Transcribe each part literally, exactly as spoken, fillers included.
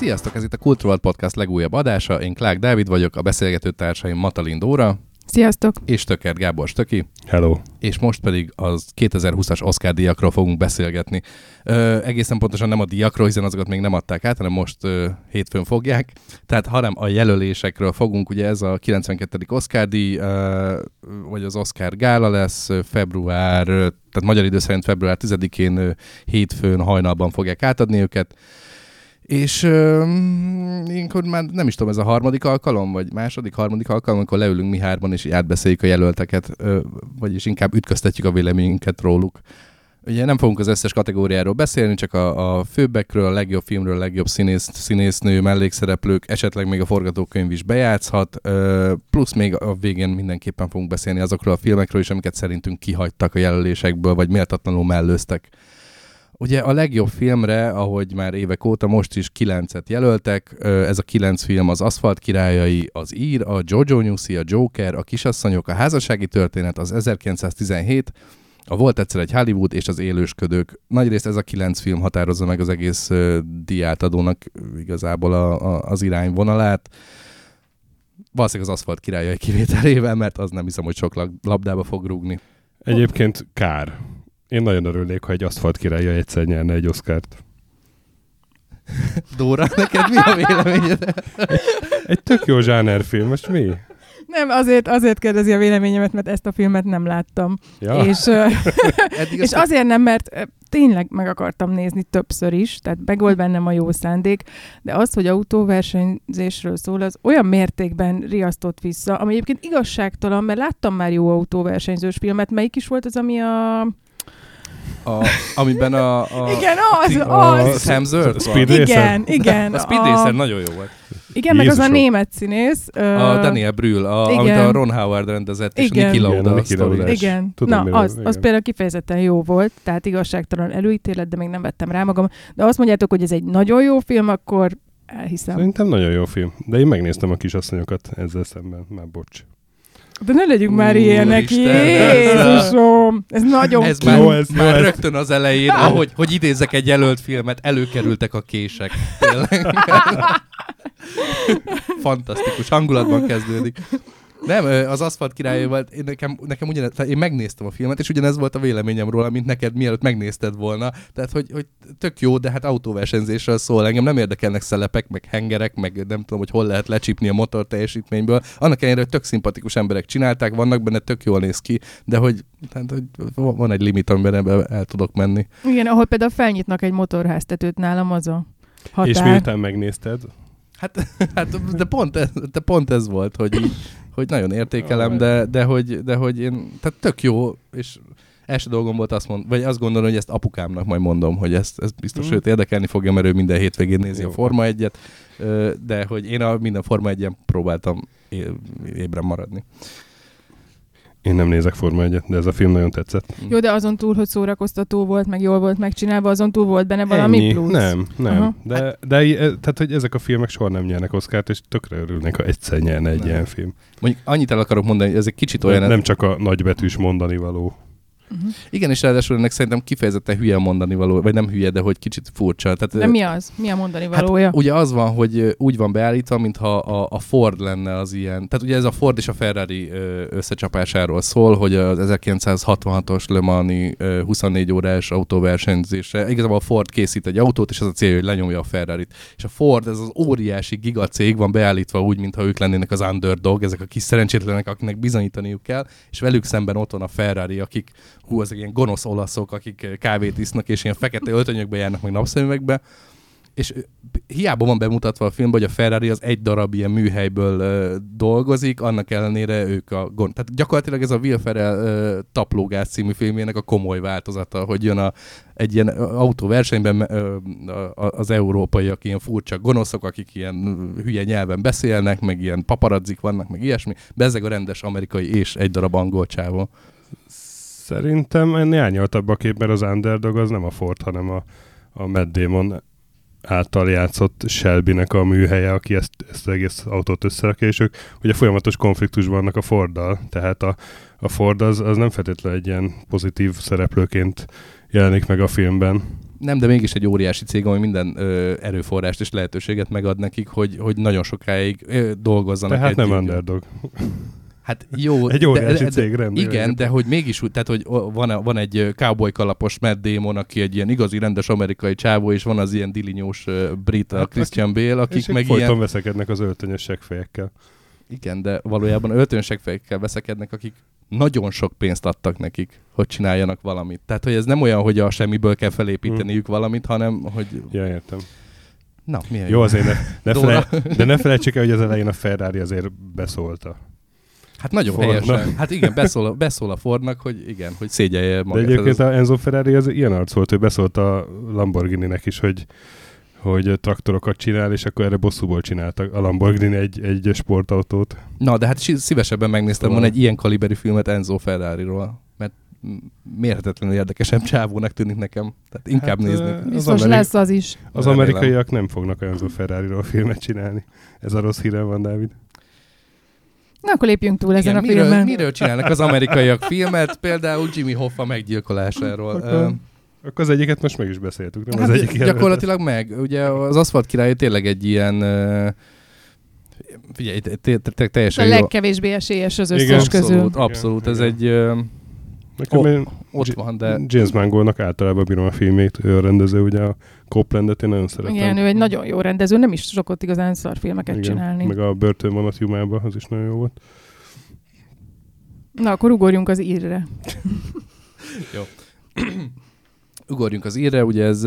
Sziasztok, ez itt a Kultúrvalt Podcast legújabb adása. Én Klák Dávid vagyok, a beszélgető társaim Matalin Dóra. Sziasztok! És Tökert Gábor Stöki. Hello! És most pedig az kétezer-húszas Oscar díjakról fogunk beszélgetni. Ö, egészen pontosan nem a díjakról, hiszen azokat még nem adták át, hanem most ö, hétfőn fogják. Tehát hanem a jelölésekről fogunk, ugye ez a kilencvenkettedik Oscar díj, ö, vagy az Oscar gála lesz február, tehát magyar idő szerint február tizedikén ö, hétfőn hajnalban fogják átadni őket. És euh, ilyenkor már nem is tudom, ez a harmadik alkalom, vagy második, harmadik alkalom, amikor leülünk mi hárman, és így átbeszéljük a jelölteket, ö, vagyis inkább ütköztetjük a véleményünket róluk. Ugye nem fogunk az összes kategóriáról beszélni, csak a, a főbbekről, a legjobb filmről, a legjobb színész, színésznő, mellékszereplők, esetleg még a forgatókönyv is bejátszhat, ö, plusz még a végén mindenképpen fogunk beszélni azokról a filmekről is, amiket szerintünk kihagytak a jelölésekből, vagy méltatlanul mellőztek. Ugye a legjobb filmre, ahogy már évek óta, most is kilencet jelöltek. Ez a kilenc film az Aszfalt királyai, az Ír, a Jojo Newsy, a Joker, a Kisasszonyok, a Házassági történet, az ezerkilencszáztizenhét, a Volt egyszer egy Hollywood és az Élősködők. Nagyrészt ez a kilenc film határozza meg az egész díjátadónak igazából a, a, az irányvonalát. Valószínűleg az Aszfalt királyai kivételével, mert az nem hiszem, hogy sok labdába fog rúgni. Egyébként kár. Én nagyon örülnék, ha egy Aszfalt királya egyszer nyerne egy Oscart. Dóra, neked mi a véleményed? Egy, egy tök jó zsánerfilm, most mi? Nem, azért, azért kérdezi a véleményemet, mert ezt a filmet nem láttam. Ja. És, és azért nem, mert tényleg meg akartam nézni többször is, tehát megold bennem a jó szándék, de az, hogy autóversenyzésről szól, az olyan mértékben riasztott vissza, ami egyébként igazságtalan, mert láttam már jó autóversenyzős filmet. Melyik is volt az, ami a... A, amiben a... a igen, az, a, az. A Sam Zöld? Speed igen, igen. A Speed Racer nagyon jó volt. Igen, Jézusom. Meg az a német színész. A uh, Daniel Brühl, a, amit a Ron Howard rendezett, és igen. a Niki Lauda. Igen, Lauda igen. Tudom, na, az, az például kifejezetten jó volt, tehát igazságtalan előítélet, de még nem vettem rá magam. De azt mondjátok, hogy ez egy nagyon jó film, akkor elhiszem. Szerintem nagyon jó film. De én megnéztem a Kisasszonyokat ezzel szemben. Már bocs. De ne legyünk már ilyenek, Jézusom! Ez nagyon ez már, jó, ez már jó, rögtön az elején, ahogy hogy idézzek egy jelölt filmet, előkerültek a kések. Fantasztikus, hangulatban kezdődik. Nem, az Aszfalt királyai volt, én nekem, nekem ugyanez, én megnéztem a filmet, és ugyanez volt a véleményem róla, mint neked mielőtt megnézted volna. Tehát, hogy, hogy tök jó, de hát autóversenyzésről szól. Engem nem érdekelnek szelepek, meg hengerek, meg nem tudom, hogy hol lehet lecsípni a motor teljesítményből. Annak ellenére, hogy tök szimpatikus emberek csinálták, vannak benne, tök jól néz ki, de hogy, tehát, hogy van egy limit, amiben ebbe el tudok menni. Igen, ahol például felnyitnak egy motorháztetőt, nálam az a határ. És miután megnézted? Hát, hát de, pont ez, de pont ez volt, hogy így, hogy nagyon értékelem, de, de, hogy, de hogy én, tehát tök jó, és első dolgom volt azt mond, vagy azt gondolom, hogy ezt apukámnak majd mondom, hogy ezt, ezt biztos mm. őt érdekelni fogja, mert ő minden hétvégén nézi jó. a Forma egyet, de hogy én a minden Forma egyen próbáltam ébren maradni. Én nem nézek Forma egyet, de ez a film nagyon tetszett. Jó, de azon túl, hogy szórakoztató volt, meg jól volt megcsinálva, azon túl volt benne valami Ennyi. plusz? Nem, nem. Aha. De, de tehát, hogy ezek a filmek soha nem nyernek Oscart, és tökre örülnek, ha egyszer nyerne egy nem. ilyen film. Mondjuk annyit el akarok mondani, hogy ez egy kicsit olyan... Nem csak a nagybetűs mondani való. Uh-huh. Igen, és ráadásul ennek szerintem kifejezetten hülye mondani való, vagy nem hülye, de hogy kicsit furcsa. Tehát, de mi az? Mi a mondani valója? Hát, ugye az van, hogy úgy van beállítva, mintha a, a Ford lenne az ilyen. Tehát ugye ez a Ford és a Ferrari összecsapásáról szól, hogy az ezerkilencszázhatvanhatos Le Mans-i huszonnégy órás autóversenyzésre. Igazából a Ford készít egy autót, és az a célja, hogy lenyomja a Ferrarit. És a Ford, ez az óriási gigacég van beállítva úgy, mintha ők lennének az underdog, ezek a kis szerencsétlenek, akiknek bizonyítaniuk kell, és velük szemben ott van a Ferrari, akik hú, ezek ilyen gonosz olaszok, akik kávét isznak, és ilyen fekete öltönyökbe járnak, meg napszemüvegbe. És hiába van bemutatva a filmben, hogy a Ferrari az egy darab ilyen műhelyből uh, dolgozik, annak ellenére ők a gond. Tehát gyakorlatilag ez a Will Ferrell uh, Taplógász című filmjének a komoly változata, hogy jön a, egy ilyen autóversenyben uh, az európaiak ilyen furcsa gonoszok, akik ilyen hülye nyelven beszélnek, meg ilyen paparazzik vannak, meg ilyesmi. Bezzeg a rendes amerikai és egy darab angol csávó. Szerintem ennél árnyaltabb a kép, mert az underdog az nem a Ford, hanem a, a Matt Damon által játszott Shelby-nek a műhelye, aki ezt, ezt az egész autót összerakja, és ők ugye folyamatos konfliktusban vannak a Forddal, tehát a, a Ford az, az nem feltétlenül egy ilyen pozitív szereplőként jelenik meg a filmben. Nem, de mégis egy óriási cég, ami minden ö, erőforrást és lehetőséget megad nekik, hogy, hogy nagyon sokáig ö, dolgozzanak. Tehát nem így, underdog. Hát jó. Egy óriási de, cég, de, rendben. igen, de hogy mégis úgy, tehát hogy van, van egy cowboy kalapos Matt Damon, aki egy ilyen igazi rendes amerikai csávó, és van az ilyen dilinyós uh, brit, a Christian Bale, akik meg folyton ilyen... veszekednek az öltönyös seggfejekkel. Igen, de valójában öltönyös seggfejekkel veszekednek, akik nagyon sok pénzt adtak nekik, hogy csináljanak valamit. Tehát, hogy ez nem olyan, hogy a semmiből kell felépíteniük hmm. valamit, hanem, hogy... Ja, értem. Na, milyen jó? Jó, azért ne, ne felej, de ne felejtsük el, hogy az elején a Ferrari azért beszólta. Hát nagyon Fordnak. helyesen. Hát igen, beszól, beszól a Fordnak, hogy igen, hogy szégyelje magát. De egyébként az... a Enzo Ferrari az ilyen arc volt, ő beszólt a Lamborghininek is, hogy, hogy traktorokat csinál, és akkor erre bosszúból csináltak a Lamborghini egy, egy sportautót. Na, de hát szívesebben megnéztem volna egy ilyen kaliberű filmet Enzo Ferrariról, mert mérhetetlenül érdekesebb csávónak tűnik nekem. Tehát inkább hát, nézni. Biztos amerik... lesz az is. Az remélem. Amerikaiak nem fognak Enzo Ferrariról filmet csinálni. Ez a rossz hírem van, Dávid. Na, akkor lépjünk túl ezen igen, a miről, filmen. Miről csinálnak az amerikaiak filmet? Például Jimmy Hoffa meggyilkolásáról. Akkor, uh, akkor az egyiket most meg is beszéltük. Nem hát az egyik gyakorlatilag jelent. Meg. Ugye az Aszfalt király tényleg egy ilyen... Uh, figyelj, teljesen jó. A jó. legkevésbé esélyes az összes igen, közül. Abszolút, abszolút. Ez egy... Uh, oh, ott van, de... James Mangoldnak általában bírom a filmét, ő a rendező, ugye a Coplandet én nagyon szeretem. Igen, ő egy nagyon jó rendező, nem is szokott igazán szar filmeket igen, csinálni. Meg a Börtönvonat Jumába, az is nagyon jó volt. Na, akkor ugorjunk az írre. Jó. Ugorjunk az írre, ugye ez...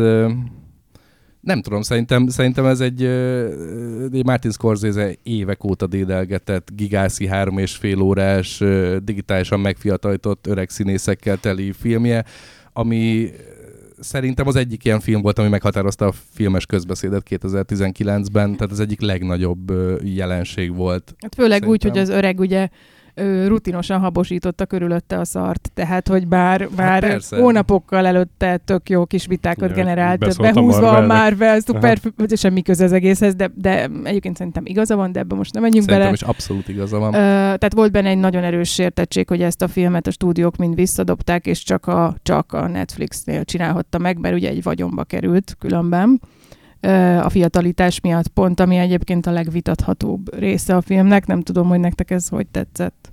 Nem tudom, szerintem, szerintem ez egy, egy Martin Scorsese évek óta dédelgetett, gigászi három és fél órás, digitálisan megfiatalított öreg színészekkel teli filmje, ami szerintem az egyik ilyen film volt, ami meghatározta a filmes közbeszédet kétezer-tizenkilencben, tehát az egyik legnagyobb jelenség volt. Hát főleg szerintem. Úgy, hogy az öreg ugye rutinosan habosította körülötte a szart, tehát, hogy bár, bár hát hónapokkal előtte tök jó kis vitákat ja, generált, behúzva a Marvel, szuper, semmi köze az egészhez, de, de egyébként szerintem igaza van, de ebben most nem menjünk szerintem bele. Szerintem is abszolút igaza van. Uh, tehát volt benne egy nagyon erős sértettség, hogy ezt a filmet a stúdiók mind visszadobták, és csak a, csak a Netflixnél csinálhatta meg, mert ugye egy vagyonba került különben a fiatalitás miatt pont, ami egyébként a legvitathatóbb része a filmnek. Nem tudom, hogy nektek ez hogy tetszett.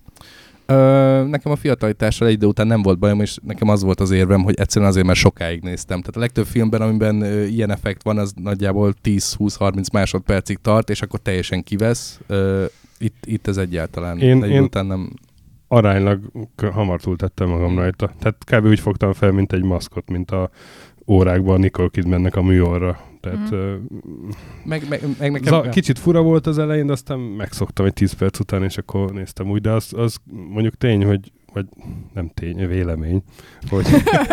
Ö, nekem a fiatalitással egy idő után nem volt bajom, és nekem az volt az érvem, hogy egyszerűen azért, mert sokáig néztem. Tehát a legtöbb filmben, amiben ö, ilyen effekt van, az nagyjából tíz-húsz-harminc másodpercig tart, és akkor teljesen kivesz. Ö, itt, itt ez egyáltalán én, egy én után nem... aránylag hamar túltettem magam rajta. Tehát kb. Úgy fogtam fel, mint egy maszkot, mint a órákban Nicole Kidmannek a műorra. Tehát, mm. uh, meg, meg, meg nekem, az kicsit fura volt az elején, de aztán megszoktam egy tíz perc után, és akkor néztem úgy, de az, az mondjuk tény, hogy vagy nem tény, vélemény. Hogy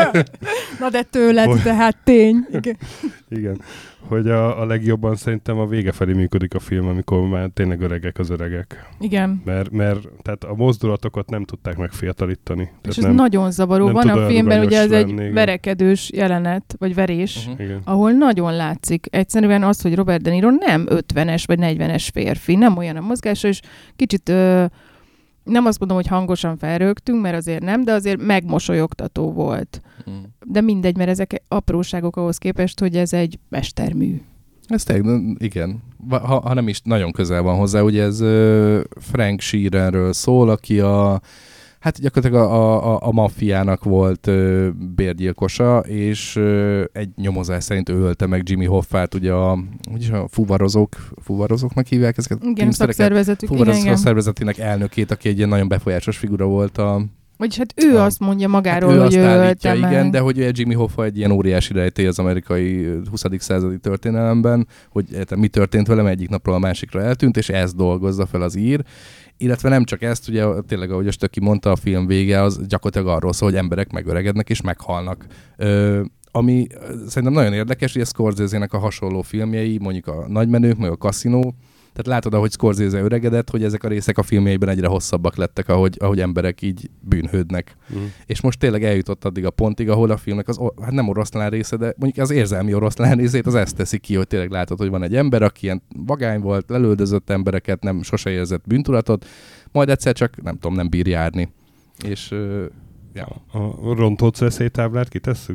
Na de tőled, hogy, tehát tény. Igen. Igen. Hogy a, a legjobban szerintem a vége felé működik a film, amikor már tényleg öregek az öregek. Igen. Mert, mert tehát a mozdulatokat nem tudták megfiatalítani. És tehát ez nem, nagyon zavaró. Van a filmben ugye ez lenni, egy igen. verekedős jelenet, vagy verés, uh-huh. ahol nagyon látszik. Egyszerűen az, hogy Robert De Niro nem ötvenes vagy negyvenes férfi, nem olyan a mozgása, és kicsit... Ö, nem azt mondom, hogy hangosan felrögtünk, mert azért nem, de azért megmosolyogtató volt. Hmm. De mindegy, mert ezek apróságok ahhoz képest, hogy ez egy mestermű. Ez tényleg, igen. Ha, ha nem is nagyon közel van hozzá, ugye ez uh, Frank Sheeranről szól, aki a hát gyakorlatilag a, a, a maffiának volt ö, bérgyilkosa, és ö, egy nyomozás szerint ő ölte meg Jimmy Hoffát, ugye a, úgyis a fuvarozók, fuvarozóknak hívják ezeket? Igen, szakszervezetük. Fuvarozók szakszervezetének elnökét, aki egy ilyen nagyon befolyásos figura volt a... Vagyis hát ő a, azt mondja magáról, hát ő hogy ő ölte meg. Igen, de hogy Jimmy Hoffa egy ilyen óriási rejtély az amerikai huszadik századi történelemben, hogy mi történt velem, egyik napról a másikra eltűnt, és ezt dolgozza fel az ír. Illetve nem csak ezt, ugye tényleg, ahogy a Stöki mondta, a film vége az gyakorlatilag arról szól, hogy emberek megöregednek és meghalnak. Ö, ami szerintem nagyon érdekes, hogy a Scorsese-nek a hasonló filmjei, mondjuk a Nagymenők, meg a Casino, tehát látod, ahogy Scorsese öregedett, hogy ezek a részek a filmjeiben egyre hosszabbak lettek, ahogy, ahogy emberek így bűnhődnek. Mm. És most tényleg eljutott addig a pontig, ahol a filmnek az, hát nem oroszlán része, de mondjuk az érzelmi oroszlán részét az ezt teszi ki, hogy tényleg látod, hogy van egy ember, aki ilyen vagány volt, lelöldözött embereket, nem sose érzett bűntudatot, majd egyszer csak, nem tudom, nem bír járni. És... Uh, ja. A rontott veszélytáblát kitesszük?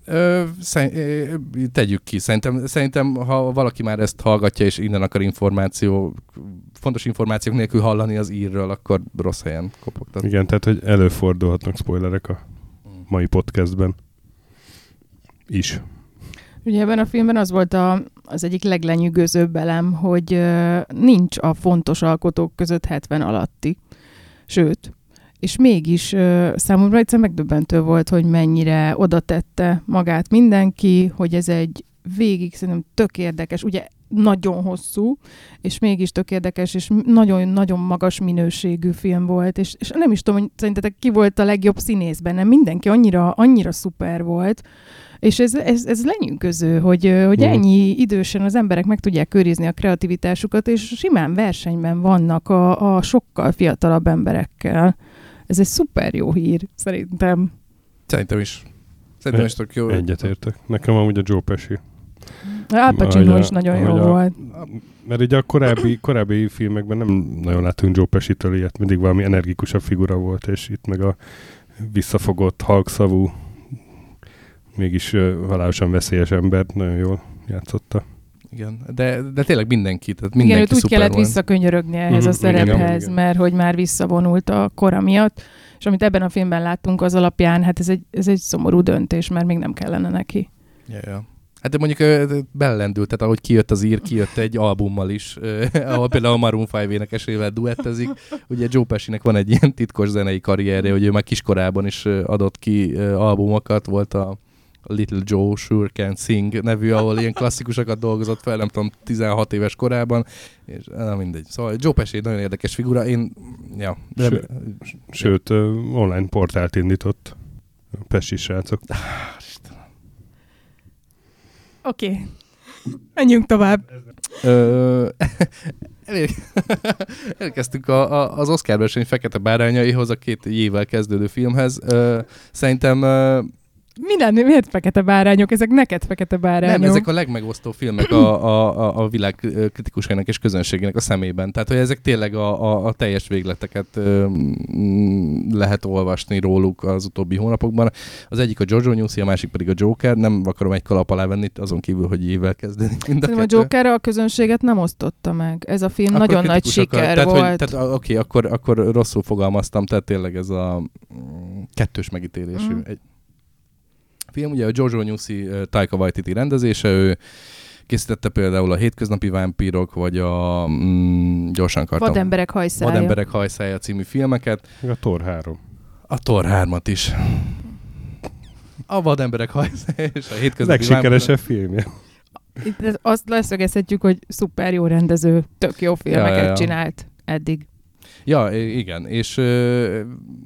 Ö, szer- tegyük ki. Szerintem, szerintem, ha valaki már ezt hallgatja, és innen akar információ, fontos információk nélkül hallani az írről, akkor rossz helyen kopogtat. Igen, tehát, hogy előfordulhatnak spoilerek a mai podcastben is. Ugye ebben a filmben az volt a, az egyik leglenyűgözőbb elem, hogy uh, nincs a fontos alkotók között hetven alatti. Sőt, és mégis uh, számomra egyszer megdöbbentő volt, hogy mennyire oda tette magát mindenki, hogy ez egy végig szerintem tök érdekes, ugye nagyon hosszú, és mégis tök érdekes, és nagyon-nagyon magas minőségű film volt, és, és nem is tudom, hogy szerintetek ki volt a legjobb színész benne, mindenki annyira, annyira szuper volt, és ez, ez, ez lenyűgöző, hogy, hogy ennyi idősen az emberek meg tudják őrizni a kreativitásukat, és simán versenyben vannak a, a sokkal fiatalabb emberekkel. Ez egy szuper jó hír, szerintem. Szerintem is. Szerintem is tök jó. Egyetértek. Nekem amúgy a Joe Pesci. Al Pacino is nagyon jó a, volt. Mert ugye a korábbi, korábbi filmekben nem nagyon látunk Joe Pesci-től ilyet, mindig valami energikusabb figura volt, és itt meg a visszafogott, halkszavú, mégis uh, halálosan veszélyes ember nagyon jól játszotta. Igen, de, de tényleg mindenki, tehát mindenki igen, őt úgy szuper kellett volt. visszakönyörögni ehhez uh-huh, a szerephez, igen, mert hogy már visszavonult a kora miatt, és amit ebben a filmben láttunk az alapján, hát ez egy, ez egy szomorú döntés, mert még nem kellene neki. Yeah, yeah. Hát de mondjuk belelendült, tehát ahogy kijött az ír, kijött egy albummal is, eh, ahol például a Maroon öt énekesével duettezik. Ugye Joe Pescinek van egy ilyen titkos zenei karrierje, hogy ő már kiskorában is adott ki eh, albumokat, volt a Little Joe Sure Can Sing nevű, ahol ilyen klasszikusokat dolgozott fel, nem tudom, tizenhat éves korában, és na mindegy. Szóval Joe Pesci egy nagyon érdekes figura, én, ja. De, Ső, sőt, uh, online portált indított Pesci srácok. Oké, okay. Menjünk tovább. Ö, elkezdtünk a, a, az Oscar verseny Fekete bárányaihoz, a két évvel kezdődő filmhez. Ö, szerintem... Ö, Minden, miért fekete bárányok? Ezek neked fekete bárányok? Nem, ezek a legmegosztó filmek a, a, a világ kritikusainak és közönségének a szemében. Tehát, hogy ezek tényleg a, a, a teljes végleteket ö, lehet olvasni róluk az utóbbi hónapokban. Az egyik a Jojo Newsy, a másik pedig a Joker. Nem akarom egy kalap alá venni, azon kívül, hogy évvel kezdődik mind a kettő. A Joker a közönséget nem osztotta meg. Ez a film akkor nagyon nagy siker tehát, volt. Hogy, tehát oké, okay, akkor, akkor rosszul fogalmaztam, tehát tényleg ez a kettős megítélésű. Mm. Egy, film, ugye a Jojo Newsy uh, Taika Waititi rendezése, ő készítette például a Hétköznapi vámpírok, vagy a mm, gyorsan kartam. Vademberek hajszája. Vademberek hajszája című filmeket. A Thor három. A Thor hármat is. A Vademberek hajszája és a Hétköznapi legsikeresebb filmje. Itt azt leszögezhetjük, hogy szuper jó rendező, tök jó filmeket ja, ja, ja. csinált eddig. Ja, igen, és... Uh,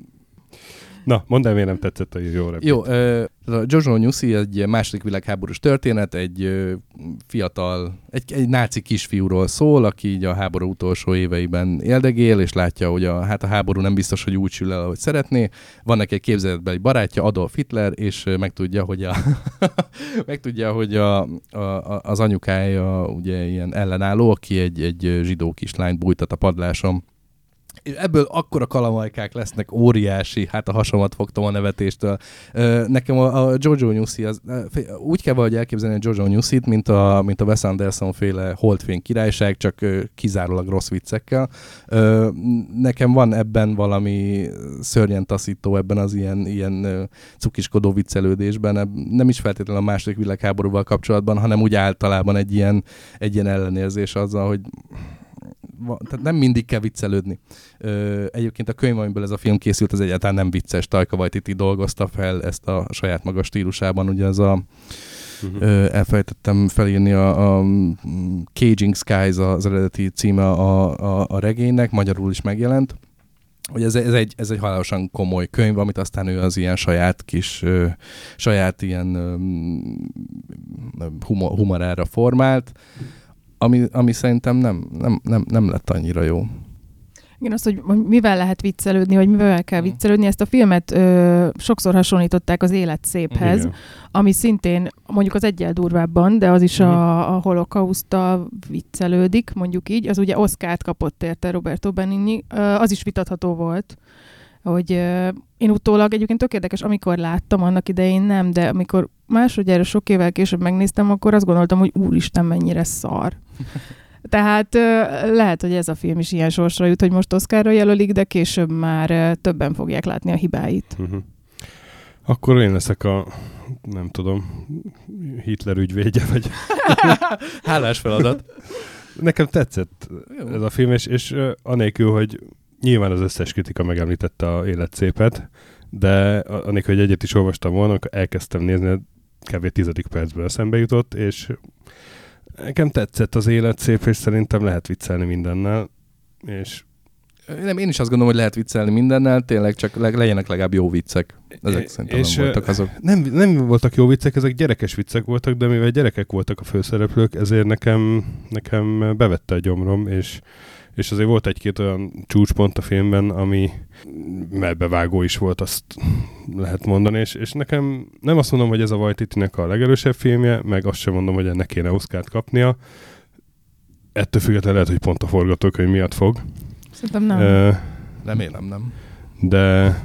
Na, mondd el, miért nem tetszett a jó repét. Jó, uh, a Jojo Newsy egy második világháborús történet, egy uh, fiatal, egy, egy náci kisfiúról szól, aki így a háború utolsó éveiben éldegél, és látja, hogy a, hát a háború nem biztos, hogy úgy sül el, ahogy szeretné. Van neki egy képzeletbeli barátja, Adolf Hitler, és uh, megtudja, hogy, a megtudja, hogy a, a, az anyukája ugye ilyen ellenálló, aki egy, egy zsidó kislányt bújtat a padláson. És ebből akkora kalamajkák lesznek, óriási, hát a hasamat fogtam a nevetéstől. Nekem a, a Jojo Newsy, az, úgy kell valahogy elképzelni a Jojo Newsyt, mint a, mint a Wes Anderson féle Holdfény királyság, csak kizárólag rossz viccekkel. Nekem van ebben valami szörnyen taszító, ebben az ilyen, ilyen cukiskodó viccelődésben, nem is feltétlenül a második világháborúval kapcsolatban, hanem úgy általában egy ilyen, egy ilyen ellenérzés azzal, hogy tehát nem mindig kell viccelődni. Ö, egyébként a könyv, amiből ez a film készült, az egyáltalán nem vicces. Taika Waititi dolgozta fel ezt a saját maga stílusában. Ugye ez a, uh-huh. ö, elfelejtettem felírni a, a Caging Skies az eredeti címe a, a, a regénynek, magyarul is megjelent. Hogy ez, ez, egy, ez egy halálosan komoly könyv, amit aztán ő az ilyen saját kis, ö, saját ilyen ö, humor, humorára formált. Ami, ami szerintem nem, nem, nem, nem lett annyira jó. Igen, az, hogy mivel lehet viccelődni, vagy mivel kell viccelődni, ezt a filmet ö, sokszor hasonlították az Élet széphez, igen. Ami szintén mondjuk az egyel durvábban, de az is uh-huh. a, a holokauszttal viccelődik, mondjuk így. Az ugye Oscart kapott érte Roberto Benigni, ö, az is vitatható volt, hogy ö, én utólag egyébként tök érdekes, amikor láttam, annak idején nem, de amikor másodjára sok évvel később megnéztem, akkor azt gondoltam, hogy úristen, mennyire szar. Tehát lehet, hogy ez a film is ilyen sorsra jut, hogy most Oscarra jelölik, de később már többen fogják látni a hibáit. Uh-huh. Akkor én leszek a, nem tudom, Hitler ügyvédje, vagy... Hálás feladat. Nekem tetszett Jó. ez a film, és, és anélkül, hogy nyilván az összes kritika megemlítette a életszépet, de anélkül, hogy egyet is olvastam volna, akkor elkezdtem nézni, kb. tizedik percből eszembe jutott, és nekem tetszett az életszép, és szerintem lehet viccelni mindennel, és nem, én is azt gondolom, hogy lehet viccelni mindennel, tényleg csak le, legyenek legalább jó viccek. Ezek szerintem és nem voltak azok. Nem, nem voltak jó viccek, ezek gyerekes viccek voltak, de mivel gyerekek voltak a főszereplők, ezért nekem, nekem bevette a gyomrom, és, és azért volt egy-két olyan csúcspont a filmben, ami melbevágó is volt, azt lehet mondani, és, és nekem nem azt mondom, hogy ez a Waititinek a legerősebb filmje, meg azt sem mondom, hogy ennek kéne Oscart kapnia. Ettől függetlenül lehet, hogy pont a forgatókönyv miatt fog. Szerintem nem. Uh, Remélem nem. De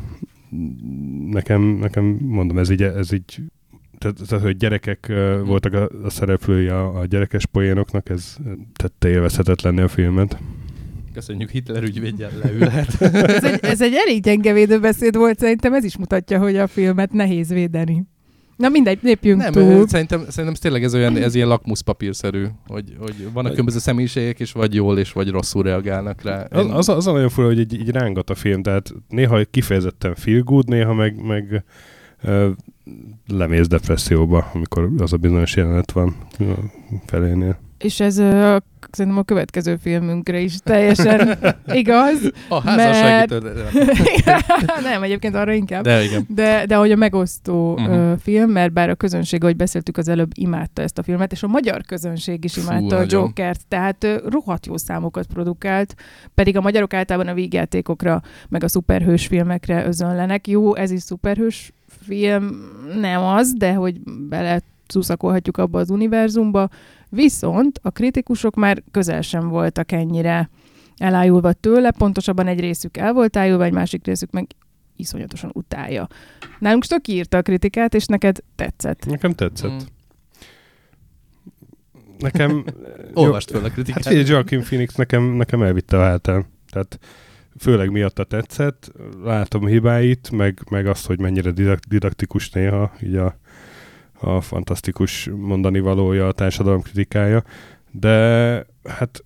nekem, nekem mondom, ez így, ez így tehát, tehát hogy gyerekek uh, voltak a, a szereplői a, a gyerekes poénoknak, ez tette élvezhetetlenné a filmet. Köszönjük, Hitler ügyvédjen leülhet. ez, egy, ez egy elég gyenge védőbeszéd volt, szerintem ez is mutatja, hogy a filmet nehéz védeni. Na mindegy, lépjünk nem, túl. Szerintem, szerintem tényleg ez olyan, ez ilyen lakmuszpapírszerű, hogy, hogy vannak különböző személyiségek, és vagy jól, és vagy rosszul reagálnak rá. Az, az, az a nagyon fura, hogy így, így rángat a film, tehát néha kifejezetten feel good, néha meg, meg uh, lemész depresszióba, amikor az a bizonyos jelenet van felénél. És ez uh, szerintem a következő filmünkre is teljesen igaz. A házassági mert... Nem, egyébként arra inkább. De igen. De, de hogy a megosztó uh-huh. uh, film, mert bár a közönség, ahogy beszéltük az előbb, imádta ezt a filmet, és a magyar közönség is imádta Fú, a Jokert, tehát uh, rohadt jó számokat produkált, pedig a magyarok általában a vígjátékokra, meg a szuperhős filmekre özönlenek. Jó, ez is szuperhős film, nem az, de hogy bele szuszakolhatjuk abba az univerzumba, viszont a kritikusok már közel sem voltak ennyire elájulva tőle, pontosabban egy részük el volt ájulva, egy másik részük meg iszonyatosan utálja. Nálunk Stöki írta a kritikát, és neked tetszett. Nekem tetszett. Mm. Nekem... Olvast fel a kritikát. Hát figyelj, Joaquin Phoenix nekem, nekem elvitte a hátán. Tehát főleg miatta tetszett, látom hibáit, meg, meg azt, hogy mennyire didaktikus néha, így a a fantasztikus mondani valója, a társadalom kritikája, de hát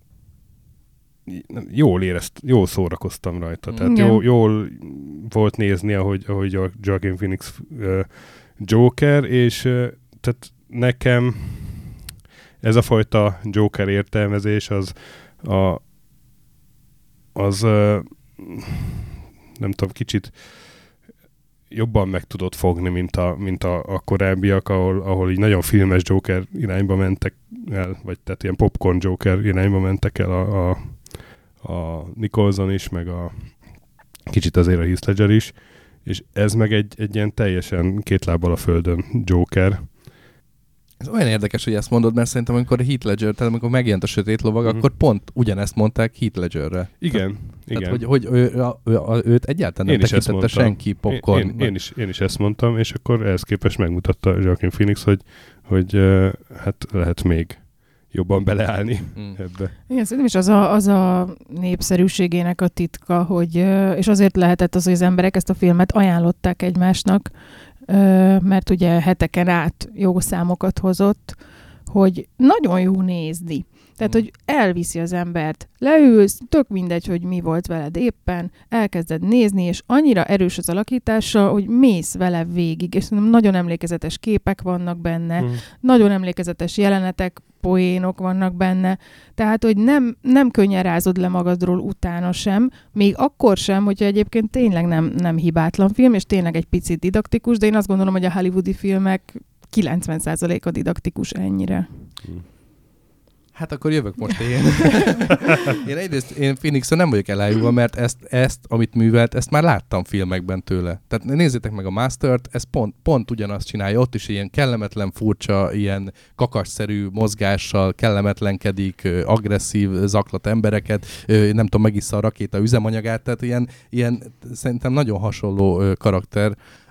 jól érezt, jól szórakoztam rajta. Tehát jól, jól volt nézni, ahogy, ahogy a Joaquin Phoenix uh, Joker, és uh, tehát nekem ez a fajta Joker értelmezés az a, az uh, nem tudom, kicsit jobban meg tudod fogni, mint a, mint a, a korábbiak, ahol, ahol így nagyon filmes Joker irányba mentek el, vagy tehát ilyen popcorn Joker irányba mentek el a, a, a Nicholson is, meg a kicsit azért a Heath Ledger is, és ez meg egy, egy ilyen teljesen két lábbal a földön Joker. Ez olyan érdekes, hogy ezt mondod, mert szerintem amikor a Heath Ledger, tehát amikor megjelent a Sötét Lovag, mm. akkor pont ugyanezt mondták Heath Ledgerre. Igen, tehát, igen. Tehát, hogy, hogy ő, ő, ő, őt egyáltalán nem tekintette senki popcorn. Én, én, én, is, én is ezt mondtam, és akkor ehhez képest megmutatta Joaquin Phoenix, hogy, hogy uh, hát lehet még jobban beleállni mm. ebbe. Igen, szerintem is az a, az a népszerűségének a titka, hogy, és azért lehetett az, hogy az emberek ezt a filmet ajánlották egymásnak, mert ugye heteken át jó számokat hozott, hogy nagyon jó nézni. Tehát, hogy elviszi az embert, leülsz, tök mindegy, hogy mi volt veled éppen, elkezded nézni, és annyira erős az alakítása, hogy mész vele végig, és szerintem nagyon emlékezetes képek vannak benne, mm. nagyon emlékezetes jelenetek, poénok vannak benne, tehát, hogy nem, nem könnyen rázod le magadról utána sem, még akkor sem, hogyha egyébként tényleg nem, nem hibátlan film, és tényleg egy picit didaktikus, de én azt gondolom, hogy a hollywoodi filmek kilencven százaléka didaktikus ennyire. Mm. Hát akkor jövök most én. Én egyrészt, én Phoenixon nem vagyok elájúva, mert ezt, ezt, amit művelt, ezt már láttam filmekben tőle. Tehát nézzétek meg a Mastert, ez pont, pont ugyanazt csinálja, ott is ilyen kellemetlen, furcsa, ilyen kakasszerű mozgással kellemetlenkedik, agresszív, zaklat embereket, nem tudom, megissza a rakéta üzemanyagát, tehát ilyen, ilyen szerintem nagyon hasonló karakter.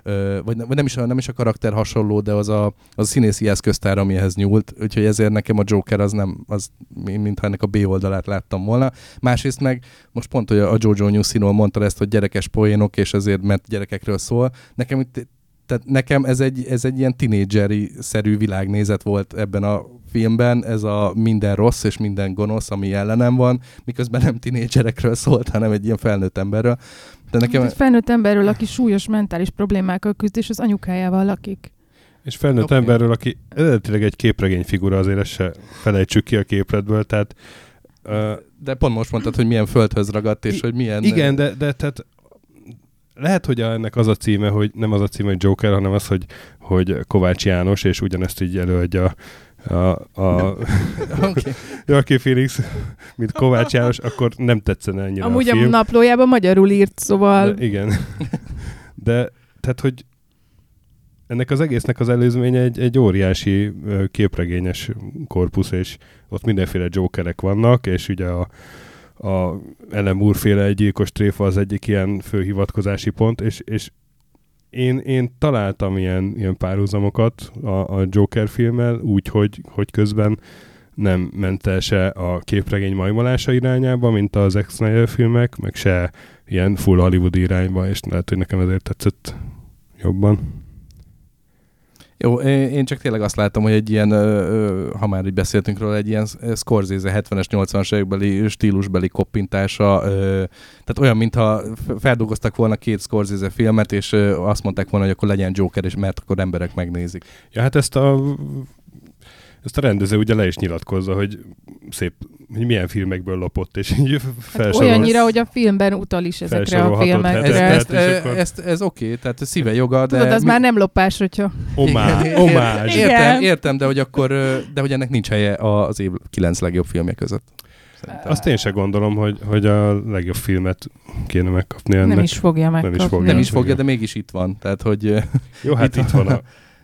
vagy, vagy nem, is a, nem is a karakter hasonló, de az a, az a színészi eszköztár, amihez nyúlt, úgyhogy ezért nekem a Joker az nem, az mintha ennek a B oldalát láttam volna. Másrészt meg most pont, hogy a Jojo Newsino mondta ezt, hogy gyerekes poénok, és ezért, mert gyerekekről szól. Nekem itt Tehát nekem ez egy, ez egy ilyen tinédzseri-szerű világnézet volt ebben a filmben, ez a minden rossz és minden gonosz, ami ellenem van, miközben nem tinédzserekről szólt, hanem egy ilyen felnőtt emberről. De nekem... Egy felnőtt emberről, aki súlyos mentális problémákkal küzd, és az anyukájával lakik. És felnőtt okay. emberről, aki eredetileg egy képregényfigura, azért ezt se felejtsük ki a képletből, tehát... Uh... De pont most mondtad, hogy milyen földhöz ragadt, és I- hogy milyen... Igen, de, de tehát lehet, hogy ennek az a címe, hogy nem az a címe, hogy Joker, hanem az, hogy, hogy Kovács János, és ugyanezt így előadja a, a okay. Joaquin Phoenix, mint Kovács János, akkor nem tetszene ennyire Amúgy a film. a naplójában magyarul írt, szóval... De, igen. De, tehát, hogy ennek az egésznek az előzménye egy, egy óriási képregényes korpusz, és ott mindenféle Jokerek vannak, és ugye a a Alan Moore-féle egy gyilkos tréfa az egyik ilyen főhivatkozási pont, és, és én, én találtam ilyen, ilyen párhuzamokat a, a Joker filmmel, úgy, hogy, hogy közben nem ment el se a képregény majmolása irányába, mint a Zack Snyder filmek, meg se ilyen full Hollywood irányba, és lehet, hogy nekem ezért tetszett jobban. Jó, én csak tényleg azt látom, hogy egy ilyen, ha már így beszéltünk róla, egy ilyen Scorsese hetvenes, nyolcvanas évekbeli stílusbeli koppintása, tehát olyan, mintha feldolgoztak volna két Scorsese filmet, és azt mondták volna, hogy akkor legyen Joker, és mert akkor emberek megnézik. Ja, hát ezt a, ezt a rendező ugye le is nyilatkozza, hogy szép, hogy milyen filmekből lopott, és így felsorol. Hát olyannyira, hogy a filmben utal is ezekre a filmekre. Ez, ez, ez, ez, ez oké, okay, tehát szíve joga, de... Tudod, az mi... már nem lopás, hogyha... Omá, omázs. Értem, értem, de hogy akkor, de hogy ennek nincs helye az év kilenc legjobb filmje között. Szerintem. Azt én se gondolom, hogy, hogy a legjobb filmet kéne megkapni ennek. Nem is fogja megkapni. Nem is fogja, nem is fogja de mégis itt van. Tehát, hogy... Jó, hát itt, itt van a...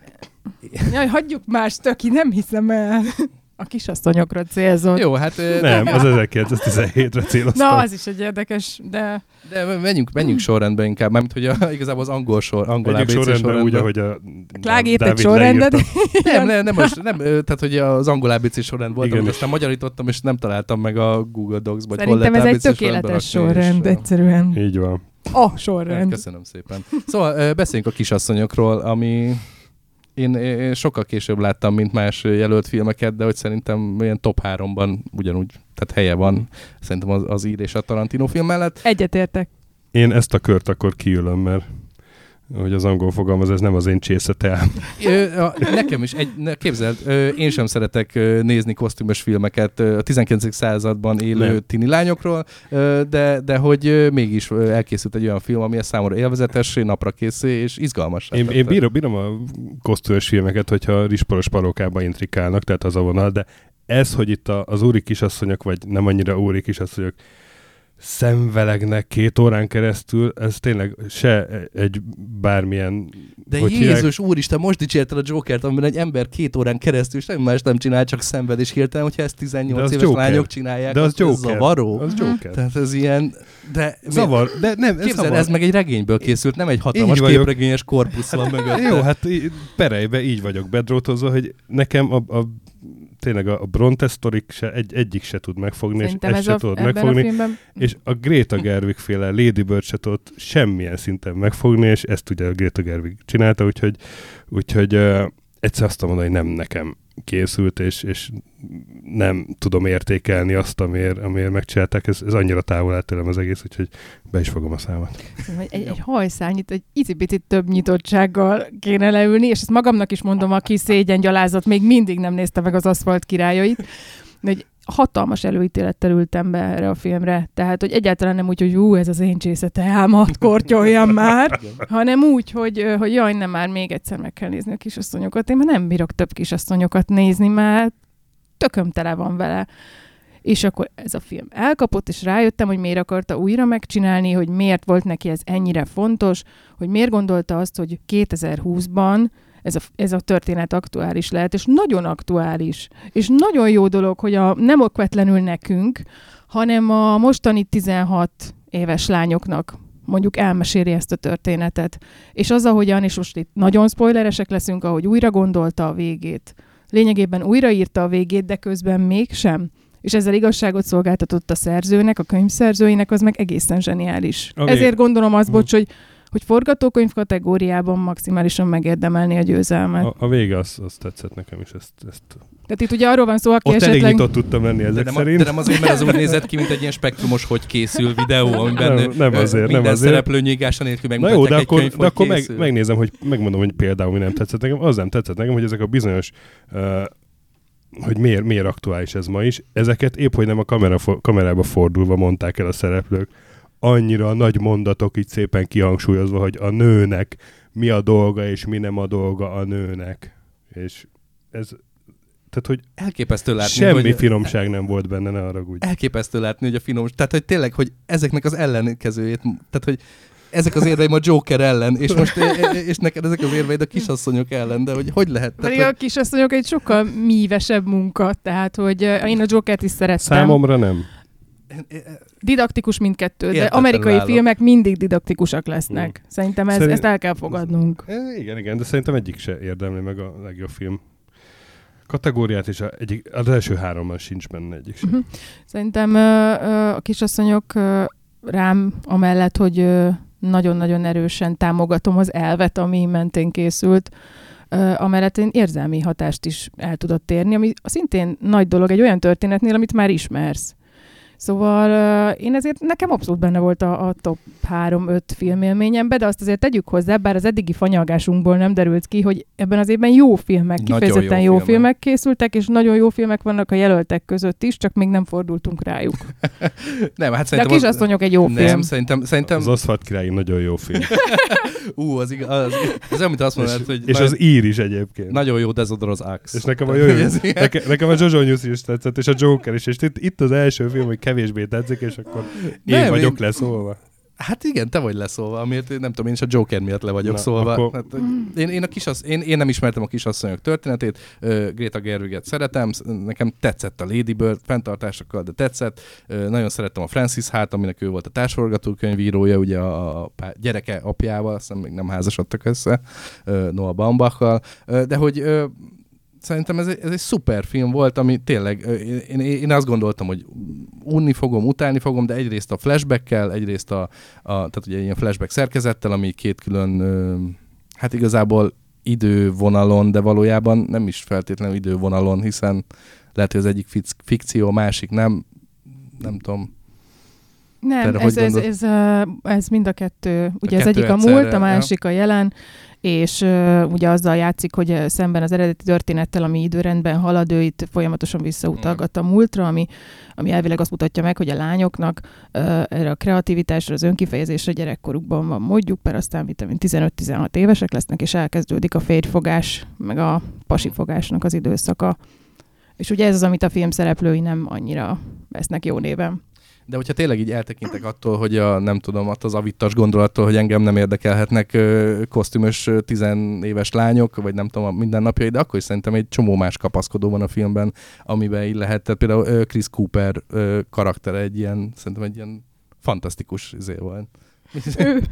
Jaj, hagyjuk más, töki, nem hiszem el. A kisasszonyokra célzott. Jó, hát... Nem, az ezerkilencszáztizenhétre céloztam. Na, az is egy érdekes, de... De menjünk, menjünk sorrendben inkább, mármint, hogy a, igazából az angol sor, angol á bé cé sorrendben. sorrendben. Úgy, ahogy a Klágét egy sorrendet. Nem, nem, nem, most, nem, tehát hogy az angol á bé cé sorrend volt, amit aztán magyarítottam, és nem találtam meg a Google Docs-ban. Szerintem ez egy tökéletes sorrend, egyszerűen. Így van. A sorrend. Köszönöm szépen. Szóval beszéljünk a kisasszonyokról, ami... Én, én sokkal később láttam, mint más jelölt filmeket, de hogy szerintem olyan top háromban ugyanúgy, tehát helye van szerintem az, az ír és a Tarantino film mellett. Egyetértek. Én ezt a kört akkor kiülöm, mert hogy az angol fogalmaz, ez nem az én csészeteám. Nekem is, egy, képzeld, én sem szeretek nézni kosztümös filmeket a tizenkilencedik században élő nem. tini lányokról, de, de hogy mégis elkészült egy olyan film, ami a számomra élvezetes, napra készé és izgalmas. Én, én bírom, bírom a kosztümös filmeket, hogyha risporos parókába intrikálnak, tehát az a vonal, de ez, hogy itt az úri kisasszonyok, vagy nem annyira úri kisasszonyok, szemvelegnek két órán keresztül, ez tényleg se egy bármilyen... De Jézus hívják... úristen, most dicsérted a Jokert, amiben egy ember két órán keresztül semmi más nem csinál, csak szenved, és hirtelen, hogyha ezt tizennyolc éves Joker. Lányok csinálják, de az, az, az zavaró. Az Joker. Tehát ez ilyen... De zavar, de nem, ez képzeld, zavar. Ez meg egy regényből készült, nem egy hatalmas képregényes korpusz van mögött. Jó, hát perejbe így vagyok bedrótozva, hogy nekem a, a tényleg a, a Bronte sztorik se, egy, egyik se tud megfogni, szerintem és ezt se tudod megfogni. A és a Greta Gerwig féle Lady Bird se tud semmilyen szinten megfogni, és ezt ugye a Greta Gerwig csinálta, úgyhogy, úgyhogy uh, egyszer azt mondani, hogy nem nekem készült, és, és nem tudom értékelni azt, amiért, amiért megcsinálták. Ez, ez annyira távol áll tőlem az egész, úgyhogy be is fogom a számat. Egy, egy hajszányit, egy icipicit több nyitottsággal kéne leülni, és ezt magamnak is mondom, aki szégyengyalázat, még mindig nem nézte meg az Aszfalt királyait, de egy hatalmas előítélettel ültem be erre a filmre. Tehát, hogy egyáltalán nem úgy, hogy ú, ez az én csészeteámat, kortyoljam már, hanem úgy, hogy, hogy jaj, nem már még egyszer meg kell nézni a kisasszonyokat. Én már nem bírok több kisasszonyokat nézni, már tököm tele van vele. És akkor ez a film elkapott, és rájöttem, hogy miért akarta újra megcsinálni, hogy miért volt neki ez ennyire fontos, hogy miért gondolta azt, hogy kétezer-húszban ez a, ez a történet aktuális lehet, és nagyon aktuális. És nagyon jó dolog, hogy a, nem okvetlenül nekünk, hanem a mostani tizenhat éves lányoknak mondjuk elmeséli ezt a történetet. És az, ahogyan, és most itt nagyon spoileresek leszünk, ahogy újra gondolta a végét. Lényegében újraírta a végét, de közben mégsem. És ezzel igazságot szolgáltatott a szerzőnek, a könyvszerzőinek, az meg egészen zseniális. Okay. Ezért gondolom azt, bocs, hogy, hogy forgatókönyv kategóriában maximálisan megérdemelni a győzelmet. A, a vége az, az tetszett nekem is. Ezt, ezt... Tehát itt ugye arról van szó, aki ott esetleg... elég nyitott tudtam lenni ezek de szerint. De nem azért, mert az úgy nézett ki, mint egy ilyen spektrumos, hogy készül videó, amiben nem, nem azért, minden nem azért. szereplő nyígása nélkül megmutatják egy akkor, könyv, de akkor meg, készül. megnézem, hogy megmondom, hogy például mi nem tetszett nekem. Az nem tetszett nekem, hogy ezek a bizonyos... Uh, hogy miért, miért aktuális ez ma is. Ezeket épp, hogy nem a kamera, kamerába fordulva mondták el a szereplők. Annyira nagy mondatok így szépen kihangsúlyozva, hogy a nőnek mi a dolga, és mi nem a dolga a nőnek. És ez... Tehát, hogy elképesztő látni, semmi hogy finomság nem volt benne, ne haragudj. Elképesztő látni, hogy a finom... Tehát, hogy tényleg, hogy ezeknek az ellenkezőjét... Tehát, hogy ezek az érveim a Joker ellen, és most és neked ezek az érveid a kisasszonyok ellen, de hogy hogy lehet? Pedig tehát, a kisasszonyok egy sokkal mívesebb munka, tehát, hogy én a Jokert is szerettem. Számomra nem. Didaktikus mindkettő, de amerikai állok. Filmek mindig didaktikusak lesznek. Mm. Szerintem ez, Szerint... ezt el kell fogadnunk. Igen, igen, de szerintem egyik se érdemli meg a legjobb film kategóriát, és a, egyik, az első háromban sincs benne egyik sem. Uh-huh. Szerintem uh, a kisasszonyok uh, rám amellett, hogy uh, nagyon-nagyon erősen támogatom az elvet, ami mentén készült, uh, amellett én érzelmi hatást is el tudott érni, ami szintén nagy dolog egy olyan történetnél, amit már ismersz. Szóval uh, én ezért nekem abszolút benne volt a, a top három-öt filmélményemben, de azt azért tegyük hozzá, bár az eddigi fanyalgásunkból nem derült ki, hogy ebben az évben jó filmek, kifejezetten jó, jó filmek. filmek készültek, és nagyon jó filmek vannak a jelöltek között is, csak még nem fordultunk rájuk. nem, hát de a kisasszonyok egy jó nem, film. Nem, szerintem, szerintem... Az Aszfalt király nagyon jó film. Ú, az igaz, az, az olyan, mint azt mondod, és, hogy... És nagyon, az ír is egyébként. Nagyon jó Dezodor az Axe. És nekem a, jó, jó, nekem, nekem a Jojo News is tetszett, és a Joker is, és itt, itt az első film, hogy kevésbé tetszik, és akkor én nem, vagyok én... leszólva. Hát igen, te vagy leszólva, amiért nem tudom, én is a Joker miatt le vagyok Na, szólva. Akkor... Hát, én, én, a kisasz, én, én nem ismertem a kisasszonyok történetét, uh, Greta Gerwiget szeretem, nekem tetszett a Lady Bird, fenntartásokkal, de tetszett. Uh, nagyon szerettem a Frances Hát, aminek ő volt a társforgatókönyvírója, ugye a, a gyereke apjával, azt még nem házasodtak össze, uh, Noah Baumbachal, uh, de hogy uh, szerintem ez egy, ez egy szuper film volt, ami tényleg, én, én azt gondoltam, hogy unni fogom, utálni fogom, de egyrészt a flashbackkel, egyrészt a, a tehát ugye ilyen flashback szerkezettel, ami két külön, hát igazából idővonalon, de valójában nem is feltétlenül idővonalon, hiszen lehet, hogy az egyik fikció, másik nem, nem tudom. Nem, ez, ez, ez, ez mind a kettő. Ugye a az egyik a múlt, a másik ja. a jelen, és uh, ugye azzal játszik, hogy uh, szemben az eredeti történettel, ami időrendben halad, ő itt folyamatosan visszautalgat a múltra, ami, ami elvileg azt mutatja meg, hogy a lányoknak uh, erre a kreativitásra, az önkifejezésre gyerekkorukban van módjuk, mert aztán mit tudom, tizenöt-tizenhat évesek lesznek, és elkezdődik a férjfogás, meg a pasifogásnak az időszaka. És ugye ez az, amit a film szereplői nem annyira vesznek jó néven. De hogyha tényleg így eltekintek attól, hogy a, nem tudom, attól az avittas gondolattól, hogy engem nem érdekelhetnek ö, kosztümös tizenéves lányok, vagy nem tudom, a mindennapjai, de akkor is szerintem egy csomó más kapaszkodó van a filmben, amiben így lehet. Tehát például ö, Chris Cooper ö, karaktere egy ilyen, szerintem egy ilyen fantasztikus izé volt. Ő,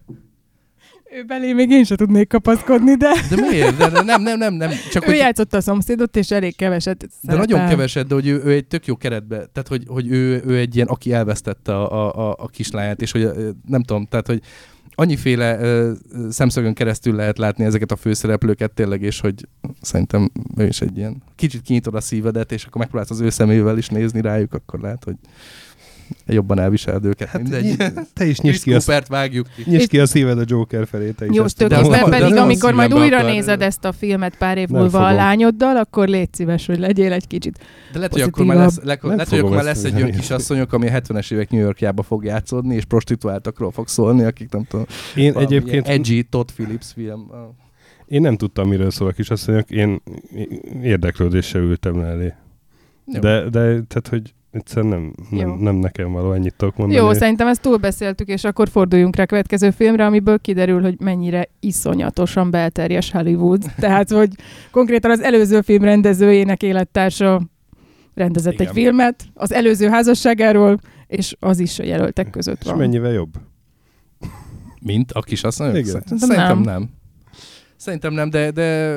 ő belé még én sem tudnék kapaszkodni, de... De miért? De, de nem, nem, nem, nem. Csak ő hogy... játszotta a szomszédot, és elég keveset De szeretem. nagyon keveset, de hogy ő, ő egy tök jó keretbe, tehát hogy, hogy ő, ő egy ilyen, aki elvesztette a, a, a kislányát, és hogy nem tudom, tehát hogy annyiféle uh, szemszögön keresztül lehet látni ezeket a főszereplőket tényleg, és hogy szerintem ő is egy ilyen, kicsit kinyitod a szívedet, és akkor megpróbálsz az ő szemével is nézni rájuk, akkor lehet, hogy jobban elviseled őket. Hát mindegy. Te is nyisd ki, a, vágjuk ki. nyisd ki a szíved a Joker felé. Te is jó, tökéletesen, pedig amikor majd újra akar... nézed ezt a filmet pár év múlva a lányoddal, akkor légy szíves, hogy legyél egy kicsit De lehet, hogy akkor már lesz, le, lehet, hogy akkor már lesz egy olyan kisasszonyok, ami a hetvenes évek New Yorkjába fog játszódni, és prostituáltakról fog szólni, akik nem tudom. Én egyébként... Edgy Todd Phillips film. Én nem tudtam, miről szól a kisasszonyok. Én érdeklődéssel ültem le elé. De, de tehát, hogy egyszerűen nem, nem, nem nekem való, ennyit tudok mondani. Jó, szerintem ezt túlbeszéltük, és akkor forduljunk rá a következő filmre, amiből kiderül, hogy mennyire iszonyatosan belterjes Hollywood. Tehát, hogy konkrétan az előző film rendezőjének élettársa rendezett Igen. egy filmet, az előző házasságáról, és az is a jelöltek között és van. És mennyivel jobb? Mint a kisasszonyok? Igen. Szerintem nem. nem. Szerintem nem, de... de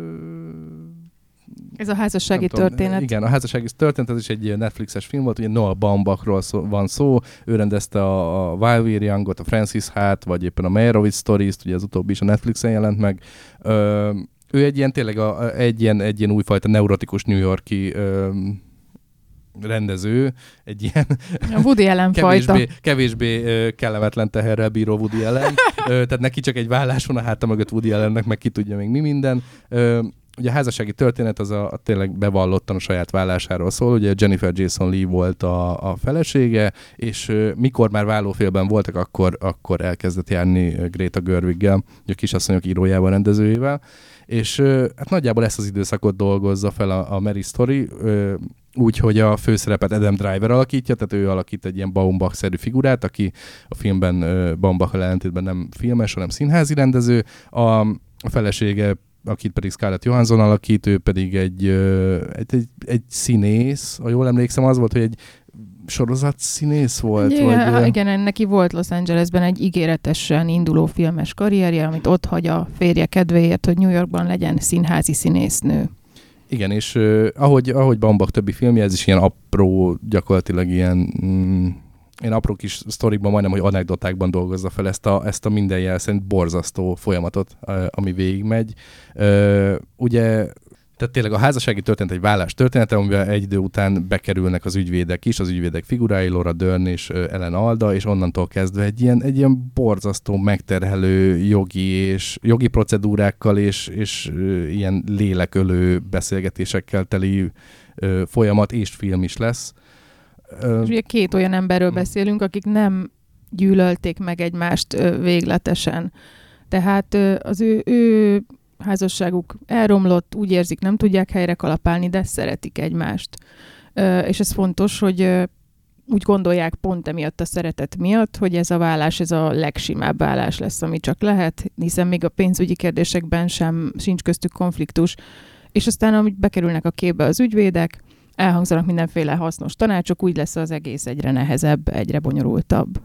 ez a házassági tudom, történet. Igen, a házassági történet, ez is egy Netflixes film volt, ugye Noah Baumbachról szó, van szó, ő rendezte a, a While We're Young-ot, a Francis Hát, vagy éppen a Meyerowitz Stories-t, ugye az utóbbi is a Netflixen jelent meg. Ö, ő egy ilyen, tényleg a, egy, ilyen, egy ilyen újfajta neurotikus New York-i ö, rendező, egy ilyen a Woody Allen kevésbé, fajta. kevésbé uh, kellemetlen teherrel bíró Woody Allen. uh, tehát neki csak egy vállás van a háta mögött Woody Allennek, meg ki tudja még mi minden. Uh, ugye a házassági történet az a, a tényleg bevallottan a saját vállásáról szól. Ugye Jennifer Jason Leigh volt a, a felesége, és uh, mikor már vállófélben voltak, akkor, akkor elkezdett járni Greta Gerwiggel, a Kisasszonyok írójával, rendezőjével. És uh, hát nagyjából ezt az időszakot dolgozza fel a, a Mary Story, uh, úgy, hogy a főszerepet Adam Driver alakítja, tehát ő alakít egy ilyen Baumbach-szerű figurát, aki a filmben uh, Baumbach-al ellentétben nem filmes, hanem színházi rendező. A, a felesége, akit pedig Scarlett Johansson alakít, ő pedig egy, uh, egy, egy, egy színész, ha jól emlékszem, az volt, hogy egy sorozatszínész volt? Igen, vagy, igen, neki volt Los Angelesben egy ígéretesen induló filmes karrierje, amit ott hagy a férje kedvéért, hogy New Yorkban legyen színházi színésznő. Igen, és uh, ahogy, ahogy Baumbach többi filmje, ez is ilyen apró, gyakorlatilag ilyen, mm, ilyen apró kis sztorikban, majdnem, hogy anekdotákban dolgozza fel ezt a, ezt a minden jel szerint borzasztó folyamatot, uh, ami végigmegy. Uh, ugye, tehát tényleg a házassági történet egy vállás története, amiben egy idő után bekerülnek az ügyvédek is, az ügyvédek figurái, Laura Dern és uh, Ellen Alda, és onnantól kezdve egy ilyen, egy ilyen borzasztó, megterhelő jogi és jogi procedúrákkal és, és uh, ilyen lélekölő beszélgetésekkel teli uh, folyamat és film is lesz. Uh, és ugye két olyan emberről beszélünk, akik nem gyűlölték meg egymást uh, végletesen. Tehát uh, az ő, ő házasságuk elromlott, úgy érzik, nem tudják helyre kalapálni, de szeretik egymást. Ö, és ez fontos, hogy ö, úgy gondolják pont emiatt a szeretet miatt, hogy ez a vállás, ez a legsimább vállás lesz, ami csak lehet, hiszen még a pénzügyi kérdésekben sem sincs köztük konfliktus. És aztán, amíg bekerülnek a képbe az ügyvédek, elhangzanak mindenféle hasznos tanácsok, úgy lesz az egész egyre nehezebb, egyre bonyolultabb.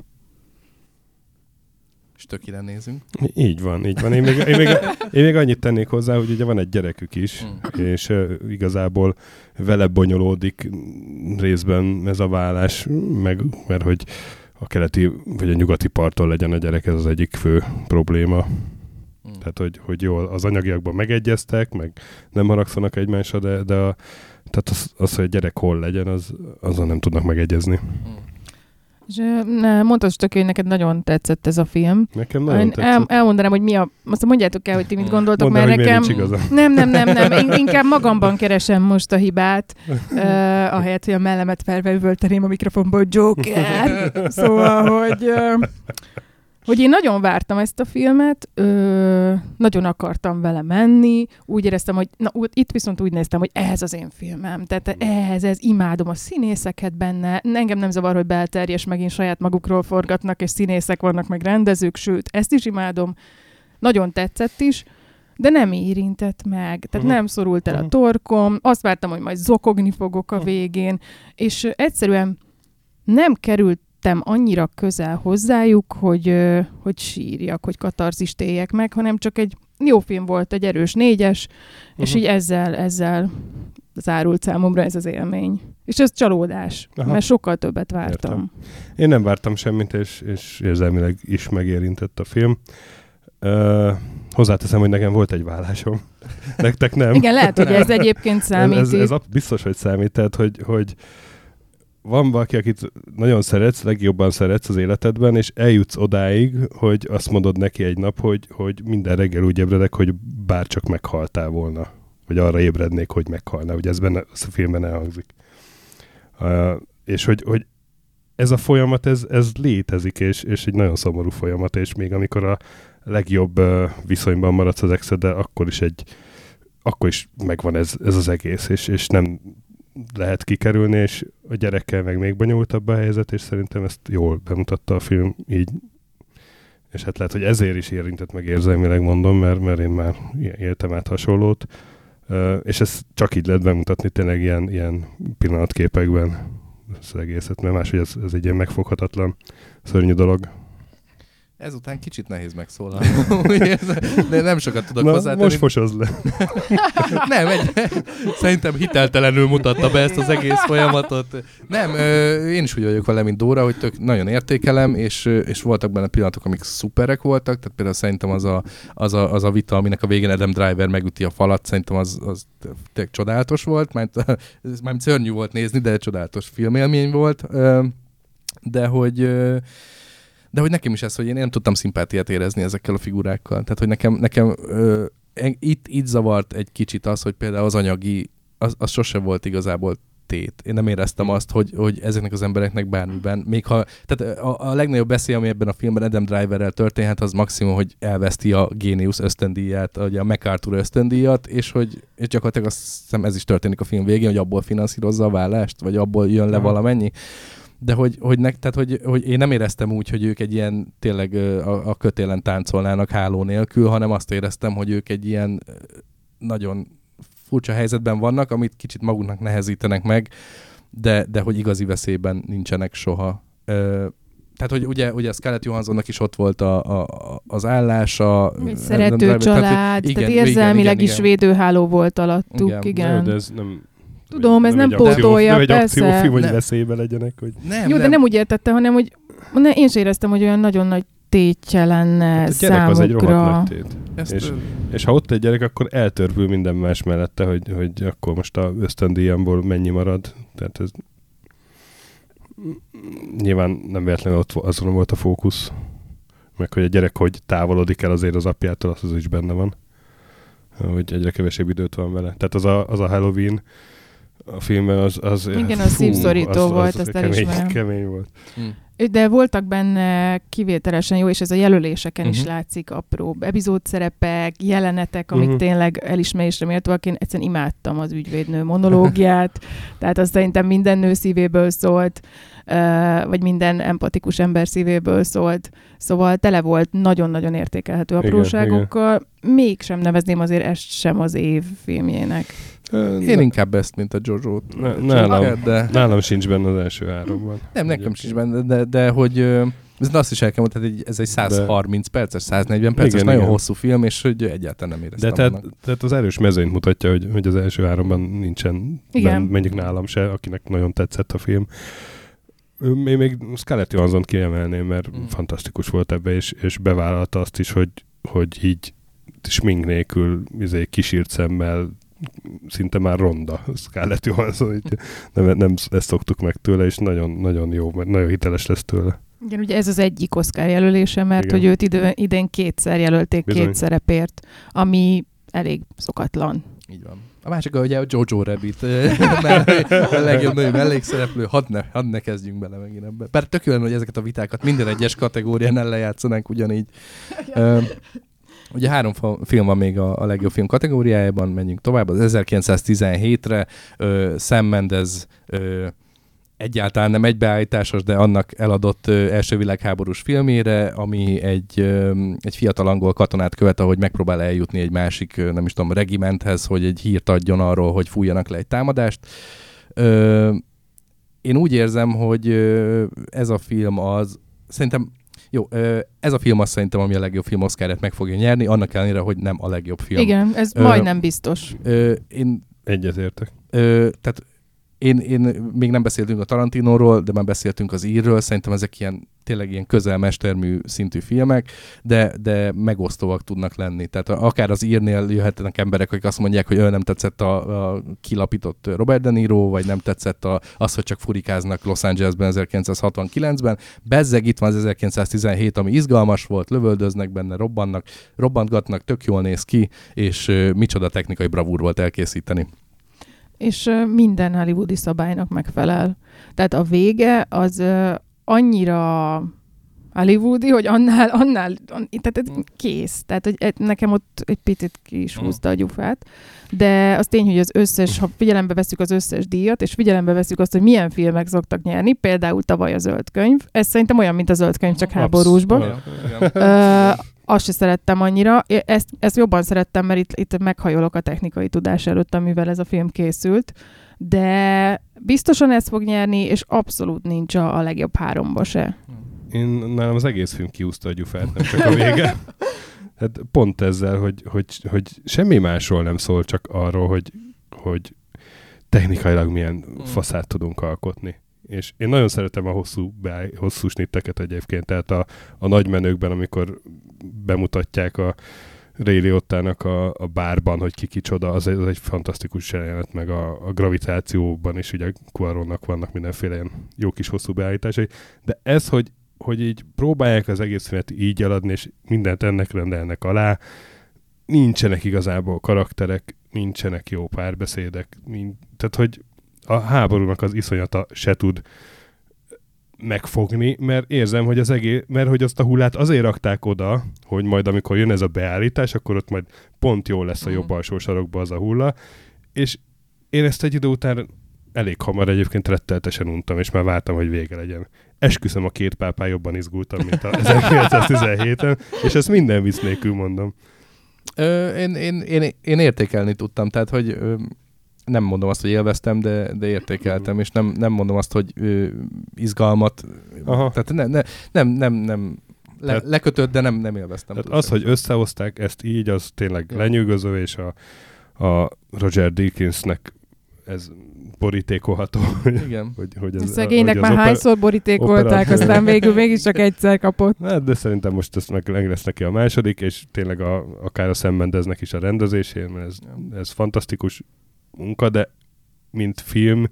És tökére nézünk. Így van, így van. Én még, én, még, én még annyit tennék hozzá, hogy ugye van egy gyerekük is, mm. és uh, igazából vele bonyolódik részben ez a vállás, meg, mert hogy a keleti vagy a nyugati parton legyen a gyerek, ez az egyik fő probléma. Mm. Tehát, hogy, hogy jól az anyagiakban megegyeztek, meg nem haragszanak egymásra, de, de a, tehát az, az, hogy a gyerek hol legyen, az, azon nem tudnak megegyezni. Mm. És ne, mondtad, Stöki, hogy neked nagyon tetszett ez a film. Nekem nagyon tetszett. El, elmondanám, hogy mi a... Azt mondjátok el, hogy ti mit gondoltok, Mondd mert el, nekem... Nem, nem, nem, nem. Inkább magamban keresem most a hibát, uh, ahelyett, hogy a mellemet felvevölteném a mikrofonból, Joker. Szóval, hogy... Uh, hogy én nagyon vártam ezt a filmet, ö, nagyon akartam vele menni, úgy éreztem, hogy na, itt viszont úgy néztem, hogy ez az én filmem, tehát ez, ez, imádom a színészeket benne, engem nem zavar, hogy belterjes, megint saját magukról forgatnak, és színészek vannak, meg rendezők, sőt, ezt is imádom, nagyon tetszett is, de nem érintett meg, tehát uh-huh. nem szorult el a torkom, azt vártam, hogy majd zokogni fogok a végén, és egyszerűen nem került annyira közel hozzájuk, hogy, hogy sírjak, hogy katarzist éljek meg, hanem csak egy jó film volt, egy erős négyes, uh-huh. és így ezzel, ezzel zárult számomra ez az élmény. És ez csalódás, Aha. mert sokkal többet vártam. Értem. Én nem vártam semmit, és, és érzelmileg is megérintett a film. Uh, hozzáteszem, hogy nekem volt egy vállásom. Nektek nem. Igen, lehet, hogy ez egyébként számít. ez, ez, ez biztos, hogy számít, tehát, hogy, hogy van valaki, akit nagyon szeretsz, legjobban szeretsz az életedben, és eljutsz odáig, hogy azt mondod neki egy nap, hogy, hogy minden reggel úgy ébredek, hogy bárcsak meghaltál volna. Vagy arra ébrednék, hogy meghalna. Ugye ez benne, ez a filmben elhangzik. Uh, és hogy, hogy ez a folyamat, ez, ez létezik, és, és egy nagyon szomorú folyamat, és még amikor a legjobb uh, viszonyban maradsz az exeddel, akkor is egy akkor is megvan ez, ez az egész, és, és nem lehet kikerülni, és a gyerekkel meg még bonyolultabb a helyzet, és szerintem ezt jól bemutatta a film így. És hát lehet, hogy ezért is érintett meg érzelmileg, mondom, mert, mert én már éltem át hasonlót. Uh, és ezt csak így lehet bemutatni tényleg ilyen, ilyen pillanatképekben az egészet, mert máshogy ez, ez egy ilyen megfoghatatlan, szörnyű dolog. Ezután kicsit nehéz megszólalni. De nem sokat tudok Na, hozzátenni. most fosozd le. Nem, egy, szerintem hiteltelenül mutatta be ezt az egész folyamatot. Nem, én is úgy vagyok vele, mint Dóra, hogy tök nagyon értékelem, és, és voltak benne pillanatok, amik szuperek voltak, tehát például szerintem az a, az a, az a vita, aminek a végén Adam Driver megüti a falat, szerintem az, az tényleg csodálatos volt, mert ez már szörnyű volt nézni, de csodálatos filmélmény volt, de hogy De hogy nekem is ez, hogy én nem tudtam szimpátiát érezni ezekkel a figurákkal. Tehát, hogy nekem, nekem ö, itt, itt zavart egy kicsit az, hogy például az anyagi, az, az sose volt igazából tét. Én nem éreztem azt, hogy, hogy ezeknek az embereknek bármiben, még ha, tehát a, a legnagyobb beszél, ami ebben a filmben Adam Driverrel történhet, az maximum, hogy elveszti a Géniusz ösztöndíját, ugye a MacArthur ösztöndíjat, és hogy és gyakorlatilag azt hiszem ez is történik a film végén, hogy abból finanszírozza a vállást, vagy abból jön le valamennyi. De hogy, hogy, ne, tehát, hogy, hogy én nem éreztem úgy, hogy ők egy ilyen tényleg a, a kötélen táncolnának háló nélkül, hanem azt éreztem, hogy ők egy ilyen nagyon furcsa helyzetben vannak, amit kicsit magunknak nehezítenek meg, de, de hogy igazi veszélyben nincsenek soha. Ö, tehát, hogy ugye, ugye Scarlett Johanssonnak is ott volt a, a, az állása. Egy szerető nem, család, tehát, igen, tehát érzelmileg igen, is igen. Védőháló volt alattuk. Igen. igen. De ez nem... Tudom, ez nem, nem pótolja, persze. Nem egy akciófilm, hogy veszélybe legyenek. Hogy... Nem, Jó, nem. de nem úgy értette, hanem hogy ne, én sem éreztem, hogy olyan nagyon nagy tétje lenne hát a gyerek számukra. Az egy rohadt nagy tét. És, és ha ott egy gyerek, akkor eltörpül minden más mellette, hogy, hogy akkor most a ösztöndíjamból mennyi marad. Tehát ez nyilván nem véletlenül ott azon volt a fókusz. Meg hogy a gyerek hogy távolodik el azért az apjától, az, az is benne van. Hogy egyre kevesebb időt van vele. Tehát az a, az a Halloween a filmben az... az igen, az szívszorító volt, azt elismerem. Kemény volt. Hmm. De voltak benne kivételesen jó, és ez a jelöléseken uh-huh. is látszik, apró epizódszerepek, jelenetek, amik uh-huh. tényleg elismerésre méltóak. Én egyszerűen imádtam az ügyvédnő monológiát, tehát azt szerintem minden nő szívéből szólt, vagy minden empatikus ember szívéből szólt. Szóval tele volt nagyon-nagyon értékelhető apróságokkal. Igen, igen. Mégsem nevezném azért ezt sem az év filmjének. Én inkább ezt, mint a Jojo-t. Ne, nálam, de... nálam sincs benne az első háromban. Nem, nekem Ugye. sincs benne, de, de hogy ez azt is el kell mondani, hogy ez egy száz harminc de... perces, száz negyven perces, igen, nagyon igen. hosszú film, és hogy egyáltalán nem éreztem. De tehát, tehát az erős mezőnyt mutatja, hogy, hogy az első háromban nincsen, ben, mondjuk nálam se, akinek nagyon tetszett a film. Én még Scarlett Johanssont kiemelném, mert mm. fantasztikus volt ebbe, és, és bevállalta azt is, hogy, hogy így smink nélkül izé, kisírt szemmel szinte már ronda Scarlett Johansson, nem, nem ezt szoktuk meg tőle, és nagyon, nagyon jó, mert nagyon hiteles lesz tőle. Igen, ugye ez az egyik Oscar jelölése, mert Igen. hogy őt idő, idén kétszer jelölték Bizony. két szerepért, ami elég szokatlan. Így van. A másik, ugye a Jojo Rabbit, a legjobb női mellékszereplő, hadd ne, hadd ne kezdjünk bele megint ebbe. Bár tök olyan, hogy ezeket a vitákat minden egyes kategórián lejátszanánk ugyanígy. Uh, ugye három film van még a, a legjobb film kategóriájában, menjünk tovább. Az ezerkilencszáztizenhétre uh, Sam Mendes uh, egyáltalán nem egybeállításos, de annak eladott uh, első világháborús filmére, ami egy, uh, egy fiatal angol katonát követ, ahogy megpróbál eljutni egy másik, uh, nem is tudom, regimenthez, hogy egy hírt adjon arról, hogy fújjanak le egy támadást. Uh, én úgy érzem, hogy uh, ez a film az, szerintem jó, ez a film azt szerintem, ami a legjobb film Oscarát meg fogja nyerni, annak ellenére, hogy nem a legjobb film. Igen, ez ö, majdnem biztos. Ö, én, Egyetértek. Ö, tehát én, én még nem beszéltünk a Tarantinóról, de már beszéltünk az Írről, szerintem ezek ilyen, tényleg ilyen közel-mestermű szintű filmek, de, de megosztóak tudnak lenni. Tehát akár az Írnél jöhetnek emberek, akik azt mondják, hogy ő nem tetszett a, a kilapított Robert De Niro, vagy nem tetszett a, az, hogy csak furikáznak Los Angelesben ezerkilencszázhatvankilencben. Bezzeg itt van az ezerkilencszáztizenhét, ami izgalmas volt, lövöldöznek benne, robbannak, robbantgatnak, tök jól néz ki, és uh, micsoda technikai bravúr volt elkészíteni. És uh, minden hollywoodi szabálynak megfelel. Tehát a vége az uh, annyira hollywoodi, hogy annál, annál, an, tehát ez kész. Tehát hogy nekem ott egy picit ki is húzta a gyufát. De az tény, hogy az összes, ha figyelembe veszük az összes díjat, és figyelembe veszük azt, hogy milyen filmek szoktak nyerni, például tavaly a Zöld könyv, ez szerintem olyan, mint a Zöld könyv, csak háborúsban. Uh, azt se szerettem annyira. Ezt, ezt jobban szerettem, mert itt, itt meghajolok a technikai tudás előtt, amivel ez a film készült. De biztosan ezt fog nyerni, és abszolút nincs a, a legjobb háromba se. én nálam az egész film kiúzta a gyufát, nem csak a vége. Hát pont ezzel, hogy, hogy, hogy semmi másról nem szól, csak arról, hogy, hogy technikailag milyen faszát tudunk alkotni. És én nagyon szeretem a hosszú, beáll, hosszú snitteket egyébként, tehát a, a nagy menőkben, amikor bemutatják a Ray Liotta-nak a, a bárban, hogy ki kicsoda, az egy, az egy fantasztikus jelenet, meg a, a gravitációban is, ugye Quaronnak vannak mindenféle ilyen jó kis hosszú beállításai, de ez, hogy, hogy így próbálják az egész filmet így eladni, és mindent ennek rendelnek alá, nincsenek igazából karakterek, nincsenek jó párbeszédek, nincs, tehát hogy a háborúnak az iszonyata se tud megfogni, mert érzem, hogy az egész, mert hogy azt a hullát azért rakták oda, hogy majd amikor jön ez a beállítás, akkor ott majd pont jól lesz a jobb alsó sarokba az a hulla, és én ezt egy idő után elég hamar egyébként retteltesen untam, és már vártam, hogy vége legyen. Esküszöm, a két pápá jobban izgultam, mint a ezerkilencszáztizenhéten, és ezt minden vicc nélkül mondom. Ö, én, én, én, én értékelni tudtam, tehát hogy ö, nem mondom azt, hogy élveztem, de, de értékeltem, és nem, nem mondom azt, hogy ö, izgalmat, Aha. tehát ne, ne, nem, nem, nem le, tehát, lekötött, de nem, nem élveztem. Tehát az, hogy összehozták ezt így, az tényleg ja. lenyűgöző, és a, a Roger Deakins-nek ez borítékolható. Igen. hogy, hogy ez, szegénynek hogy már hányszor borítékolták, opera... aztán végül mégis csak egyszer kapott. Hát, de szerintem most ez meg, meg lesz neki a második, és tényleg a, akár a Sam Mendesnek is a rendezésén, mert ez, ez fantasztikus munka, de mint film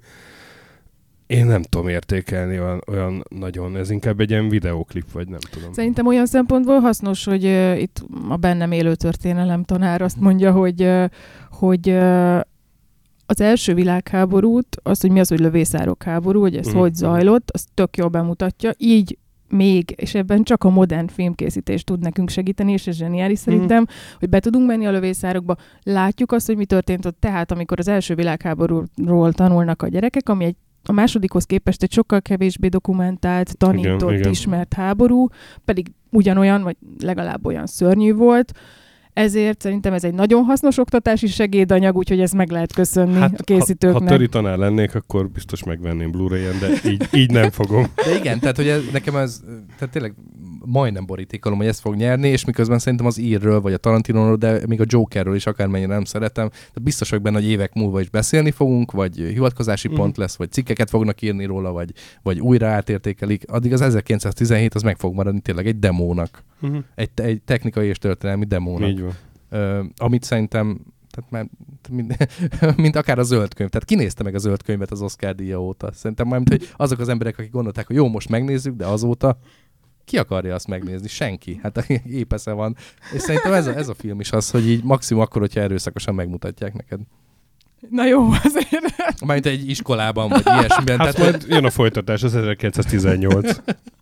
én nem tudom értékelni olyan, olyan nagyon, ez inkább egy ilyen videóklip, vagy nem tudom. Szerintem olyan szempontból hasznos, hogy uh, itt a bennem élő történelem tanár azt mondja, hogy, uh, hogy uh, az első világháborút, az, hogy mi az, hogy lövészárok háború, hogy ez mm. hogy zajlott, az tök jól bemutatja, így még, és ebben csak a modern filmkészítés tud nekünk segíteni, és ez zseniális szerintem, mm. hogy be tudunk menni a lövészárokba, látjuk azt, hogy mi történt ott, tehát amikor az első világháborúról tanulnak a gyerekek, ami egy a másodikhoz képest egy sokkal kevésbé dokumentált, tanított, igen, ismert igen. háború, pedig ugyanolyan, vagy legalább olyan szörnyű volt, ezért szerintem ez egy nagyon hasznos oktatási segédanyag, úgyhogy ezt meg lehet köszönni hát, a készítőknek. Ha, ha töri tanár lennék, akkor biztos megvenném Blu-ray-en, de így, így nem fogom. De igen, tehát hogy ez, nekem ez tehát tényleg majdnem borítékolom, hogy ezt fog nyerni, és miközben szerintem az írről, vagy a Tarantinóról, de még a Jokerről is akármennyire nem szeretem. De biztos vagyok benne, hogy évek múlva is beszélni fogunk, vagy hivatkozási mm. pont lesz, vagy cikkeket fognak írni róla, vagy, vagy újra átértékelik. Addig az ezerkilencszáztizenhét az meg fog maradni tényleg egy demónak. Mm-hmm. Egy, egy technikai és történelmi demónak. Így van. Uh, amit szerintem tehát már, mint, mint akár a zöld könyv. Tehát kinézte meg a zöld könyvet az Oscar díja óta. Szerintem már, mint, hogy azok az emberek, akik gondolták, hogy jó, most megnézzük, de azóta ki akarja azt megnézni? Senki. Hát épp esze van. És szerintem ez a, ez a film is az, hogy így maximum akkor, hogyha erőszakosan megmutatják neked. Na jó, azért. Mármint egy iskolában, vagy ilyesmiben. Hát tehát majd jön a folytatás, az ezerkilencszáztizennyolc.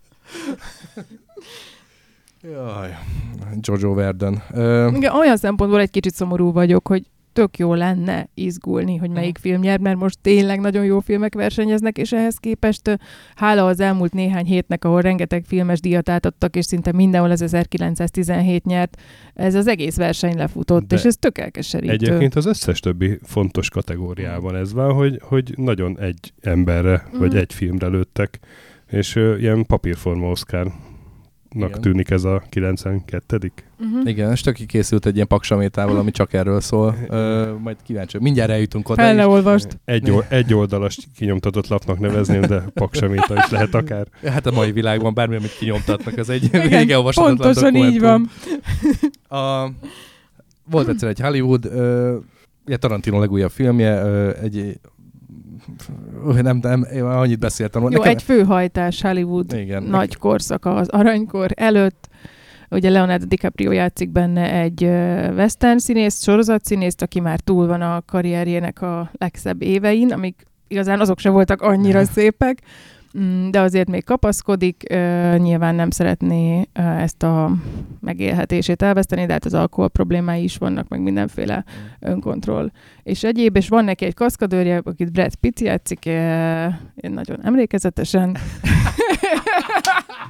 Jaj, Jojo Verdon. Igen, olyan szempontból egy kicsit szomorú vagyok, hogy tök jó lenne izgulni, hogy melyik film nyer, mert most tényleg nagyon jó filmek versenyeznek, és ehhez képest hála az elmúlt néhány hétnek, ahol rengeteg filmes díjat átadtak, és szinte mindenhol az ezerkilencszáztizenhét nyert, ez az egész verseny lefutott, de és ez tök elkeserítő. Egyébként az összes többi fontos kategóriában ez van, hogy, hogy nagyon egy emberre, mm. vagy egy filmre lőttek, és uh, ilyen papírforma Oscar nak tűnik ez a kilencvenkettedik Uh-huh. Igen, és töki készült egy ilyen paksamétával, ami csak erről szól. Ö, majd kíváncsi. Mindjárt eljutunk oda. Fel ne olvast. Egy, egy oldalas kinyomtatott lapnak nevezném, de paksaméta is lehet akár. Hát a mai világban bármi, amit kinyomtatnak, az egy vége olvashatatlan pontosan így van. A, volt egyszer egy Hollywood, ö, ugye Tarantino legújabb filmje, ö, egy nem, nem, én annyit beszéltem. Jó, nekem... egy főhajtás Hollywood igen, nagy nekem... korszaka az aranykor előtt. Ugye Leonardo DiCaprio játszik benne egy western színész, sorozatszínészt, aki már túl van a karrierjének a legszebb évein, amik igazán azok se voltak annyira szépek, de azért még kapaszkodik, nyilván nem szeretné ezt a megélhetését elveszteni, de hát az alkohol problémái is vannak, meg mindenféle önkontroll. És egyéb, és van neki egy kaszkadőrje, akit Brad Pitt játszik, én nagyon emlékezetesen.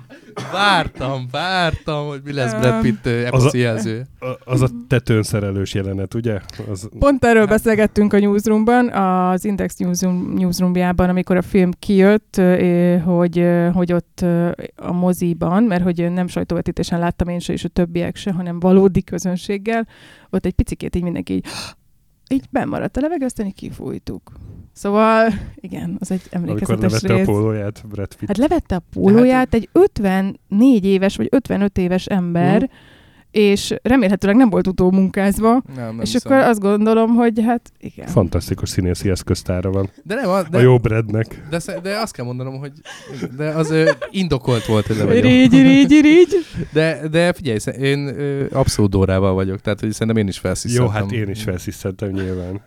Vártam, vártam, hogy mi lesz Brad Pitt eposzi jelző. Az a tetőn szerelős jelenet, ugye? Az... Pont erről beszélgettünk a Newsroomban, az Index Newsroom, Newsroomjában, amikor a film kijött, hogy, hogy ott a moziban, mert hogy nem sajtóvetítésen láttam én se, és a többiek se, hanem valódi közönséggel, ott egy picikét így mindenki így, így bennmaradt a levegő, aztán így kifújtuk. Szóval, igen, az egy emlékezetes rész. Amikor levette a pólóját Brad Pitt. Hát levette a pólóját hát... egy ötvennégy éves, vagy ötvenöt éves ember, mm. és remélhetőleg nem volt utómunkázva, nem, nem és hiszem. Akkor azt gondolom, hogy hát igen. Fantasztikus színészi eszköztára van. De nem, a, de, a jó Bradnek. De, de azt kell mondanom, hogy de az ö, indokolt volt, hogy levegyem. Rígy, rígy, rígy. De, de figyelj, én ö, abszolút Dórával vagyok, tehát hogy szerintem én is felszisszentem. Jó, hát én is felszisszentem nyilván.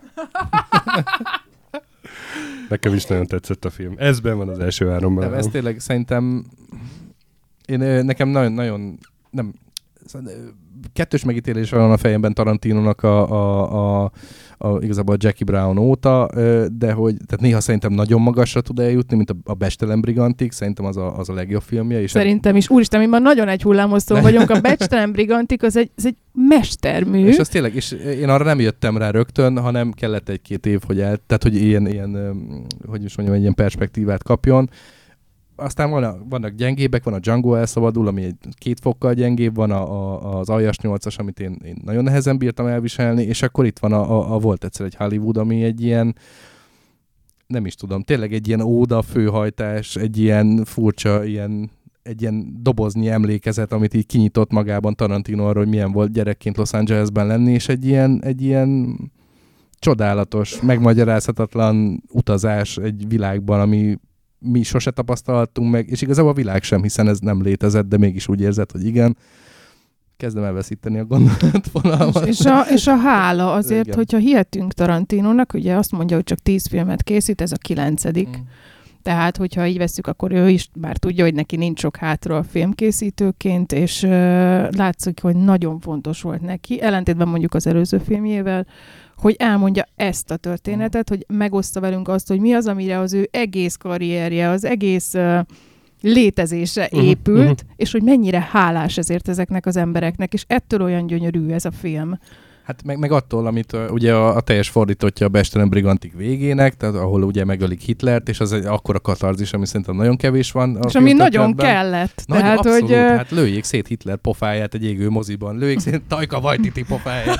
Nekem is nagyon tetszett a film. Ezben van az első háromban. Nem, ez tényleg szerintem én, nekem nagyon-nagyon nem, kettős megítélés van a fejemben Tarantinónak a, a, a, a, igazából a Jackie Brown óta, de hogy tehát néha szerintem nagyon magasra tud eljutni, mint a, a Becstelen Brigantik, szerintem az a, az a legjobb filmje. És szerintem is. Úristen, mi már nagyon egy hullámosztón vagyunk. A Becstelen Brigantik az egy, az egy mestermű. És az tényleg, és én arra nem jöttem rá rögtön, hanem kellett egy-két év, hogy el, tehát hogy ilyen, ilyen hogy is mondjam, egy ilyen perspektívát kapjon. Aztán vannak, vannak gyengébbek, van a Django elszabadul, ami egy két fokkal gyengébb, van a, a, az Aljas nyolcas, amit én, én nagyon nehezen bírtam elviselni, és akkor itt van a, a, a volt egyszer egy Hollywood, ami egy ilyen, nem is tudom, tényleg egy ilyen óda főhajtás, egy ilyen furcsa, ilyen, egy ilyen doboznyi emlékezet, amit így kinyitott magában Tarantino arról, hogy milyen volt gyerekként Los Angelesben lenni, és egy ilyen, egy ilyen csodálatos, megmagyarázhatatlan utazás egy világban, ami mi sose tapasztaltunk meg, és igazából a világ sem, hiszen ez nem létezett, de mégis úgy érzed, hogy igen. Kezdem elveszíteni a gondolatvonalmat. És a, és a hála azért, igen. Hogyha hihetünk Tarantinónak, ugye azt mondja, hogy csak tíz filmet készít, ez a kilencedik. Mm. Tehát, hogyha így vesszük, akkor ő is bár tudja, hogy neki nincs sok hátra a filmkészítőként, és uh, látszik, hogy nagyon fontos volt neki, ellentétben mondjuk az előző filmjével, hogy elmondja ezt a történetet, hogy megoszta velünk azt, hogy mi az, amire az ő egész karrierje, az egész uh, létezése épült, uh-huh, uh-huh. és hogy mennyire hálás ezért ezeknek az embereknek, és ettől olyan gyönyörű ez a film. Hát meg, meg attól, amit uh, ugye a, a teljes fordítottja a Becstelen Brigantik végének, tehát ahol ugye megölik Hitlert, és az egy akkora katarzis, ami szerintem nagyon kevés van. És ami nagyon kellett. Nagy, tehát, abszolút, hogy, hát lőjék szét Hitler pofáját egy égő moziban, lőjék szét Taika Waititi pofáját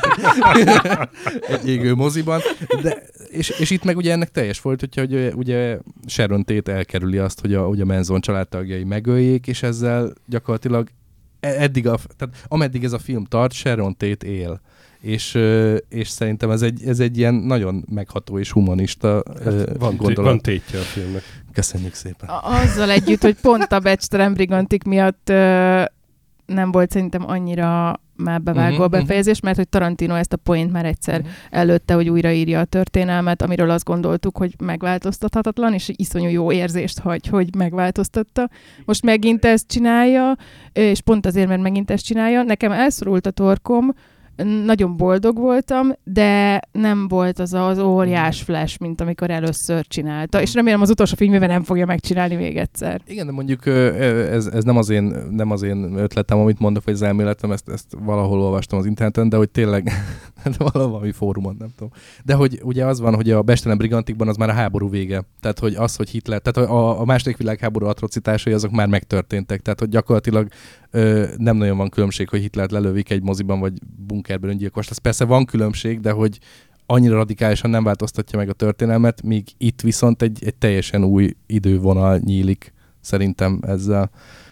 egy égő moziban, de, és, és itt meg ugye ennek teljes fordítottja, hogy ugye, ugye Sharon Tate elkerüli azt, hogy a, hogy a Manson családtagjai megöljék, és ezzel gyakorlatilag eddig, a, tehát ameddig ez a film tart, Sharon Tate él. És, és szerintem ez egy, ez egy ilyen nagyon megható és humanista hát van gondolat. Van tétje a filmnek. Köszönjük szépen. Azzal együtt, hogy pont a Becstelen Brigantik miatt ö, nem volt szerintem annyira már bevágó uh-huh, a befejezés, mert hogy Tarantino ezt a point már egyszer uh-huh. előtte, hogy újraírja a történelmet, amiről azt gondoltuk, hogy megváltoztathatatlan, és iszonyú jó érzést hagy, hogy megváltoztatta. Most megint ezt csinálja, és pont azért, mert megint ezt csinálja. Nekem elszorult a torkom, nagyon boldog voltam, de nem volt az az óriás flash, mint amikor először csinálta. És remélem az utolsó filmében nem fogja megcsinálni még egyszer. Igen, de mondjuk ez, ez nem, az én, nem az én ötletem, amit mondok, vagy az elméletem, ezt, ezt valahol olvastam az interneten, de hogy tényleg valami fórumon, nem tudom. De hogy ugye az van, hogy a Becstelen Brigantikban az már a háború vége. Tehát, hogy az, hogy Hitler, tehát a, a második világháború atrocitásai azok már megtörténtek. Tehát, hogy gyakorlatilag ö, nem nagyon van különbség, hogy Hitlert lelövik egy moziban, vagy bunkerben öngyilkos. Ez persze van különbség, de hogy annyira radikálisan nem változtatja meg a történelmet, míg itt viszont egy, egy teljesen új idővonal nyílik szerintem ezzel.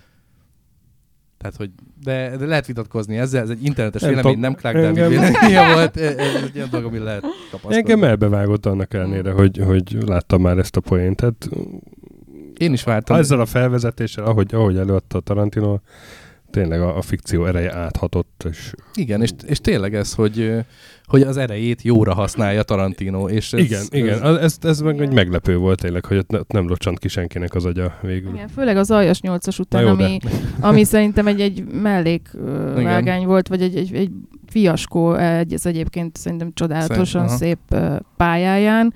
Tehát, hogy de, de lehet vitatkozni ezzel, ez egy internetes nem vélemény, nem Clark David véleménye volt, ez egy ilyen dolog, ami lehet kapaszkodni. Engem elbevágott annak ellenére, hogy, hogy láttam már ezt a poént. Tehát én is vártam. Ezzel a felvezetéssel, ahogy, ahogy előadta a Tarantino, tényleg a, a fikció ereje áthatott. És... Igen, és, és tényleg ez, hogy, hogy az erejét jóra használja Tarantino. És ez, igen, ez, igen. Ez, ez, ez meg egy meglepő volt tényleg, hogy ott nem locsant ki senkinek az agya végül. Igen, főleg az Aljas nyolcas után, jó, ami, ami szerintem egy, egy mellékvágány volt, vagy egy, egy, egy fiaskó, egy, ez egyébként szerintem csodálatosan Szerint, szép pályáján,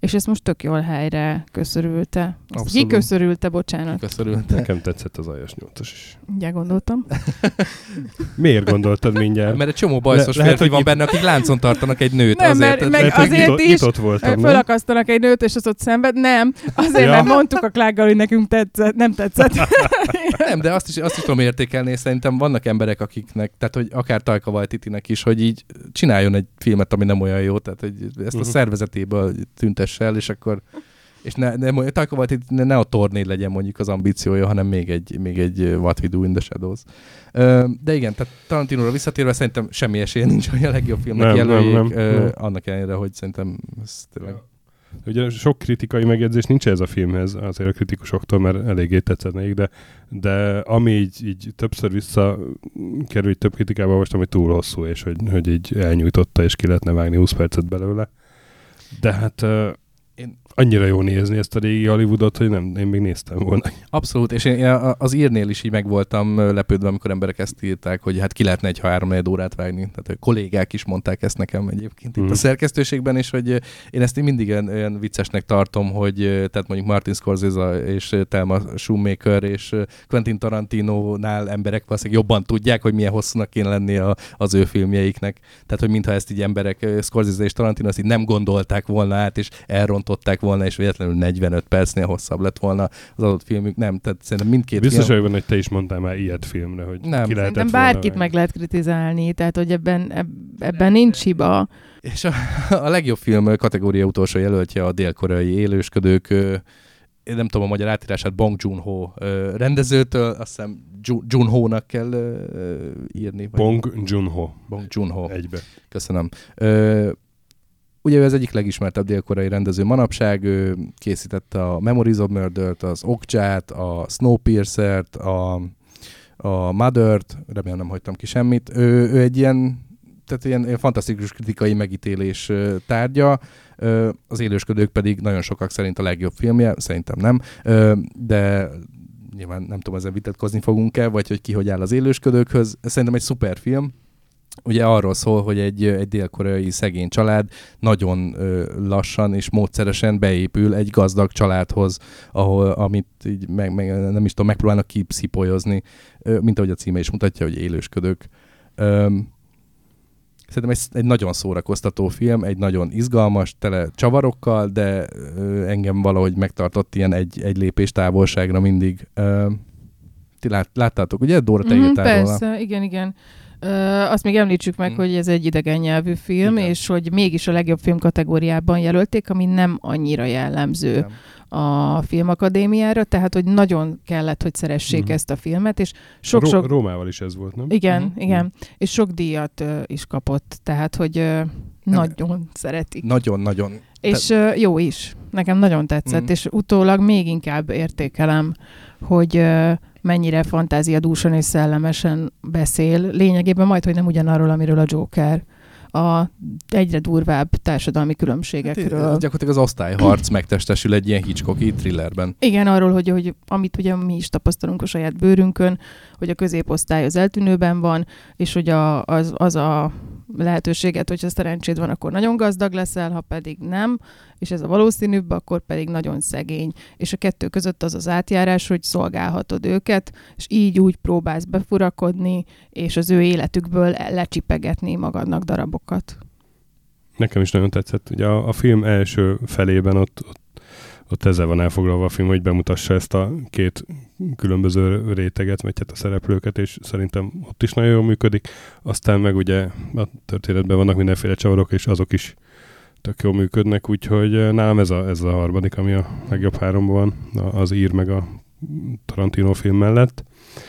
és ezt most tök jól helyre köszörülte. Kiköszörülte, bocsánat. Kiköszörülte. Nekem tetszett az aljas nyolcas is. Ugye gondoltam. Miért gondoltad mindjárt? Mert egy csomó bajszos Le, férfi van itt... benne, akik láncon tartanak egy nőt. Nem, azért, mert meg lehet, azért nyitott, is nyitott voltam, fölakasztanak egy nőt, és az ott szenved. Nem, azért, ja. mert mondtuk a Klággal, hogy nekünk tetszett, nem tetszett. Nem, de azt is, azt is tudom értékelni, és szerintem vannak emberek, akiknek, tehát hogy akár Taika Waititinek is, hogy így csináljon egy filmet, ami nem olyan jó, tehát hogy ezt uh-huh. a szervezetéből tüntesse el, és akkor és ne, ne, Taika Waititi ne, ne a Thor négy legyen mondjuk az ambíciója, hanem még egy, még egy What We Do in the Shadows. De igen, tehát Tarantinóra visszatérve szerintem semmi esélye nincs, hogy a legjobb filmnek jelöljék, nem, nem, nem. annak ellenére, hogy szerintem ez tényleg... Ugye sok kritikai megjegyzés nincs ez a filmhez, azért a kritikusoktól, mert eléggé tetszett nekik, de, de ami így, így többször visszakerült, több kritikában most, ami túl hosszú, és hogy, hogy így elnyújtotta, és ki lehetne vágni húsz percet belőle. De hát uh, én annyira jó nézni ezt a régi Hollywoodot, hogy nem, én még néztem volna. Abszolút, és én az írnél is így meg voltam lepődve, amikor emberek ezt írták, hogy hát ki lehetne egy három-négy órát vágni. Tehát a kollégák is mondták ezt nekem egyébként mm. itt a szerkesztőségben, és hogy én ezt én mindig olyan, olyan viccesnek tartom, hogy tehát mondjuk Martin Scorsese és Thelma Schoonmaker és Quentin Tarantinónál emberek valószínűleg jobban tudják, hogy milyen hosszúnak kéne lenni a, az ő filmjeiknek. Tehát, hogy mintha ezt így emberek, Scorsese és Tarantino ezt így nem gondolták volna át, és elrontották volna, és véletlenül negyvenöt percnél hosszabb lett volna az adott filmük. Nem, tehát szerintem mindkét Biztos film... vagyok benne, hogy te is mondtál már ilyet filmre, hogy nem. ki lehetett volna. Bárkit meg. meg lehet kritizálni, tehát hogy ebben, ebben nincs hiba. És a, a legjobb film kategória utolsó jelöltje a dél-koreai élősködők, én nem tudom a magyar átírását, Bong Joon-ho rendezőtől, azt hiszem Joon-ho-nak kell írni. Bong Joon-ho. Bong Joon-ho. Egybe. Köszönöm. Ugye ő az egyik legismertebb dél-koreai rendező manapság, ő készítette a Memories of Murder-t, az Okját, a Snowpiercer-t, a, a Mother-t, remélem nem hagytam ki semmit. Ő, ő egy ilyen, tehát ilyen, ilyen fantasztikus kritikai megítélés tárgya, az élősködők pedig nagyon sokak szerint a legjobb filmje, szerintem nem, de nyilván nem tudom, ezzel vitatkozni fogunk-e, vagy hogy ki hogy áll az élősködőkhöz. Szerintem egy szuper film. Ugye arról szól, hogy egy, egy dél-koreai szegény család nagyon ö, lassan és módszeresen beépül egy gazdag családhoz, ahol, amit így meg, meg, nem is tudom, megpróbálnak kipszipolyozni, ö, mint ahogy a címe is mutatja, hogy élősködők. Ö, szerintem egy, egy nagyon szórakoztató film, egy nagyon izgalmas, tele csavarokkal, de ö, engem valahogy megtartott ilyen egy, egy lépés távolságra mindig. Ö, ti lát, láttátok, ugye? Dóra, te mm, írtál persze, róla. igen, igen. Ö, azt még említsük meg, mm. hogy ez egy idegen nyelvű film, igen. és hogy mégis a legjobb film kategóriában jelölték, ami nem annyira jellemző nem. a Filmakadémiára, tehát hogy nagyon kellett, hogy szeressék mm. ezt a filmet, és sok-sok... Ró- Rómával is ez volt, nem? Igen, mm. igen, mm. és sok díjat uh, is kapott, tehát hogy uh, nagyon nem. szeretik. Nagyon-nagyon. És uh, jó is. Nekem nagyon tetszett, mm. és utólag még inkább értékelem, hogy... Uh, mennyire fantáziadúsan és szellemesen beszél. Lényegében majd, hogy nem ugyanarról, amiről a Joker. A egyre durvább társadalmi különbségekről. Hát, gyakorlatilag az osztályharc megtestesül egy ilyen Hitchcocki thrillerben. Igen, arról, hogy, hogy amit ugye mi is tapasztalunk a saját bőrünkön, hogy a középosztály az eltűnőben van, és hogy a, az, az a lehetőséget, hogyha szerencséd van, akkor nagyon gazdag leszel, ha pedig nem, és ez a valószínűbb, akkor pedig nagyon szegény. És a kettő között az az átjárás, hogy szolgálhatod őket, és így úgy próbálsz befurakodni, és az ő életükből lecsipegetni magadnak darabokat. Nekem is nagyon tetszett. Ugye a, a film első felében ott, ott, ott ezzel van elfoglalva a film, hogy bemutassa ezt a két különböző réteget, vagy hát a szereplőket, és szerintem ott is nagyon jól működik. Aztán meg ugye a történetben vannak mindenféle csavarok, és azok is tök jól működnek, úgyhogy nálam ez a, ez a harmadik, ami a legjobb háromban van, az ír meg a Tarantino film mellett.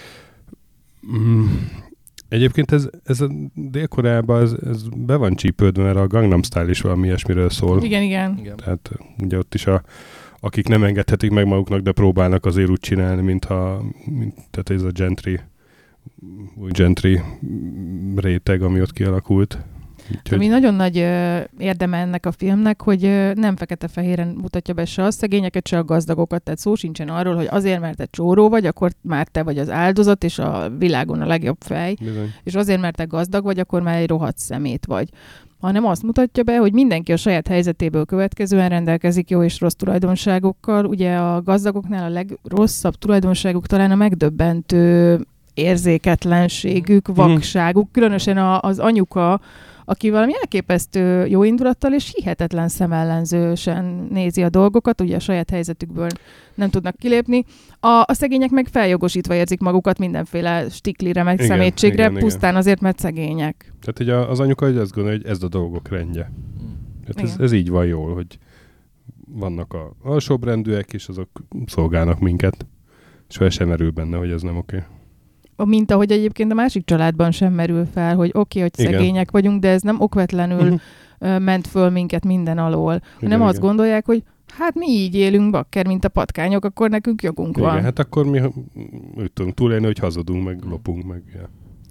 Mm. Egyébként ez, ez a Dél-Koreában ez, ez be van csípődve, mert a Gangnam Style is valami ilyesmiről szól. Igen, igen. igen. Tehát ugye ott is a, akik nem engedhetik meg maguknak, de próbálnak azért úgy csinálni, mintha, mint, tehát ez a gentry, új gentry réteg, ami ott kialakult. Úgyhogy... Ami nagyon nagy ö, érdeme ennek a filmnek, hogy ö, nem fekete-fehéren mutatja be se a szegényeket, se a gazdagokat, tehát szó sincsen arról, hogy azért, mert te csóró vagy, akkor már te vagy az áldozat, és a világon a legjobb fej, Bizony. és azért, mert te gazdag vagy, akkor már egy rohadt szemét vagy. hanem azt mutatja be, hogy mindenki a saját helyzetéből következően rendelkezik jó és rossz tulajdonságokkal. Ugye a gazdagoknál a legrosszabb tulajdonságuk talán a megdöbbentő érzéketlenségük, vakságuk, különösen a, az anyuka, aki valami elképesztő jó indulattal és hihetetlen szemellenzősen nézi a dolgokat, ugye a saját helyzetükből nem tudnak kilépni. A, a szegények meg feljogosítva érzik magukat mindenféle stiklire, meg igen, szemétségre, igen, pusztán igen. azért, mert szegények. Tehát hogy a, az anyuka hogy azt gondolja, hogy ez a dolgok rendje. Tehát ez, ez így van jól, hogy vannak a alsóbrendűek, és azok szolgálnak minket. Soha sem merül benne, hogy ez nem oké. Okay. Mint ahogy egyébként a másik családban sem merül fel, hogy oké, okay, hogy igen. szegények vagyunk, de ez nem okvetlenül uh-huh. ment föl minket minden alól, igen, hanem igen. azt gondolják, hogy hát mi így élünk bakker, mint a patkányok, akkor nekünk jogunk igen, van. Hát akkor mi úgy tudunk túlélni, hogy hazudunk, meg lopunk, meg... Ja.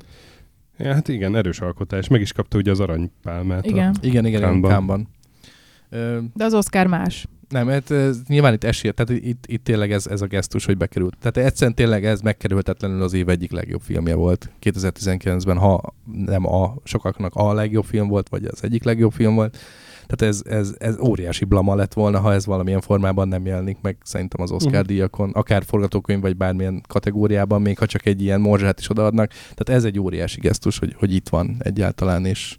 Ja, hát igen, erős alkotás. Meg is kapta ugye az aranypálmát. Igen, igen, igen, Kámban. Kámban. De az Oscar más. Nem, hát ez, nyilván itt esély, tehát itt, itt tényleg ez, ez a gesztus, hogy bekerült. Tehát egyszerűen tényleg ez megkerülhetetlenül az év egyik legjobb filmje volt. kétezer-tizenkilencben, ha nem a sokaknak a legjobb film volt, vagy az egyik legjobb film volt. Tehát ez, ez, ez óriási blama lett volna, ha ez valamilyen formában nem jelenik meg szerintem az Oscar-díjakon, akár forgatókönyv, vagy bármilyen kategóriában, még ha csak egy ilyen morzsát is odaadnak. Tehát ez egy óriási gesztus, hogy, hogy itt van egyáltalán, és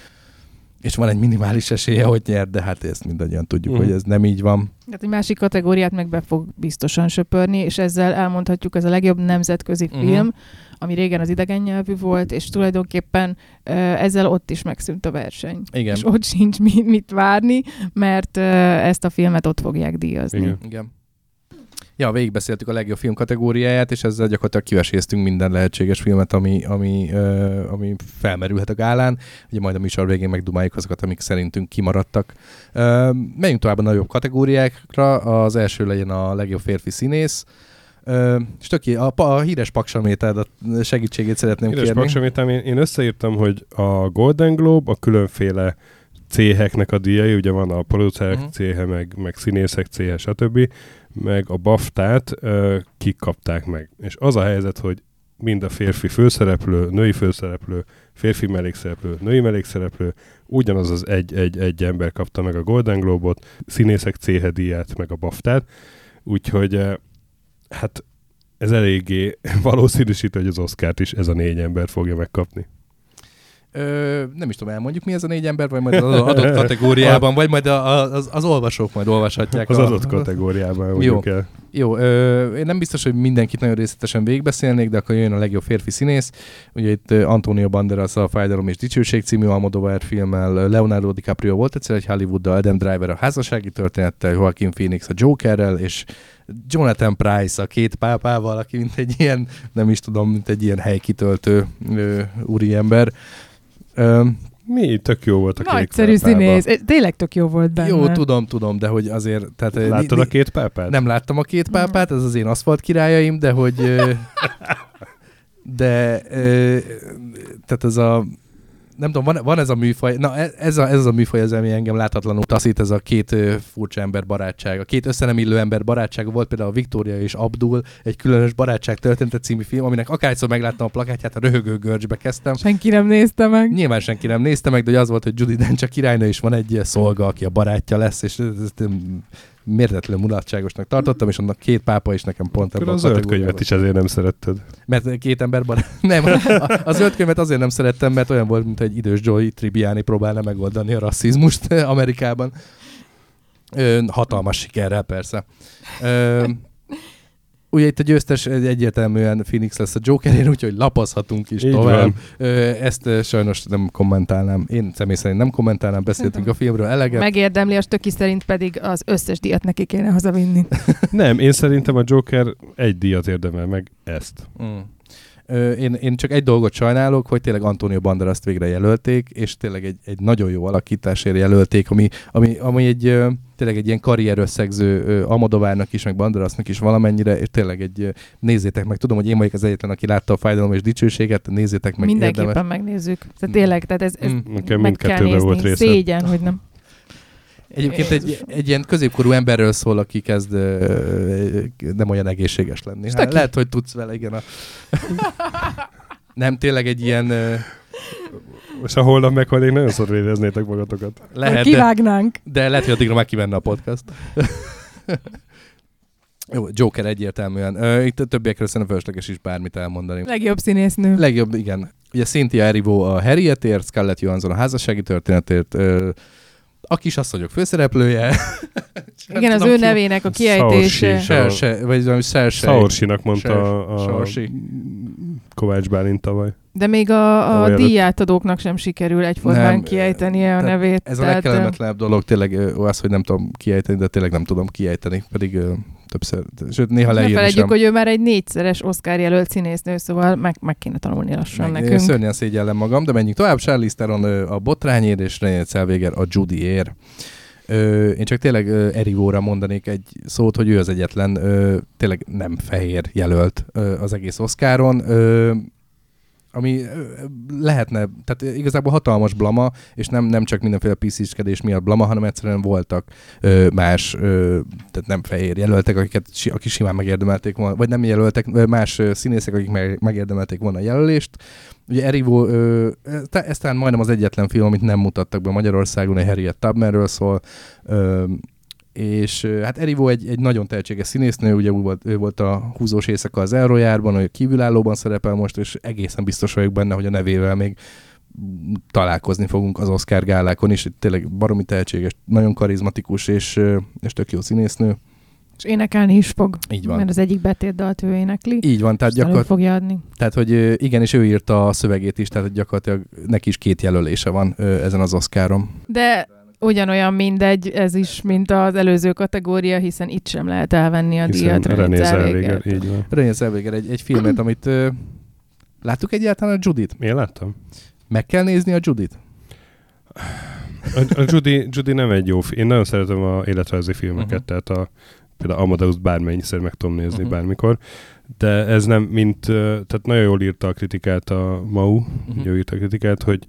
és van egy minimális esélye, hogy nyer, de hát ezt mindannyian tudjuk, mm. hogy ez nem így van. Tehát egy másik kategóriát meg be fog biztosan söpörni, és ezzel elmondhatjuk, ez a legjobb nemzetközi mm. film, ami régen az idegen nyelvű volt, és tulajdonképpen ezzel ott is megszűnt a verseny. Igen. És ott sincs mit, mit várni, mert ezt a filmet ott fogják díjazni. Igen. Igen. Ja, végigbeszéltük a legjobb film kategóriáját, és ezzel gyakorlatilag kiveséztünk minden lehetséges filmet, ami, ami, uh, ami felmerülhet a gálán. Ugye majd a műsor végén megdumáljuk azokat, amik szerintünk kimaradtak. Uh, menjünk tovább a nagyobb kategóriákra. Az első legyen a legjobb férfi színész. Uh, és töké, a, a híres Paksamétád segítségét szeretném híres kérni. Paksamétám, én, én összeírtam, hogy a Golden Globe, a különféle céheknek a díjai, ugye van a producerek uh-huh. céhe, meg, meg színészek céhe, stb., meg a baftát uh, kik kapták meg. És az a helyzet, hogy mind a férfi főszereplő, női főszereplő, férfi mellékszereplő, női mellékszereplő, ugyanaz az egy-egy ember kapta meg a Golden Globe-ot, színészek céhe díját, meg a baftát. Úgyhogy uh, hát ez eléggé valószínűsítő, hogy az Oscart is ez a négy ember fogja megkapni. Ö, nem is tudom, elmondjuk mi ez a négy ember, vagy majd az adott kategóriában, vagy majd a, az, az olvasók majd olvashatják. Az a, adott kategóriában mondjuk jó, el. Jó, ö, én nem biztos, hogy mindenkit nagyon részletesen végigbeszélnék, de akkor jön a legjobb férfi színész. Ugye itt Antonio Banderas a Fájdalom és Dicsőség című Almodovar filmmel, Leonardo DiCaprio volt egyszer egy Hollywooddal, Adam Driver a Házassági történettel, Joaquin Phoenix a Jokerrel, és Jonathan Pryce a két pápával, aki mint egy ilyen, nem is tudom, mint egy ilyen helykitöltő ö, úriember. Ö, Mi? Tök jó volt a két nagyszerű színész. Tényleg tök jó volt benne. Jó, tudom, tudom, de hogy azért... Tehát, láttad ni, a két pápát? Nem láttam a két pápát, ez az én aszfalt királyaim, de hogy... de... Tehát ez a... Nem tudom, van, van ez a műfaj, na ez a, ez a műfaj, ez, ami engem láthatlanul taszít, ez a két uh, furcsa ember barátsága. Két összenemillő ember barátsága volt, például a Victoria és Abdul, egy különös barátság története című film, aminek akárszor megláttam a plakátját, a röhögő görcsbe kezdtem. Senki nem nézte meg. Nyilván senki nem nézte meg, de az volt, hogy Judi Dench a királynő, és van egy szolga, aki a barátja lesz, és mértetlen mulatságosnak tartottam, és annak két pápa is nekem pont ebben a kategóriában. A zöld könyvet is ezért nem szeretted. Mert két ember barát... Nem, a, a zöld könyvet azért nem szerettem, mert olyan volt, mint egy idős Joey Tribbiani próbálna megoldani a rasszizmust Amerikában. Ö, hatalmas sikerrel persze. Ö, ugye itt a győztes egyértelműen Phoenix lesz a Jokerén, úgyhogy lapozhatunk is így tovább. Van. Ezt sajnos nem kommentálnám. Én személy szerint nem kommentálnám, beszéltünk a filmről eleget. Megérdemli, a Stöki szerint pedig az összes díjat neki kéne hazavinni. Nem, én szerintem a Joker egy díjat érdemel meg, ezt. Mm. Én, én csak egy dolgot sajnálok, hogy tényleg Antonio Banderast végre jelölték, és tényleg egy, egy nagyon jó alakításért jelölték, ami, ami, ami egy tényleg egy ilyen karrierösszegző Almodovárnak is, meg Banderasnak is valamennyire, és tényleg egy, nézzétek meg, tudom, hogy én vagyok az egyetlen, aki látta a Fájdalom és Dicsőséget, nézzétek meg. Mindenképpen érdemes. Megnézzük. Tehát tényleg, tehát ez, ez mm. meg kell nézni. Volt része. Szégyen, hogy nem. Egyébként egy, egy ilyen középkorú emberről szól, aki kezd uh, nem olyan egészséges lenni. Hát, lehet, hogy tudsz vele, igen. A... nem, tényleg egy ilyen... Uh, Most a holnap meghalnék, nagyon szor éreznétek magatokat. Lehet, kivágnánk. De, de lehet, hogy addigra már kivenne a podcast. Jó, Joker egyértelműen. Uh, itt a többiekről szerintem fölösleges is bármit elmondani. Legjobb színésznő. Legjobb, igen. Ugye Cynthia Erivo a Harrietért, Scarlett Johansson a házassági történetért, uh, a kisasszonyok főszereplője. Igen, az ő ki... nevének a kiejtése. Serse, vagy valami Serse. Szaorsinak mondta a, a Kovács Bálint tavaly. De még a, a díjátadóknak sem sikerül egyformán kiejtenie a nevét. Ez tehát... a legkellemetlenebb dolog tényleg az, hogy nem tudom kiejteni, de tényleg nem tudom kiejteni, pedig uh, többször, sőt néha leírni sem. Ne felejtjük, hogy ő már egy négyszeres Oscar jelölt színésznő, szóval meg, meg kéne tanulni lassan meg, nekünk. Szörnyen szégyellem magam, de menjünk tovább. Charlize Theron a Botrányér és Renée Zellweger a Judyér. Ö, én csak tényleg ö, Erivóra mondanék egy szót, hogy ő az egyetlen ö, tényleg nem fehér jelölt ö, az egész Oscaron, ö, ami ö, lehetne, tehát igazából hatalmas blama, és nem, nem csak mindenféle pisziskedés miatt blama, hanem egyszerűen voltak ö, más, ö, tehát nem fehér jelöltek, akiket akik simán megérdemelték volna, vagy nem jelöltek, más színészek, akik meg, megérdemelték volna a jelölést. Ugye Erivo, ö, ez talán majdnem az egyetlen film, amit nem mutattak be Magyarországon, a Harriet Tubmanről szól, ö, és hát Erivo egy, egy nagyon tehetséges színésznő, ugye ő volt, ő volt a Húzós éjszaka az Elroyárban, hogy kívülállóban szerepel most, és egészen biztos vagyok benne, hogy a nevével még találkozni fogunk az Oscar gálákon is, tényleg baromi tehetséges, nagyon karizmatikus, és, és tök jó színésznő. És énekelni is fog, így van. Mert az egyik betétdalt ő énekli. Így van, tehát gyakorlatilag fogja adni. Tehát, hogy igen, és ő írta a szövegét is, tehát gyakorlatilag neki is két jelölése van ezen az Oscaron. De ugyanolyan mindegy ez is, mint az előző kategória, hiszen itt sem lehet elvenni a díjat Renée Zellweger. Így van. Renée Zellweger egy, egy filmet, amit uh, láttuk egyáltalán a Judit? Én láttam. Meg kell nézni a Judit? A, a Judy, Judy nem egy jó film. Én nagyon szeretem a életrajzi filmeket, uh-huh. tehát a például Amadeus-t bármennyiszer meg tudom nézni uh-huh. bármikor, de ez nem, mint, tehát nagyon jól írta a kritikát a Mau, uh-huh. jól írta a kritikát, hogy,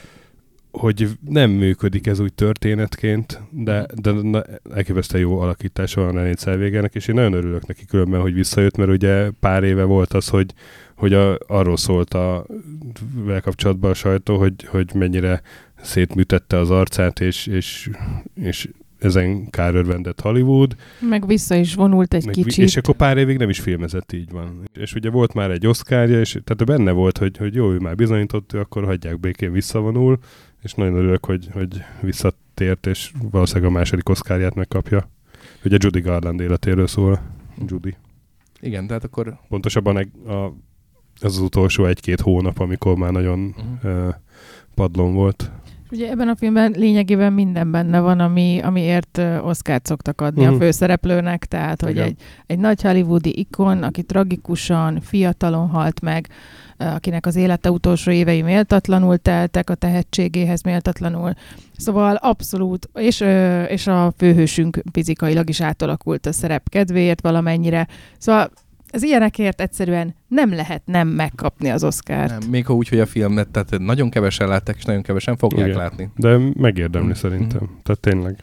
hogy nem működik ez úgy történetként, de, de, de elképesztően jó alakítása van Renée Zellwegernek, és én nagyon örülök neki különben, hogy visszajött, mert ugye pár éve volt az, hogy, hogy a, arról szólt a vele kapcsolatban a sajtó, hogy, hogy mennyire szétműtette az arcát, és, és, és ezen kárörvendett Hollywood. Meg vissza is vonult egy meg, kicsit. És akkor pár évig nem is filmezett, így van. És ugye volt már egy Oscarja, és tehát benne volt, hogy, hogy jó, ő már bizonyított, ő akkor hagyják békén visszavonul, és nagyon örülök, hogy, hogy visszatért, és valószínűleg a második Oscarját megkapja. Ugye Judy Garland életéről szól. Judy. Igen, tehát akkor... Pontosabban a, a, ez az utolsó egy-két hónap, amikor már nagyon uh-huh. uh, padlón volt. Ugye ebben a filmben lényegében minden benne van, ami, amiért Oscart szoktak adni uh-huh. a főszereplőnek, tehát hogy egy, egy nagy hollywoodi ikon, aki tragikusan, fiatalon halt meg, akinek az élete utolsó évei méltatlanul teltek, a tehetségéhez méltatlanul. Szóval abszolút, és, és a főhősünk fizikailag is átalakult a szerep kedvéért valamennyire. Szóval az ilyenekért egyszerűen nem lehet nem megkapni az Oscart. Nem, még ha úgy, hogy a filmet, tehát nagyon kevesen látták, és nagyon kevesen fogják igen. látni. De megérdemli mm. szerintem. Mm. Tehát tényleg.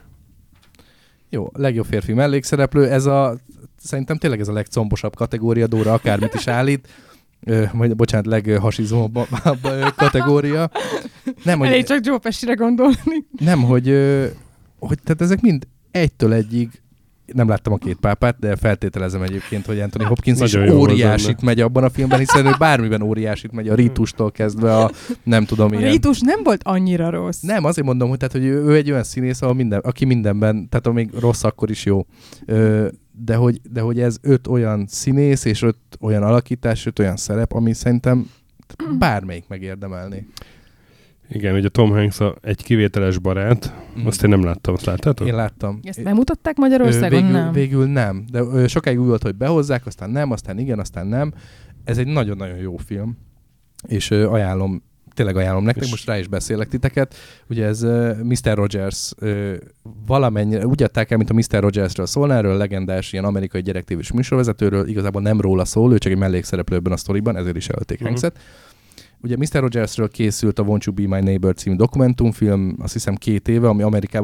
Jó, legjobb férfi mellékszereplő, ez a, szerintem tényleg ez a legcombosabb kategória, Dóra akármit is állít. Ö, majd, bocsánat, leghasizóbb kategória. Nem, hogy, elég csak Joe Pesci-re gondolni. Nem, hogy, hogy tehát ezek mind egytől egyig, nem láttam a két pápát, de feltételezem egyébként, hogy Anthony Hopkins is óriásit megy abban a filmben, hiszen ő bármiben óriásit megy, a rítustól kezdve a nem tudom a ilyen. A rítus nem volt annyira rossz. Nem, azért mondom, hogy, tehát, hogy ő, ő egy olyan színész, ahol minden, aki mindenben, tehát még rossz, akkor is jó. Ö, de, hogy, de hogy ez öt olyan színész, és öt olyan alakítás, öt olyan szerep, ami szerintem bármelyik megérdemelné. Igen, ugye Tom Hanks a egy kivételes barát, mm. azt én nem láttam, azt láttátok? Én láttam. Ezt bemutatták Magyarországon? Végül nem. Végül nem, de ö, sokáig úgy volt, hogy behozzák, aztán nem, aztán igen, aztán nem. Ez egy nagyon-nagyon jó film, és ö, ajánlom, tényleg ajánlom nektek, és most rá is beszélek titeket. Ugye ez uh, miszter Rogers uh, valamennyire, úgy adták el, mint a miszter Rogersről szólna, erről a legendás ilyen amerikai gyerektévés műsorvezetőről, igazából nem róla szól, ő csak egy mellékszereplő ebben a sztoriban, ezért is elölték uh-huh. Hankset. Ugye miszter Rogersről készült a Won't You Be My Neighbor című dokumentumfilm, azt hiszem két éve, ami Amerikában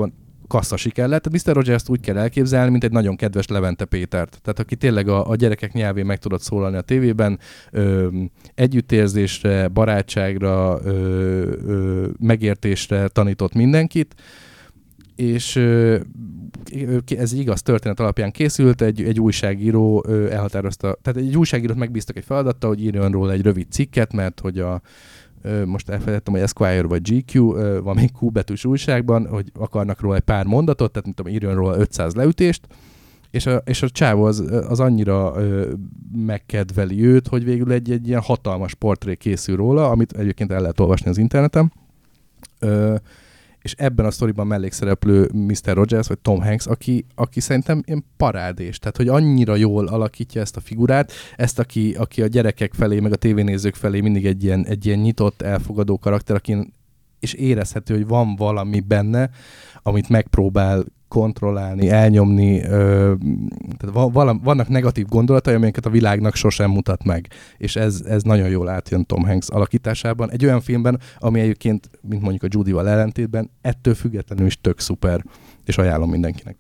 kassza siker lett. A miszter Rogers-t úgy kell elképzelni, mint egy nagyon kedves Levente Pétert. Tehát aki tényleg a, a gyerekek nyelvén meg tudott szólalni a tévében, ö, együttérzésre, barátságra, ö, ö, megértésre tanított mindenkit, és ö, ez egy igaz történet alapján készült, egy, egy újságíró ö, elhatározta, tehát egy újságírót megbíztak egy feladattal, hogy írjon róla egy rövid cikket, mert hogy a most elfelejtettem, hogy Esquire vagy gé kú, van még Q betűs újságban, hogy akarnak róla egy pár mondatot, tehát mint tudom, írjon róla ötszáz leütést, és a, és a csávó az, az annyira ö, megkedveli őt, hogy végül egy, egy ilyen hatalmas portré készül róla, amit egyébként el lehet olvasni az interneten. Ö, és ebben a sztoriban mellékszereplő miszter Rogers, vagy Tom Hanks, aki, aki szerintem ilyen parádés, tehát hogy annyira jól alakítja ezt a figurát, ezt, aki, aki a gyerekek felé, meg a tévénézők felé mindig egy ilyen, egy ilyen nyitott, elfogadó karakter, akin, és érezhető, hogy van valami benne, amit megpróbál kontrollálni, elnyomni, ö, tehát val- vannak negatív gondolatai, amelyeket a világnak sosem mutat meg. És ez, ez nagyon jól átjön Tom Hanks alakításában. Egy olyan filmben, ami egyébként, mint mondjuk a Judyval ellentétben, ettől függetlenül is tök szuper, és ajánlom mindenkinek.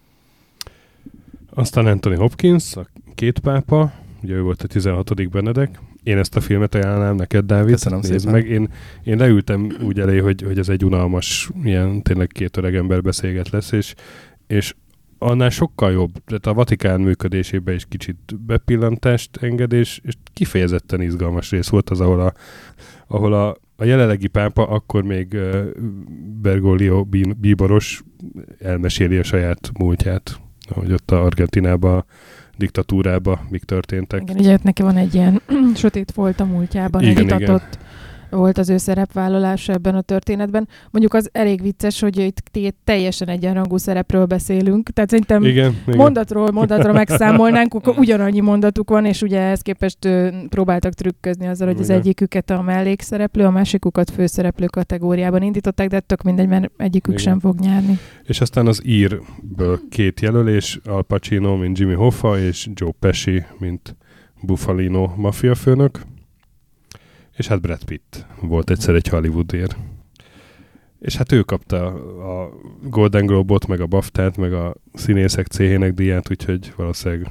Aztán Anthony Hopkins, a két pápa, ugye ő volt a tizenhatodik Benedek. Én ezt a filmet ajánlnám neked, Dávid. Köszönöm Nézd szépen. meg. Én, én leültem úgy elé, hogy, hogy ez egy unalmas, ilyen tényleg két öreg ember beszélget lesz, és, és annál sokkal jobb, tehát a Vatikán működésében is kicsit bepillantást enged, és, és kifejezetten izgalmas rész volt az, ahol a, ahol a, a jelenlegi pápa, akkor még uh, Bergoglio bíboros elmeséli a saját múltját, ahogy ott a Argentinában diktatúrába mik történtek. Igen, ugye neki van egy ilyen sötét volt a múltjában, Igen, elvitatott volt az ő szerepvállalása ebben a történetben. Mondjuk az elég vicces, hogy itt teljesen egyenrangú szerepről beszélünk, tehát szerintem igen, igen. mondatról mondatra megszámolnánk, akkor ugyanannyi mondatuk van, és ugye ehhez képest ö, próbáltak trükközni azzal, hogy igen. Az egyiküket a mellékszereplő, a másikukat főszereplő kategóriában indították, de tök mindegy, mert egyikük igen. sem fog nyerni. És aztán az írből két jelölés, Al Pacino, mint Jimmy Hoffa, és Joe Pesci, mint Buffalino mafiafőnök. És hát Brad Pitt volt egyszer egy Hollywoodért. És hát ő kapta a Golden Globe-ot, meg a BAFTA-t, meg a színészek céhének díját, úgyhogy valószínűleg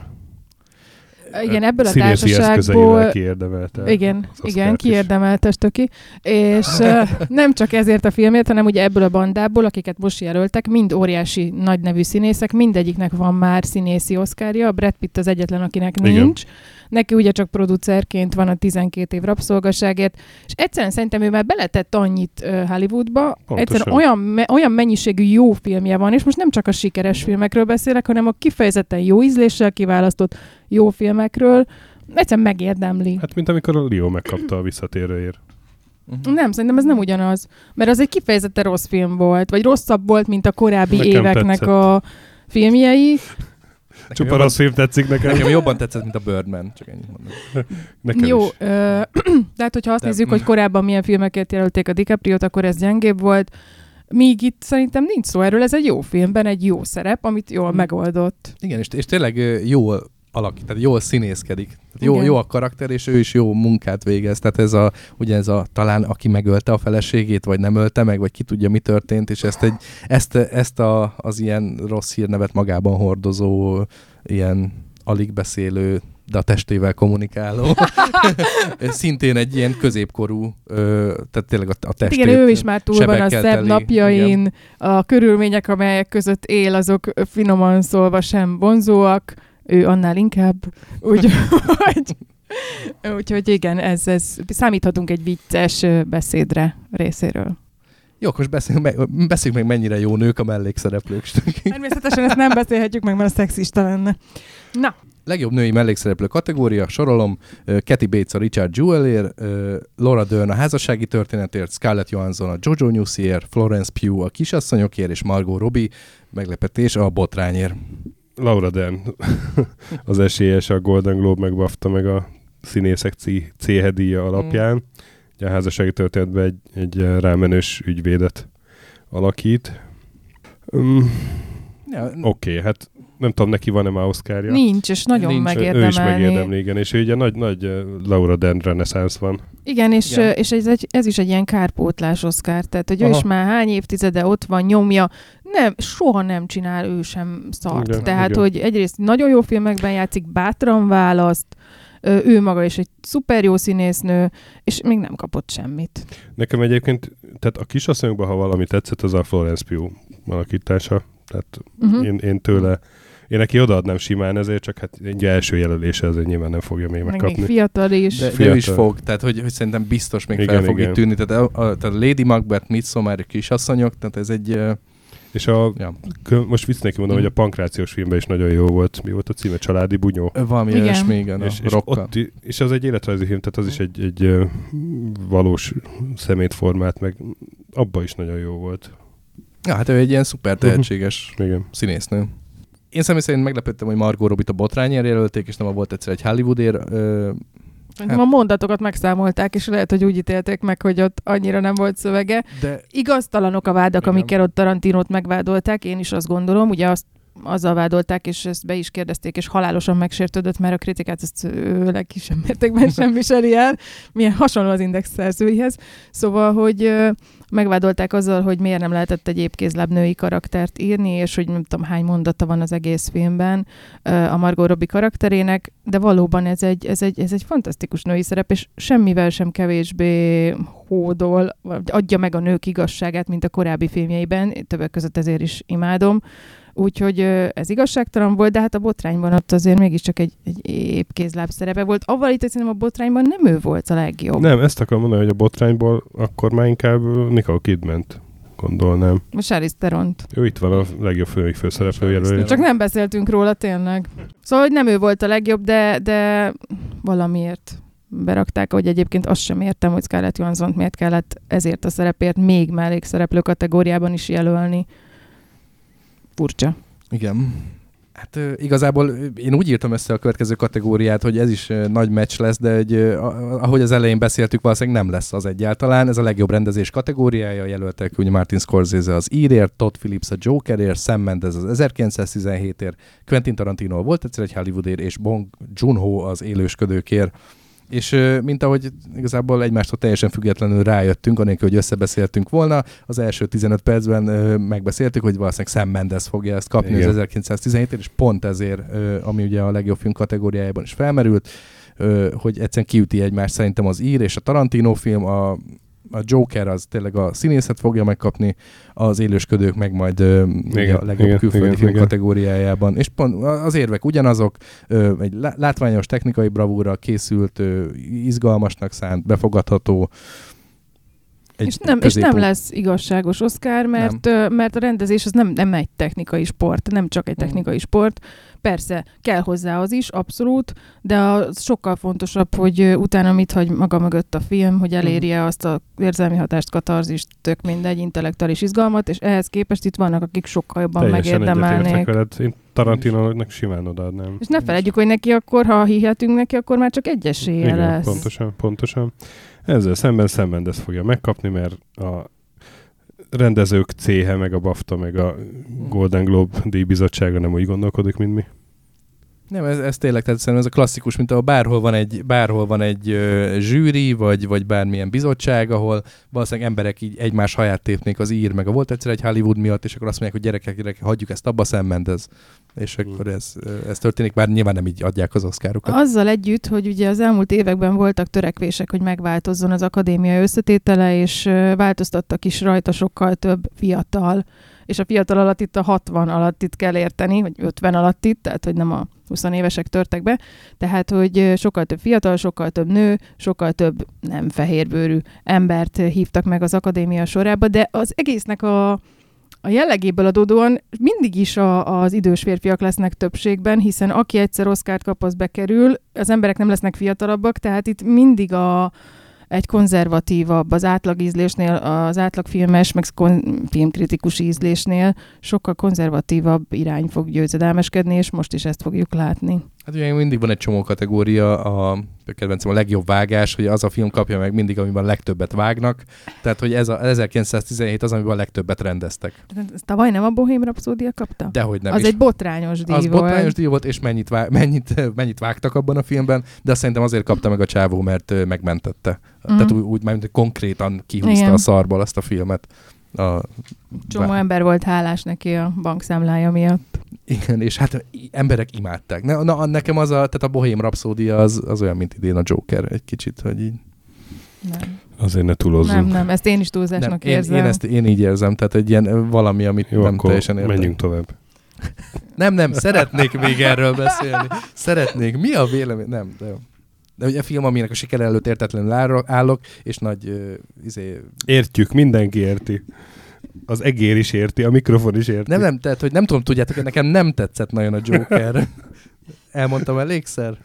igen, ebből a társaságból kiérdemelte. Igen, igen, kiérdemelte Stöki. És uh, nem csak ezért a filmért, hanem ugye ebből a bandából, akiket most jelöltek, mind óriási nagynevű színészek, mindegyiknek van már színészi oszkárja, a Brad Pitt az egyetlen, akinek igen. nincs. Neki ugye csak producerként van a tizenkét év rabszolgaságért, és egyszerűen szerintem ő már beletett annyit uh, Hollywoodba, pontosan. Egyszerűen olyan, me- olyan mennyiségű jó filmje van, és most nem csak a sikeres filmekről beszélek, hanem a kifejezetten jó ízléssel kiválasztott jó filmekről, egyszerűen megérdemli. Hát, mint amikor a Leo megkapta a Visszatérőért. Uh-huh. Nem, szerintem ez nem ugyanaz, mert az egy kifejezetten rossz film volt, vagy rosszabb volt, mint a korábbi nekem éveknek tetszett. A filmjei. Csupa rossz film tetszik nekem. Nekem jobban tetszett, mint a Birdman, csak ennyit mondom. Nekem jó, is. Ö, tehát hogyha azt De, nézzük, hogy korábban milyen filmeket jelölték a DiCapriót, akkor ez gyengébb volt. Míg itt szerintem nincs szó erről, ez egy jó filmben, egy jó szerep, amit jól megoldott. Igen, és, és tényleg jól alakít, tehát jól színészkedik. Tehát jó, jó a karakter, és ő is jó munkát végez. Tehát ez a, ugye ez a talán, aki megölte a feleségét, vagy nem ölte meg, vagy ki tudja, mi történt, és ezt, egy, ezt, ezt a, az ilyen rossz hírnevet magában hordozó, ilyen alig beszélő, de a testével kommunikáló. Szintén egy ilyen középkorú, tehát tényleg a, a testét. Igen, ő is már túl van a szebb teli, napjain, igen. A körülmények, amelyek között él, azok finoman szólva sem vonzóak, ő annál inkább. Úgyhogy, úgyhogy igen, ez, ez, számíthatunk egy vicces beszédre részéről. Jó, akkor beszéljünk meg, beszéljünk meg, mennyire jó nők a mellékszereplők. Természetesen ezt nem beszélhetjük meg, mert a szexista lenne. Na. Legjobb női mellékszereplő kategória, sorolom, uh, Kathy Bates a Richard Jewellért, uh, Laura Dern a házassági történetért, Scarlett Johansson a Jojo Newsért, Florence Pugh a kisasszonyokért, és Margot Robbie, meglepetés, a botrányért. Laura Dern az esélyes a Golden Globe, meg BAFTA, meg a színészek C-hedíja alapján. Mm. A házassági történetben egy, egy rámenős ügyvédet alakít. Um, ja, Oké, okay, hát nem tudom, neki van-e már Oscarja? Nincs, és nagyon Nincs, megérdemelni. Ő is megérdemli, igen, és ő ugye nagy, nagy Laura Dern reneszánsz van. Igen, és, Igen. és ez, egy, ez is egy ilyen kárpótlás Oscar, tehát hogy Aha. ő is már hány évtizede ott van, nyomja, nem, soha nem csinál ő sem szart. Igen, tehát, igen. hogy egyrészt nagyon jó filmekben játszik, bátran választ, ő maga is egy szuper jó színésznő, és még nem kapott semmit. Nekem egyébként, tehát a Kisasszonyokban, ha valami tetszett, az a Florence Pugh alakítása. Tehát uh-huh. én, én tőle, én neki odaadnám simán ezért, csak hát egy első jelölése azért nyilván nem fogja még megkapni. Még fiatal is. De, fiatal. de is fog, tehát hogy, hogy szerintem biztos még igen, fel fog igen. itt tűnni. Tehát a, a, tehát a Lady Macbeth, Midsommar, Kisasszonyok, tehát ez egy... És a, ja. most vicc neki mondom, mm. hogy a pankrációs filmben is nagyon jó volt. Mi volt a címe? Családi bunyó? Valami ilyesmi, igen, és, és, ott, és az egy életrajzi film, tehát az mm. is egy, egy valós szemétformát, meg abba is nagyon jó volt. Ja, hát ő egy ilyen szuper tehetséges igen. színésznő. Én személy szerint meglepődtem, hogy Margot Robbie-t a Botrányért jelölték, és nem a volt egyszer egy Hollywoodért. Ö, Hát. A mondatokat megszámolták, és lehet, hogy úgy ítélték meg, hogy ott annyira nem volt szövege. De... Igaztalanok a vádak, igen. amikkel ott Tarantinót megvádolták, én is azt gondolom, ugye azt azzal vádolták, és ezt be is kérdezték, és halálosan megsértődött, mert a kritikát ezt ő legkisebb mértékben sem viseli el, milyen hasonló az Index szerzőihez. Szóval, hogy megvádolták azzal, hogy miért nem lehetett egy épkézláb női karaktert írni, és hogy nem tudom hány mondata van az egész filmben a Margot Robbie karakterének, de valóban ez egy, ez egy, ez egy fantasztikus női szerep, és semmivel sem kevésbé hódol, adja meg a nők igazságát, mint a korábbi filmjeiben, többek között ezért is imádom. Úgyhogy ez igazságtalan volt, de hát a Botrányban ott azért mégiscsak egy, egy épkézláb szerepe volt. Avval itt szerintem a Botrányban nem ő volt a legjobb. Nem, ezt akarom mondani, hogy a Botrányból akkor már inkább Nicole Kidman-t gondolnám. Most Charlize Theron-t. Ő itt van a legjobb főnök főszereplő jelölő. Csak nem beszéltünk róla tényleg. Szóval, hogy nem ő volt a legjobb, de, de valamiért berakták, hogy egyébként azt sem értem, hogy Scarlett Johansson miért kellett ezért a szerepért még mellékszereplő kategóriában is jelölni. Furcsa. Igen. Hát uh, igazából én úgy írtam össze a következő kategóriát, hogy ez is uh, nagy meccs lesz, de hogy, uh, ahogy az elején beszéltük, valószínűleg nem lesz az egyáltalán. Ez a legjobb rendezés kategóriája, jelöltek ugye Martin Scorsese az Írért, Todd Phillips a Jokerért, Sam Mendes az ezerkilencszáztizenhétért, Quentin Tarantino volt egyszer egy Hollywoodért, és Bong Joon-ho az Élősködőkért. És mint ahogy igazából egymástól teljesen függetlenül rájöttünk, anélkül, hogy összebeszéltünk volna, az első tizenöt percben megbeszéltük, hogy valószínűleg Sam Mendes fogja ezt kapni igen. az ezerkilencszáztizenhétért, és pont ezért, ami ugye a legjobb film kategóriájában is felmerült, hogy egyszerűen kiüti egymást szerintem az Ír és a Tarantino film, a a Joker az tényleg a színészet fogja megkapni, az Élősködők meg majd igen, a legjobb igen, külföldi igen, film igen. kategóriájában. És pont az érvek ugyanazok, egy látványos technikai bravúra készült, izgalmasnak szánt, befogadható. És nem, és nem lesz igazságos Oscar, mert, mert a rendezés az nem, nem egy technikai sport, nem csak egy technikai sport. Persze, kell hozzá az is, abszolút, de az sokkal fontosabb, hogy utána mit hagy maga mögött a film, hogy elérje azt az érzelmi hatást, katarzist, tök mindegy, intellektuális izgalmat, és ehhez képest itt vannak, akik sokkal jobban teljesen megérdemelnék. Veled. Én Tarantinónak simán odaadnám. És ne feledjük, hogy neki akkor, ha hihetünk neki, akkor már csak egy esélye igen, lesz. pontosan, pontosan. Ezzel szemben Sam Mendes fogja megkapni, mert a rendezők céhe, meg a BAFTA, meg a Golden Globe díjbizottsága nem úgy gondolkodik, mint mi. Nem, ez, ez tényleg, tehát szerintem ez a klasszikus, mint ahol bárhol van egy, bárhol van egy uh, zsűri, vagy, vagy bármilyen bizottság, ahol valószínűleg emberek így egymás haját tépnék az Ír, meg a volt egyszer egy Hollywood miatt, és akkor azt mondják, hogy gyerekek, gyerekek, hagyjuk ezt abba, Sam Mendes. És hmm. akkor ez, ez történik, bár nyilván nem így adják az Oscarokat. Azzal együtt, hogy ugye az elmúlt években voltak törekvések, hogy megváltozzon az akadémia összetétele, és változtattak is rajta sokkal több fiatal, és a fiatal alatt itt a hatvan alatt itt kell érteni, vagy ötven alatt itt, tehát hogy nem a húsz évesek törtek be, tehát hogy sokkal több fiatal, sokkal több nő, sokkal több nem fehérbőrű embert hívtak meg az akadémia sorába, de az egésznek a, a jellegéből adódóan mindig is a, az idős férfiak lesznek többségben, hiszen aki egyszer Oscart kap, az bekerül, az emberek nem lesznek fiatalabbak, tehát itt mindig a egy konzervatívabb, az átlag ízlésnél, az átlag filmes, meg kon- filmkritikus ízlésnél sokkal konzervatívabb irány fog győzedelmeskedni, és most is ezt fogjuk látni. Hát ugye mindig van egy csomó kategória, a kedvencem a legjobb vágás, hogy az a film kapja meg mindig, amiben a legtöbbet vágnak. Tehát, hogy ez a ezerkilencszáztizenhét az, amiben a legtöbbet rendeztek. Ez tavaly nem a Bohém Rapszódia kapta? Dehogy nem. Az egy botrányos díj az volt. Az botrányos díj volt, és mennyit, vág, mennyit, mennyit vágtak abban a filmben, de azt szerintem azért kapta meg a csávó, mert megmentette. Mm. Tehát úgy, úgy mert konkrétan kihúzta Igen. a szarból azt a filmet. A... Csomó Vá... ember volt hálás neki a bankszámlája miatt. Igen, és hát emberek imádták. Na, na nekem az a, tehát a Bohém Rapszódia az, az olyan, mint idén a Joker egy kicsit, hogy így... Nem. Azért ne túlozzunk. Nem, nem, ezt én is túlzásnak nem, érzem. Én, én ezt én így érzem, tehát egy ilyen valami, amit Jó, nem teljesen értem. menjünk tovább. nem, nem, szeretnék még erről beszélni. Szeretnék. Mi a vélemény? Nem, de jó. De ugye a film, aminek a siker előtt értetlenül állok, és nagy... Uh, izé... Értjük, mindenki érti. Az egér is érti, a mikrofon is érti. Nem, nem, tehát, hogy nem tudom, tudjátok, hogy nekem nem tetszett nagyon a Joker. Elmondtam elégszer.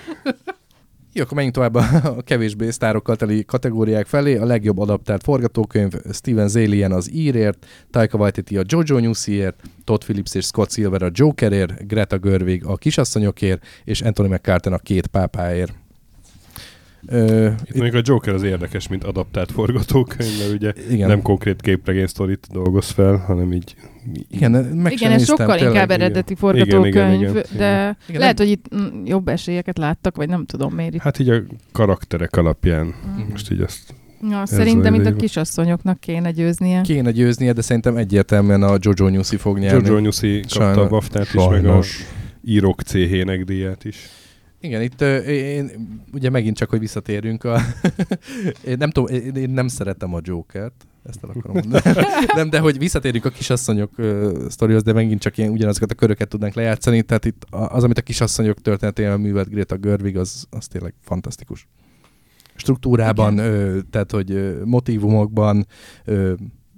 Jó, akkor menjünk tovább a kevésbé sztárokkal teli kategóriák felé. A legjobb adaptált forgatókönyv Steven Zaillian az Írért, Taika Waititi a Jojo Newsziért, Todd Phillips és Scott Silver a Jokerért, Greta Gerwig a Kisasszonyokért, és Anthony McCartan a Két pápáért. Ö, itt, itt mondjuk a Joker az érdekes, mint adaptált forgatókönyv, mert ugye igen. nem konkrét képregény sztorit dolgoz fel, hanem így... Igen, meg igen ez sokkal tényleg, inkább eredeti igen. forgatókönyv, igen, igen, igen, de igen. lehet, hogy itt jobb esélyeket láttak, vagy nem tudom miért itt. Hát így a karakterek alapján. Mm. Most így azt... Ja, szerintem itt a Kisasszonyoknak kéne győznie. Kéne győznie, de szerintem egyértelműen a Jojo Newsy fog nyerni. Jojo Newsy kapta a baftát is, meg a írók céhének díját is. Igen, itt uh, én, ugye megint csak, hogy visszatérjünk a... én nem tudom, én, én nem szeretem a Jokert, ezt el akarom mondani. nem, de hogy visszatérjünk a Kisasszonyok uh, sztorihoz, de megint csak ilyen ugyanazokat a köröket tudnánk lejátszani, tehát itt az, amit a Kisasszonyok történetében művelt Greta Gerwig, az, az tényleg fantasztikus. Struktúrában, ö, tehát, hogy ö, motívumokban, ö,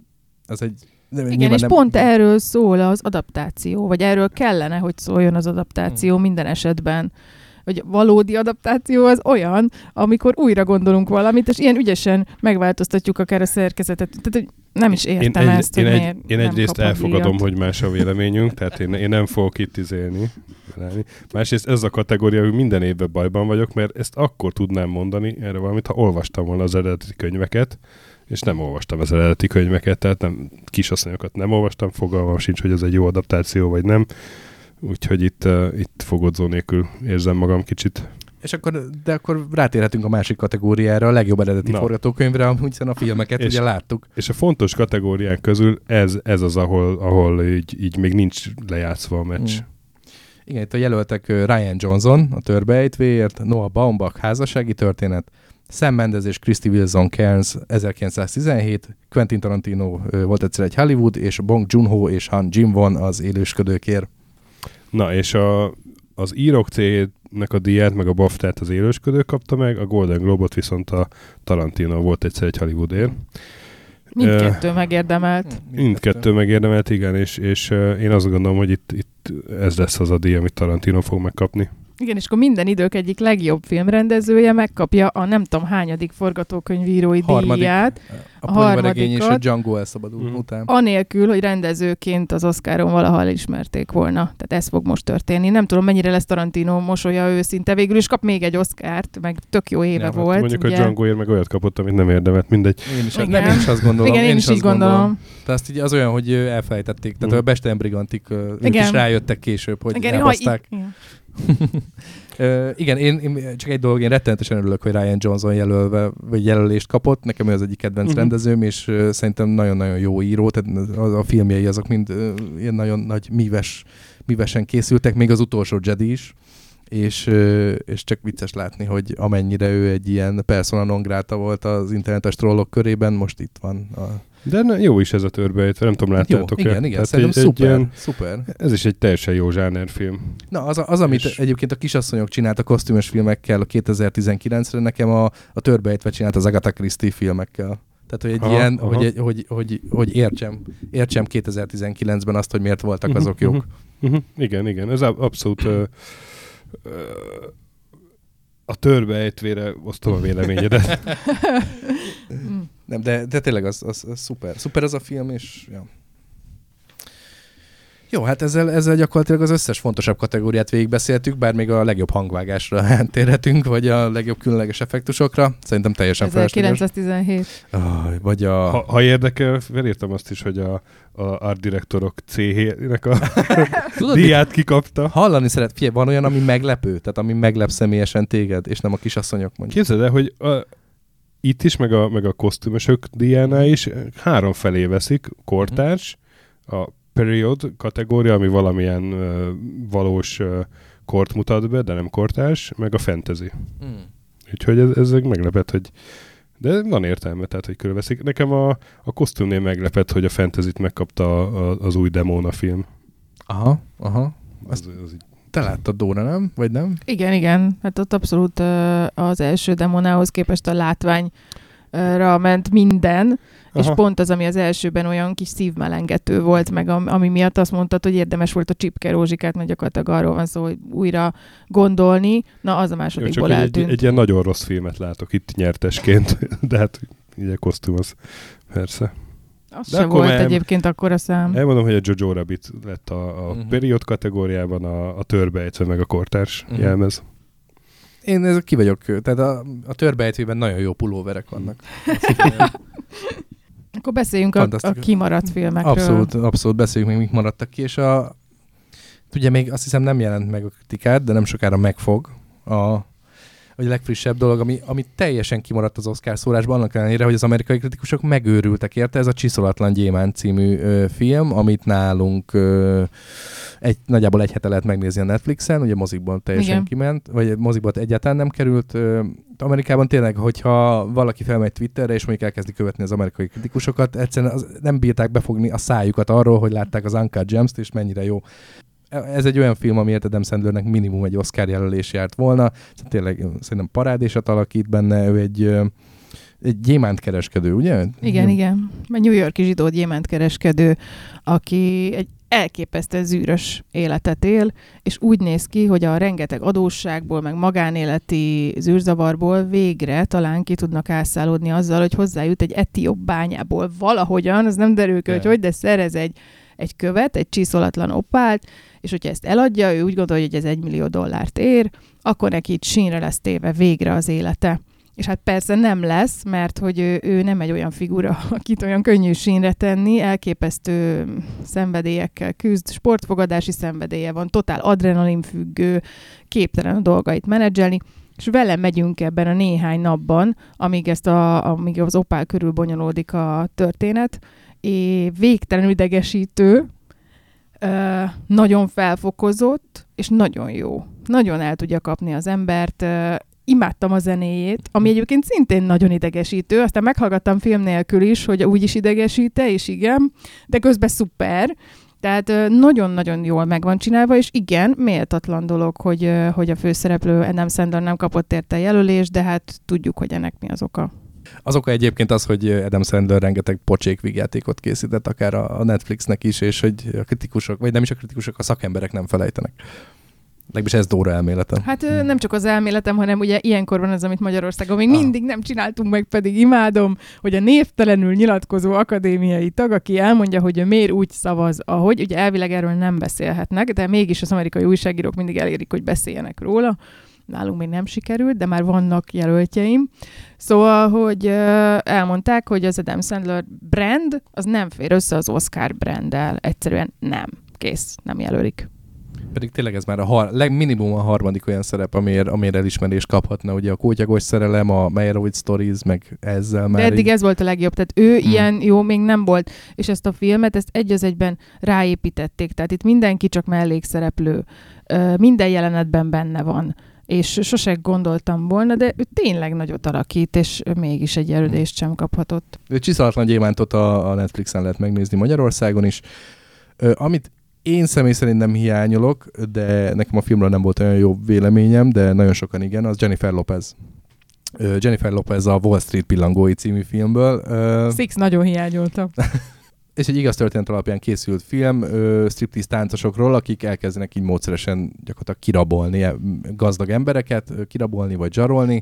az egy... Igen, és nem... pont erről szól az adaptáció, vagy erről kellene, hogy szóljon az adaptáció hmm. minden esetben. Hogy valódi adaptáció az olyan, amikor újra gondolunk valamit, és ilyen ügyesen megváltoztatjuk akár a szerkezetet. Tehát, hogy nem is értem én egy, ezt, én hogy egy, miért Én egyrészt elfogadom, díjat. hogy más a véleményünk, tehát én, én nem fogok itt izélni. Másrészt ez a kategória, hogy minden évben bajban vagyok, mert ezt akkor tudnám mondani erre valamit, ha olvastam volna az eredeti könyveket, és nem olvastam az eredeti könyveket, tehát nem, Kisasszonyokat nem olvastam, fogalmam sincs, hogy ez egy jó adaptáció, vagy nem. Úgyhogy itt, uh, itt fogodzó nélkül érzem magam kicsit. És akkor, de akkor rátérhetünk a másik kategóriára, a legjobb eredeti Na. forgatókönyvre, hiszen a filmeket és, ugye láttuk. És a fontos kategóriák közül ez, ez az, ahol, ahol így, így még nincs lejátszva a meccs. Mm. Igen, itt a jelöltek Ryan Johnson a Törbeejtvéért, Noah Baumbach házassági történet, Sam Mendes és Krysty Wilson Cairns ezerkilencszáztizenhét, Quentin Tarantino volt egyszer egy Hollywood, és Bong Joon-ho és Han Jin-won az Élősködőkért. Na, és a, az írók cégnek a díját, meg a baftát az Élősködő kapta meg, a Golden Globot viszont a Tarantino volt egyszer egy Hollywoodért. Mindkettő uh, megérdemelt. Mindkettő megérdemelt, igen, és, és uh, én azt gondolom, hogy itt, itt ez lesz az a díj, amit Tarantino fog megkapni. Igen, és akkor minden idők egyik legjobb filmrendezője megkapja a nem tudom hányadik forgatókönyvírói díját. A Ponyvaregény és a Django elszabadul mm. után. Anélkül, hogy rendezőként az Oscaron valaha elismerték volna. Tehát ez fog most történni. Nem tudom, mennyire lesz Tarantino mosolya őszinte. Végül is kap még egy Oscart, meg tök jó éve nem, volt. Mondjuk ugye? A Djangoért meg olyat kapott, amit nem érdemelt. Mindegy. Én is, nem, én is azt gondolom. Igen, én, én is, is így gondolom. gondolom. Tehát azt így az olyan, hogy elfelejtették. Tehát mm. a Beste Brigantik, ők is rájöttek később, hogy igen, elhozták. Uh, igen, én, én csak egy dolog, én rettenetesen örülök, hogy Ryan Johnson jelölve, vagy jelölést kapott. Nekem ő az egyik kedvenc uh-huh. rendezőm, és uh, szerintem nagyon-nagyon jó író, tehát a, a filmjei azok mind uh, ilyen nagyon nagy míves, mívesen készültek, még az utolsó Jedi is, és, uh, és csak vicces látni, hogy amennyire ő egy ilyen persona non grata volt az internetes trollok körében, most itt van a De ne, jó is ez a Törbeejtve, nem tudom, láttátok-e? Jó, igen, igen, szerintem egy, szuper, egy ilyen, szuper. Ez is egy teljesen jó zsánerfilm. Na, az, az amit és... egyébként a Kisasszonyok csinált a kosztümös filmekkel a kétezer-tizenkilencre, nekem a, a Törbeejtve csinált az Agatha Christie filmekkel. Tehát, hogy egy aha, ilyen, aha. Hogy, hogy, hogy, hogy értsem, értsem kétezer-tizenkilencben azt, hogy miért voltak azok uh-huh, jók. Uh-huh. Igen, igen, ez abszolút... Uh, uh, a Törbeejtvére osztom a véleményedet. Nem, de, de tényleg az, az, az szuper. Szuper az a film, és ja. Jó, hát ezzel, ezzel gyakorlatilag az összes fontosabb kategóriát végigbeszéltük, bár még a legjobb hangvágásra térhetünk, vagy a legjobb különleges effektusokra. Szerintem teljesen felesleges. ezerkilencszáztizenhét. Oh, vagy a... Ha, ha érdekel, felírtam azt is, hogy a, a art direktorok céhének a díját kikapta. Hallani szeret, figyelj, van olyan, ami meglepő, tehát ami meglep személyesen téged, és nem a kisasszonyok mondjuk. Képzeld el, hogy a, itt is, meg a, meg a kosztümösök díjánál is három felé veszik, kortárs, a period kategória, ami valamilyen uh, valós uh, kort mutat be, de nem kortárs, meg a fantasy. Mm. Úgyhogy ez, ez meglepett, hogy de van értelme, tehát, hogy körülveszik. Nekem a, a kosztümnél meglepett, hogy a fantasyt megkapta a, a, az új Demona film. Aha, aha. Az, az így... Te láttad, Dóra, nem? Vagy nem? Igen, igen. Hát ott abszolút uh, az első Demonához képest a látványra ment minden, aha. És pont az, ami az elsőben olyan kis szívmelengető volt, meg ami miatt azt mondtad, hogy érdemes volt a Csipke Rózsikát, mert gyakorlatilag arról van szó, hogy újra gondolni. Na, az a másodikból eltűnt. Egy, egy ilyen nagyon rossz filmet látok itt nyertesként, de hát így a kosztüm az persze. Az de se volt el, egyébként akkora szám. Elmondom, hogy a Jojo Rabbit lett a, a uh-huh. period kategóriában, a, a törbeejtve meg a kortárs uh-huh. jelmez. Én ez ki vagyok, tehát a, a törbeejtvében nagyon jó pulóverek vannak. Akkor beszéljünk a, a kimaradt filmekről. Abszolút, abszolút beszéljünk még, mik maradtak ki, és a, ugye még azt hiszem nem jelent meg a kritikát, de nem sokára megfog a vagy a legfrissebb dolog, ami, ami teljesen kimaradt az Oscar szórásban, annak ellenére, hogy az amerikai kritikusok megőrültek érte. Ez a Csiszolatlan gyémánt című ö, film, amit nálunk ö, egy, nagyjából egy hete lehet megnézni a Netflixen, ugye mozikban teljesen igen. kiment, vagy mozikban egyáltalán nem került. Ö, Amerikában tényleg, hogyha valaki felmegy Twitterre, és mondjuk elkezdi követni az amerikai kritikusokat, egyszerűen az, nem bírták befogni a szájukat arról, hogy látták az Uncut Gems-t, és mennyire jó. Ez egy olyan film, amiért Adam Sandlernek minimum egy Oscar jelölés járt volna. Tényleg szerintem parádésat alakít benne, ő egy, egy gyémántkereskedő, ugye? Igen, Jó. igen. Egy New York-i zsidó gyémántkereskedő, aki egy elképesztően zűrös életet él, és úgy néz ki, hogy a rengeteg adósságból, meg magánéleti zűrzavarból végre talán ki tudnak elszállódni azzal, hogy hozzájut egy etióp bányából valahogyan, az nem derül ki, hogy hogy, de szerez egy egy követ, egy csíszolatlan opált, és hogyha ezt eladja, ő úgy gondolja, hogy ez egy millió dollárt ér, akkor neki itt sínre lesz téve végre az élete. És hát persze nem lesz, mert hogy ő, ő nem egy olyan figura, akit olyan könnyű sínre tenni, elképesztő szenvedélyekkel küzd, sportfogadási szenvedélye van, totál adrenalinfüggő, képtelen a dolgait menedzselni, és vele megyünk ebben a néhány napban, amíg, ezt a, amíg az opál körül bonyolódik a történet, és végtelenül idegesítő, nagyon felfokozott, és nagyon jó. Nagyon el tudja kapni az embert. Imádtam a zenéjét, ami egyébként szintén nagyon idegesítő. Aztán meghallgattam film nélkül is, hogy úgy is idegesít-e, és igen, de közben szuper. Tehát nagyon-nagyon jól meg van csinálva, és igen, méltatlan dolog, hogy, hogy a főszereplő Adam Sandler nem kapott érte jelölést, de hát tudjuk, hogy ennek mi az oka. Az oka egyébként az, hogy Adam Sandler rengeteg pocsék vígjátékot készített, akár a Netflixnek is, és hogy a kritikusok, vagy nem is a kritikusok, a szakemberek nem felejtenek. Legalábbis ez Dóra elmélete. Hát hmm. nem csak az elméletem, hanem ugye ilyenkor van az, amit Magyarországon még ah. mindig nem csináltunk meg, pedig imádom, hogy a névtelenül nyilatkozó akadémiai tag, aki elmondja, hogy ő miért úgy szavaz, ahogy, ugye elvileg erről nem beszélhetnek, de mégis az amerikai újságírók mindig elérik, hogy beszéljenek róla. Nálunk még nem sikerült, de már vannak jelöltjeim. Szóval, hogy elmondták, hogy az Adam Sandler brand, az nem fér össze az Oscar branddel. Egyszerűen nem. Kész. Nem jelölik. Pedig tényleg ez már a har- legminimum a harmadik olyan szerep, amire, amire elismerést kaphatna. Ugye a Kótyagos szerelem, a Meyerowitz Stories, meg ezzel már... De eddig így... ez volt a legjobb. Tehát ő hmm. ilyen jó még nem volt. És ezt a filmet, ezt egy az egyben ráépítették. Tehát itt mindenki csak mellékszereplő. Minden jelenetben benne van. És sose gondoltam volna, de ő tényleg nagyot alakít, és mégis egy jelölést sem kaphatott. Csiszolatlan gyémántot a, a Netflixen lehet megnézni Magyarországon is. Ö, amit én személy szerint nem hiányolok, de nekem a filmről nem volt olyan jó véleményem, de nagyon sokan igen, az Jennifer Lopez. Ö, Jennifer Lopez a Wall Street pillangói című filmből. Ö, Six nagyon hiányoltam. És egy igaz történet alapján készült film ö, striptease táncosokról, akik elkezdenek így módszeresen gyakorlatilag kirabolni gazdag embereket, kirabolni vagy zsarolni.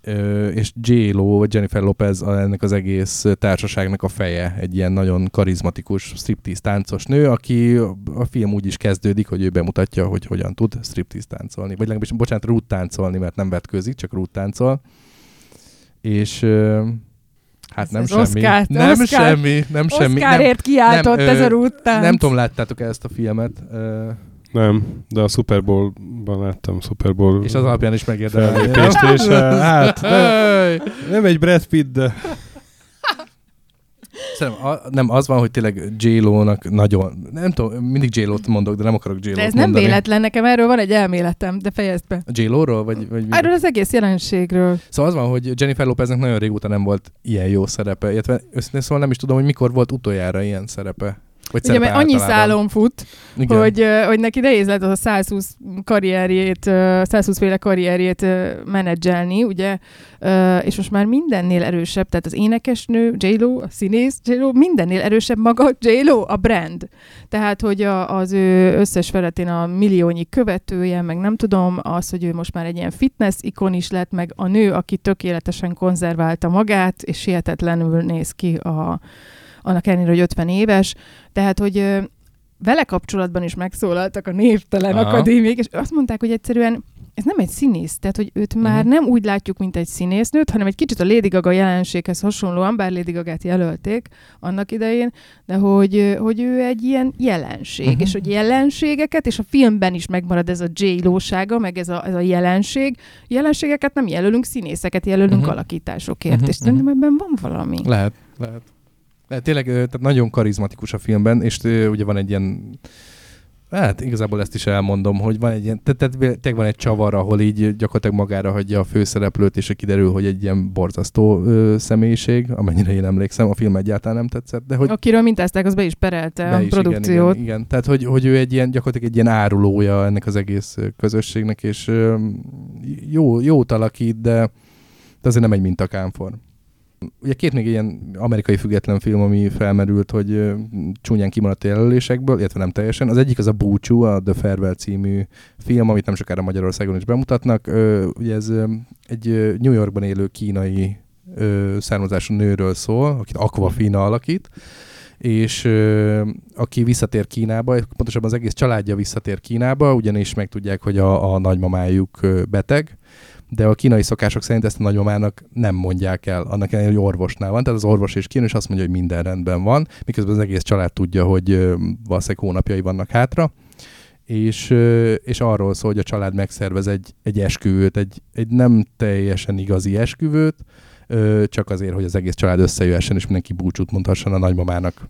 Ö, és J-Lo, vagy Jennifer Lopez ennek az egész társaságnak a feje, egy ilyen nagyon karizmatikus striptease táncos nő, aki a film úgy is kezdődik, hogy ő bemutatja, hogy hogyan tud striptease táncolni. Vagy legalábbis, bocsánat, rút táncolni, mert nem vetkőzik, csak rút táncol. És ö, hát ez nem az semmi. Oscar, nem Oscar, semmi, nem semmi. Oscarért kiáltott nem, ez a rút tánc. Nem tudom, láttátok ezt a filmet? Ö, Nem, de a Super Bowl-ban láttam Super Bowl. És az alapján is megérdemelni. És hát nem, nem egy Brad Pitt, de... Szerintem a, nem, az van, hogy tényleg J-Lo-nak nagyon... Nem tudom, mindig J-Lo-t mondok, de nem akarok J-Lo-t mondani. De ez nem véletlen, nekem erről van egy elméletem, de fejezd be. A J-Lo-ról? Vagy, vagy erről az egész jelenségről. Szóval az van, hogy Jennifer Lopeznek nagyon régóta nem volt ilyen jó szerepe. Illetve őszintén szóval nem is tudom, hogy mikor volt utoljára ilyen szerepe. Vagy ugye, mert annyi szálon fut, hogy, hogy neki nehéz lett az a százhúsz karrierjét, százhúsz féle karrierjét menedzselni, ugye, és most már mindennél erősebb, tehát az énekesnő, J-Lo, a színész, J-Lo, mindennél erősebb maga J-Lo, a brand. Tehát, hogy a, az ő összes feletén a milliónyi követője, meg nem tudom, az, hogy ő most már egy ilyen fitness ikon is lett, meg a nő, aki tökéletesen konzerválta magát, és hihetetlenül néz ki a annak ellenére, hogy ötven éves, tehát, hogy ö, vele kapcsolatban is megszólaltak a névtelen Aha. akadémiák, és azt mondták, hogy egyszerűen ez nem egy színész, tehát, hogy őt uh-huh. már nem úgy látjuk, mint egy színésznőt, hanem egy kicsit a Lady Gaga jelenséghez hasonlóan, bár Lady Gagát jelölték annak idején, de hogy, hogy ő egy ilyen jelenség, uh-huh. és hogy jelenségeket, és a filmben is megmarad ez a J-lósága, meg ez a, ez a jelenség. Jelenségeket nem jelölünk, színészeket jelölünk uh-huh. alakításokért, uh-huh. és szerintem ebben van valami. Lehet, lehet. De tényleg tehát nagyon karizmatikus a filmben, és ugye van egy ilyen, hát igazából ezt is elmondom, hogy van egy ilyen, tehát tényleg van egy csavar, ahol így gyakorlatilag magára hagyja a főszereplőt, és kiderül, hogy egy ilyen borzasztó ö, személyiség, amennyire én emlékszem, a film egyáltalán nem tetszett. De hogy akiről mintázták, az be is perelte be a is, produkciót. Igen, igen, igen. Tehát, hogy, hogy ő egy ilyen, gyakorlatilag egy ilyen árulója ennek az egész közösségnek, és ö, jó, jót alakít, de, de azért nem egy mintakámfor. Ugye két még ilyen amerikai független film, ami felmerült, hogy uh, csúnyán kimaradt jelölésekből, illetve nem teljesen. Az egyik az a Búcsú, a The Farewell című film, amit nem sokára Magyarországon is bemutatnak. Uh, ugye ez uh, egy uh, New Yorkban élő kínai uh, származású nőről szól, akit Aquafina alakít, és uh, aki visszatér Kínába, pontosabban az egész családja visszatér Kínába, ugyanis megtudják, hogy a, a nagymamájuk uh, beteg, de a kínai szokások szerint ezt a nagymamának nem mondják el, annak ellenére, hogy orvosnál van, tehát az orvos is kínai, és azt mondja, hogy minden rendben van, miközben az egész család tudja, hogy valószínűleg hónapjai vannak hátra, és, és arról szól, hogy a család megszervez egy, egy esküvőt, egy, egy nem teljesen igazi esküvőt, csak azért, hogy az egész család összejöhessen, és mindenki búcsút mondhasson a nagymamának.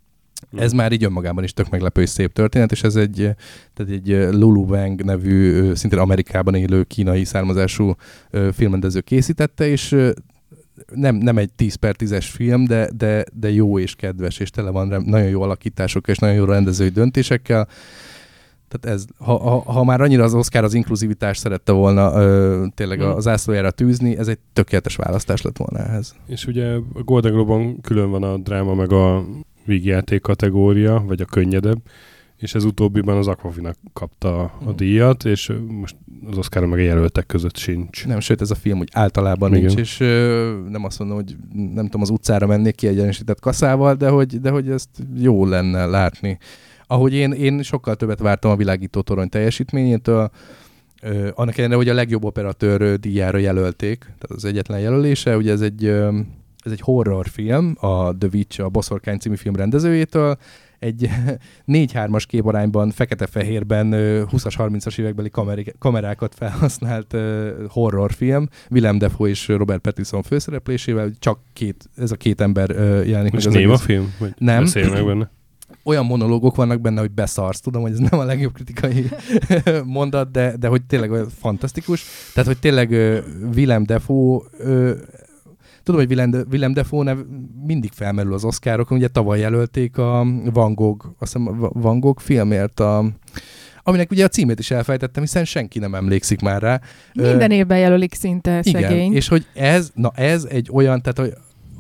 Ez már így önmagában is tök meglepő és szép történet, és ez egy, tehát egy Lulu Wang nevű, szintén Amerikában élő kínai származású filmrendező készítette, és nem, nem egy tíz per tízes film, de, de, de jó és kedves, és tele van nagyon jó alakításokkal, és nagyon jó rendezői döntésekkel. Tehát ez, ha, ha, ha már annyira az Oscar az inkluzivitást szerette volna ö, tényleg az zászlójára tűzni, ez egy tökéletes választás lett volna ehhez. És ugye a Golden Globe-on külön van a dráma meg a vígjáték kategória, vagy a könnyedebb, és ez utóbbiban az Aquafina kapta a díjat, és most az Oscaron meg a jelöltek között sincs. Nem, sőt, ez a film úgy általában Igen. nincs, és ö, nem azt mondom, hogy nem tudom, az utcára mennék kiegyenesített kaszával, de hogy, de hogy ezt jó lenne látni. Ahogy én, én sokkal többet vártam a Világító torony teljesítményétől, ö, annak ellenére, hogy a legjobb operatőr díjára jelölték, tehát az egyetlen jelölése, ugye ez egy... Ö, Ez egy horrorfilm, a The Witch, a Boszorkány című film rendezőjétől. Egy négy hármas képarányban, fekete-fehérben, húszas, harmincas évekbeli kamerik- kamerákat felhasznált horrorfilm. Willem Dafoe és Robert Pattinson főszereplésével. Csak két, ez a két ember jelenik meg. És néma film? Vagy nem. Beszélj meg benne. Olyan monológok vannak benne, hogy beszarsz. Tudom, hogy ez nem a legjobb kritikai mondat, de, de hogy tényleg olyan fantasztikus. Tehát, hogy tényleg Willem Dafoe... Tudom, hogy Willem, Willem Dafoe nev mindig felmerül az Oscarokon, ugye tavaly jelölték a Van Gogh, azt hiszem Van Gogh filmért, a, aminek ugye a címét is elfejtettem, hiszen senki nem emlékszik már rá. Minden évben jelölik szinte, igen, szegény. És hogy ez, na ez egy olyan, tehát hogy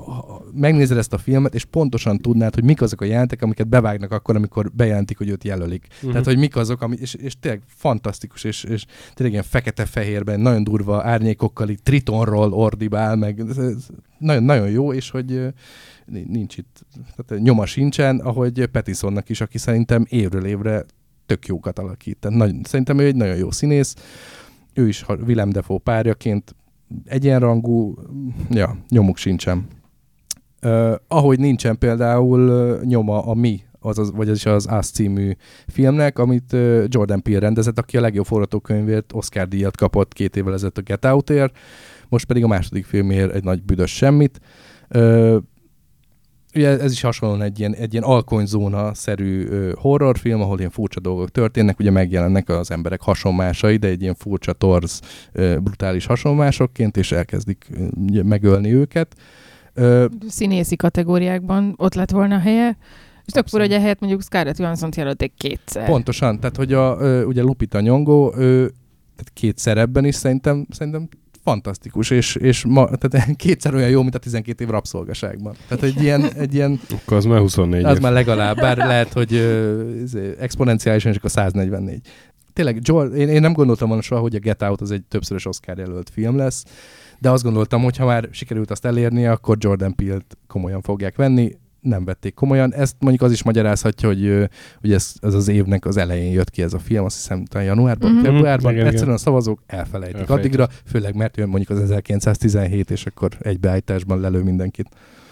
megnézed ezt a filmet, és pontosan tudnád, hogy mik azok a jelentek, amiket bevágnak akkor, amikor bejelentik, hogy őt jelölik. Uh-huh. Tehát, hogy mik azok, ami, és, és tényleg fantasztikus, és, és tényleg ilyen fekete-fehérben, nagyon durva árnyékokkal, így tritonról ordibál, meg nagyon, nagyon jó, és hogy nincs itt, tehát nyoma sincsen, ahogy Pattinsonnak is, aki szerintem évről évre tök jókat alakít. Tehát nagy, szerintem ő egy nagyon jó színész, ő is Willem Dafoe párjaként egyenrangú, ja, nyomuk sincsen. Uh, ahogy nincsen például uh, nyoma a Mi, azaz, vagy az is az Us című filmnek, amit uh, Jordan Peele rendezett, aki a legjobb forgatókönyvért Oscar-díjat kapott két évvel ezelőtt a Get Outért, most pedig a második filmért egy nagy büdös semmit. Uh, ugye ez is hasonlóan egy ilyen, egy ilyen alkonyzóna-szerű uh, horrorfilm, ahol ilyen furcsa dolgok történnek, ugye megjelennek az emberek hasonmásai, de egy ilyen furcsa, torz, uh, brutális hasonmásokként, és elkezdik uh, megölni őket. Uh, Színészi kategóriákban ott lett volna a helye, és akkor ugye helyett mondjuk Scarlett Johansson-t jelölték kétszer. Pontosan, tehát hogy a, uh, ugye Lupita Nyong'o, ő, tehát két szerepben is szerintem, szerintem fantasztikus, és, és ma, tehát kétszer olyan jó, mint a tizenkét év rabszolgaságban. Tehát egy ilyen... Egy ilyen akkor az már huszonnégy Az év. már legalább, bár lehet, hogy uh, exponenciálisan csak a száznegyvennégy. Tényleg, George, én, én nem gondoltam volna soha, hogy a Get Out az egy többszörös Oscar jelölt film lesz, de azt gondoltam, hogy ha már sikerült azt elérni, akkor Jordan Peele-t komolyan fogják venni. Nem vették komolyan. Ezt mondjuk az is magyarázhatja, hogy ugye ez, ez az évnek az elején jött ki ez a film, azt hiszem talán januárban, mm-hmm. februárban. Igen, egyszerűen igen. A szavazók elfelejtik Elfejt. addigra, főleg mert jön mondjuk az ezerkilencszáztizenhét, és akkor egybeállításban lelő mindenkit.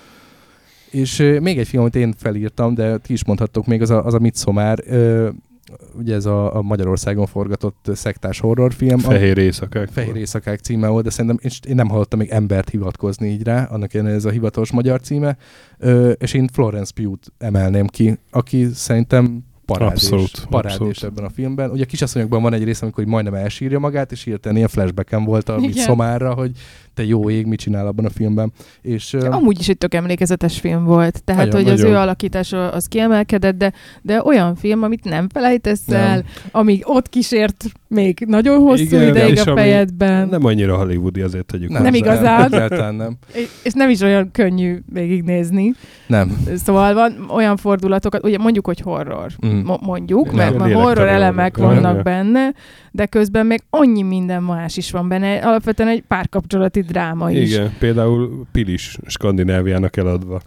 És euh, még egy film, amit én felírtam, de ti is mondhattok még, az a, az a Midsommar, euh, ugye ez a, a Magyarországon forgatott szektás horrorfilm. Fehér éjszakák. Fehér éjszakák címe volt, de szerintem én, én nem hallottam még embert hivatkozni így rá, annak ellenére ez a hivatalos magyar címe. Ö, és én Florence Pugh-t emelném ki, aki szerintem parádés, abszolút, parádés abszolút. ebben a filmben. Ugye a Kisasszonyokban van egy rész, amikor majdnem elsírja magát, és hirtelen ilyen flashbacken volt a Midsommarra, hogy te jó ég, mit csinál abban a filmben. És, ja, amúgy is egy tök emlékezetes film volt. Tehát, nagyon, hogy nagyon. Az ő alakítása az kiemelkedett, de, de olyan film, amit nem felejtesz nem. el, amíg ott kísért még nagyon hosszú Igen, ideig a fejedben. Nem annyira hollywoodi, azért tegyük. Nem, nem igazán. Nem, nem. És nem is olyan könnyű végignézni. Nem. Szóval van olyan fordulatokat, ugye mondjuk, hogy horror. Mm. Mondjuk, nem, mert, mert horror elemek horror. vannak ja. benne, de közben még annyi minden más is van benne. Alapvetően egy párkapcsolati dráma is. Igen, például Pilis Skandináviának eladva.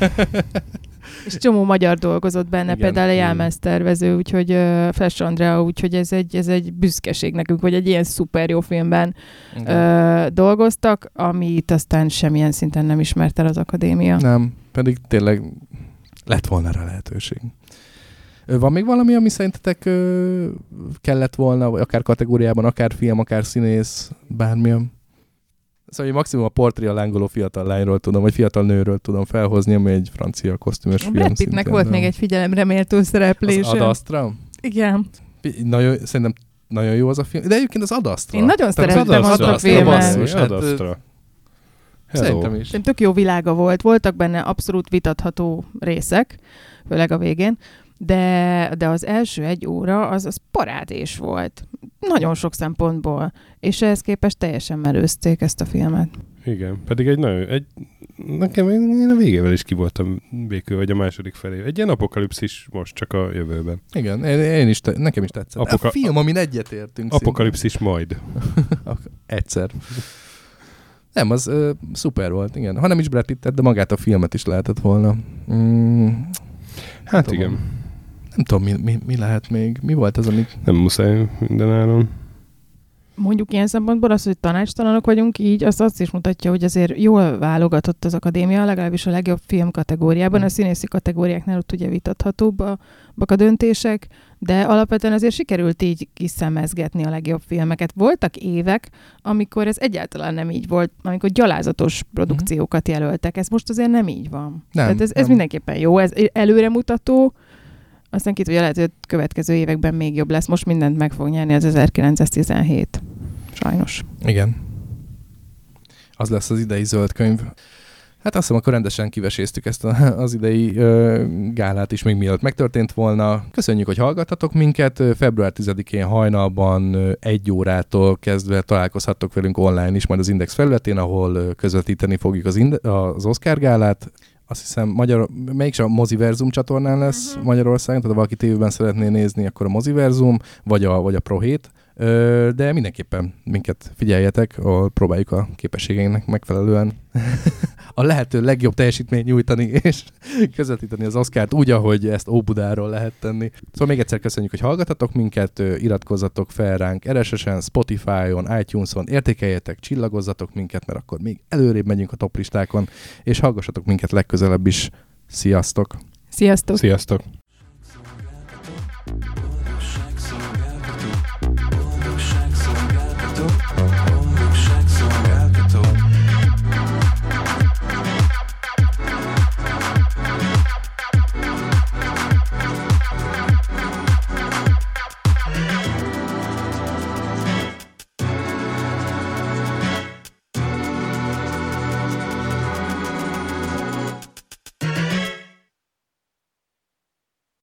És csomó magyar dolgozott benne, igen, például a jelmeztervező, úgyhogy uh, Flash Andrea, úgyhogy ez egy, ez egy büszkeség nekünk, hogy egy ilyen szuper jó filmben uh, dolgoztak, amit aztán semmilyen szinten nem ismert el az akadémia. Nem, pedig tényleg lett volna rá lehetőség. Van még valami, ami szerintetek ö, kellett volna, vagy akár kategóriában, akár film, akár színész, bármilyen? Szóval hogy maximum a portré a lángoló fiatal lányról tudom, vagy fiatal nőről tudom felhozni, ami egy francia kosztümös film. Brad Pittnek volt de... még egy figyelemre méltó szereplése. Az Ad Astra? Igen. Nagyon, szerintem nagyon jó az a film. De egyébként az Ad Astra. Én nagyon Tehát szerettem azt a filmet. Ad Astra. Szerintem is. Tök jó világa volt. Voltak benne abszolút vitatható részek, főleg a végén. De, de az első egy óra az, az parádés volt. Nagyon sok szempontból. És ehhez képest teljesen melőzték ezt a filmet. Igen, pedig egy nagyon... Egy, nekem én a végével is ki voltam békül, vagy a második felé. Egy ilyen apokalipszis most csak a jövőben. Igen, én, én is, te, nekem is tetszett. Apoka- a film, amin egyetértünk. Apokalipszis majd. Egyszer. Nem, az ö, szuper volt, igen. Ha nem is Brad Pittet, de magát a filmet is lehetett volna. Mm, hát tudom, igen. Nem tudom, mi, mi, mi lehet még. Mi volt az, amit... Nem muszáj mindenáron. Mondjuk ilyen szempontból az, hogy tanácstalanok vagyunk így, az azt is mutatja, hogy azért jól válogatott az akadémia, legalábbis a legjobb film kategóriában. A színészi kategóriáknál ott ugye vitathatóbbak a döntések, de alapvetően azért sikerült így kiszemezgetni a legjobb filmeket. Voltak évek, amikor ez egyáltalán nem így volt, amikor gyalázatos produkciókat jelöltek. Ez most azért nem így van. Nem, Tehát ez, ez nem. mindenképpen jó, ez előremutató, aztán ki tudja, lehet, hogy a következő években még jobb lesz. Most mindent meg fog nyerni az ezerkilencszáztizenhét. Sajnos. Igen. Az lesz az idei zöld könyv. Hát azt hiszem, akkor rendesen kiveséztük ezt a, az idei ö, gálát is, még mielőtt megtörtént volna. Köszönjük, hogy hallgattatok minket. február tizedikén hajnalban ö, egy órától kezdve találkozhattok velünk online is, majd az Index felületén, ahol ö, közvetíteni fogjuk az, inde- az Oscar gálát. Azt hiszem, Magyar, melyik a Moziverzum csatornán lesz uh-huh. Magyarországon, tehát ha valaki tévében szeretné nézni, akkor a Moziverzum, vagy a, vagy a Pro hét. De mindenképpen minket figyeljetek, ahol próbáljuk a képességeinknek megfelelően a lehető legjobb teljesítményt nyújtani, és közvetíteni az Oscart úgy, ahogy ezt Óbudáról lehet tenni. Szóval még egyszer köszönjük, hogy hallgatatok minket, iratkozzatok fel ránk er es es-en, Spotify-on, iTunes-on, értékeljetek, csillagozzatok minket, mert akkor még előrébb megyünk a toplistákon, és hallgassatok minket legközelebb is. Sziasztok! Sziasztok! Sziasztok!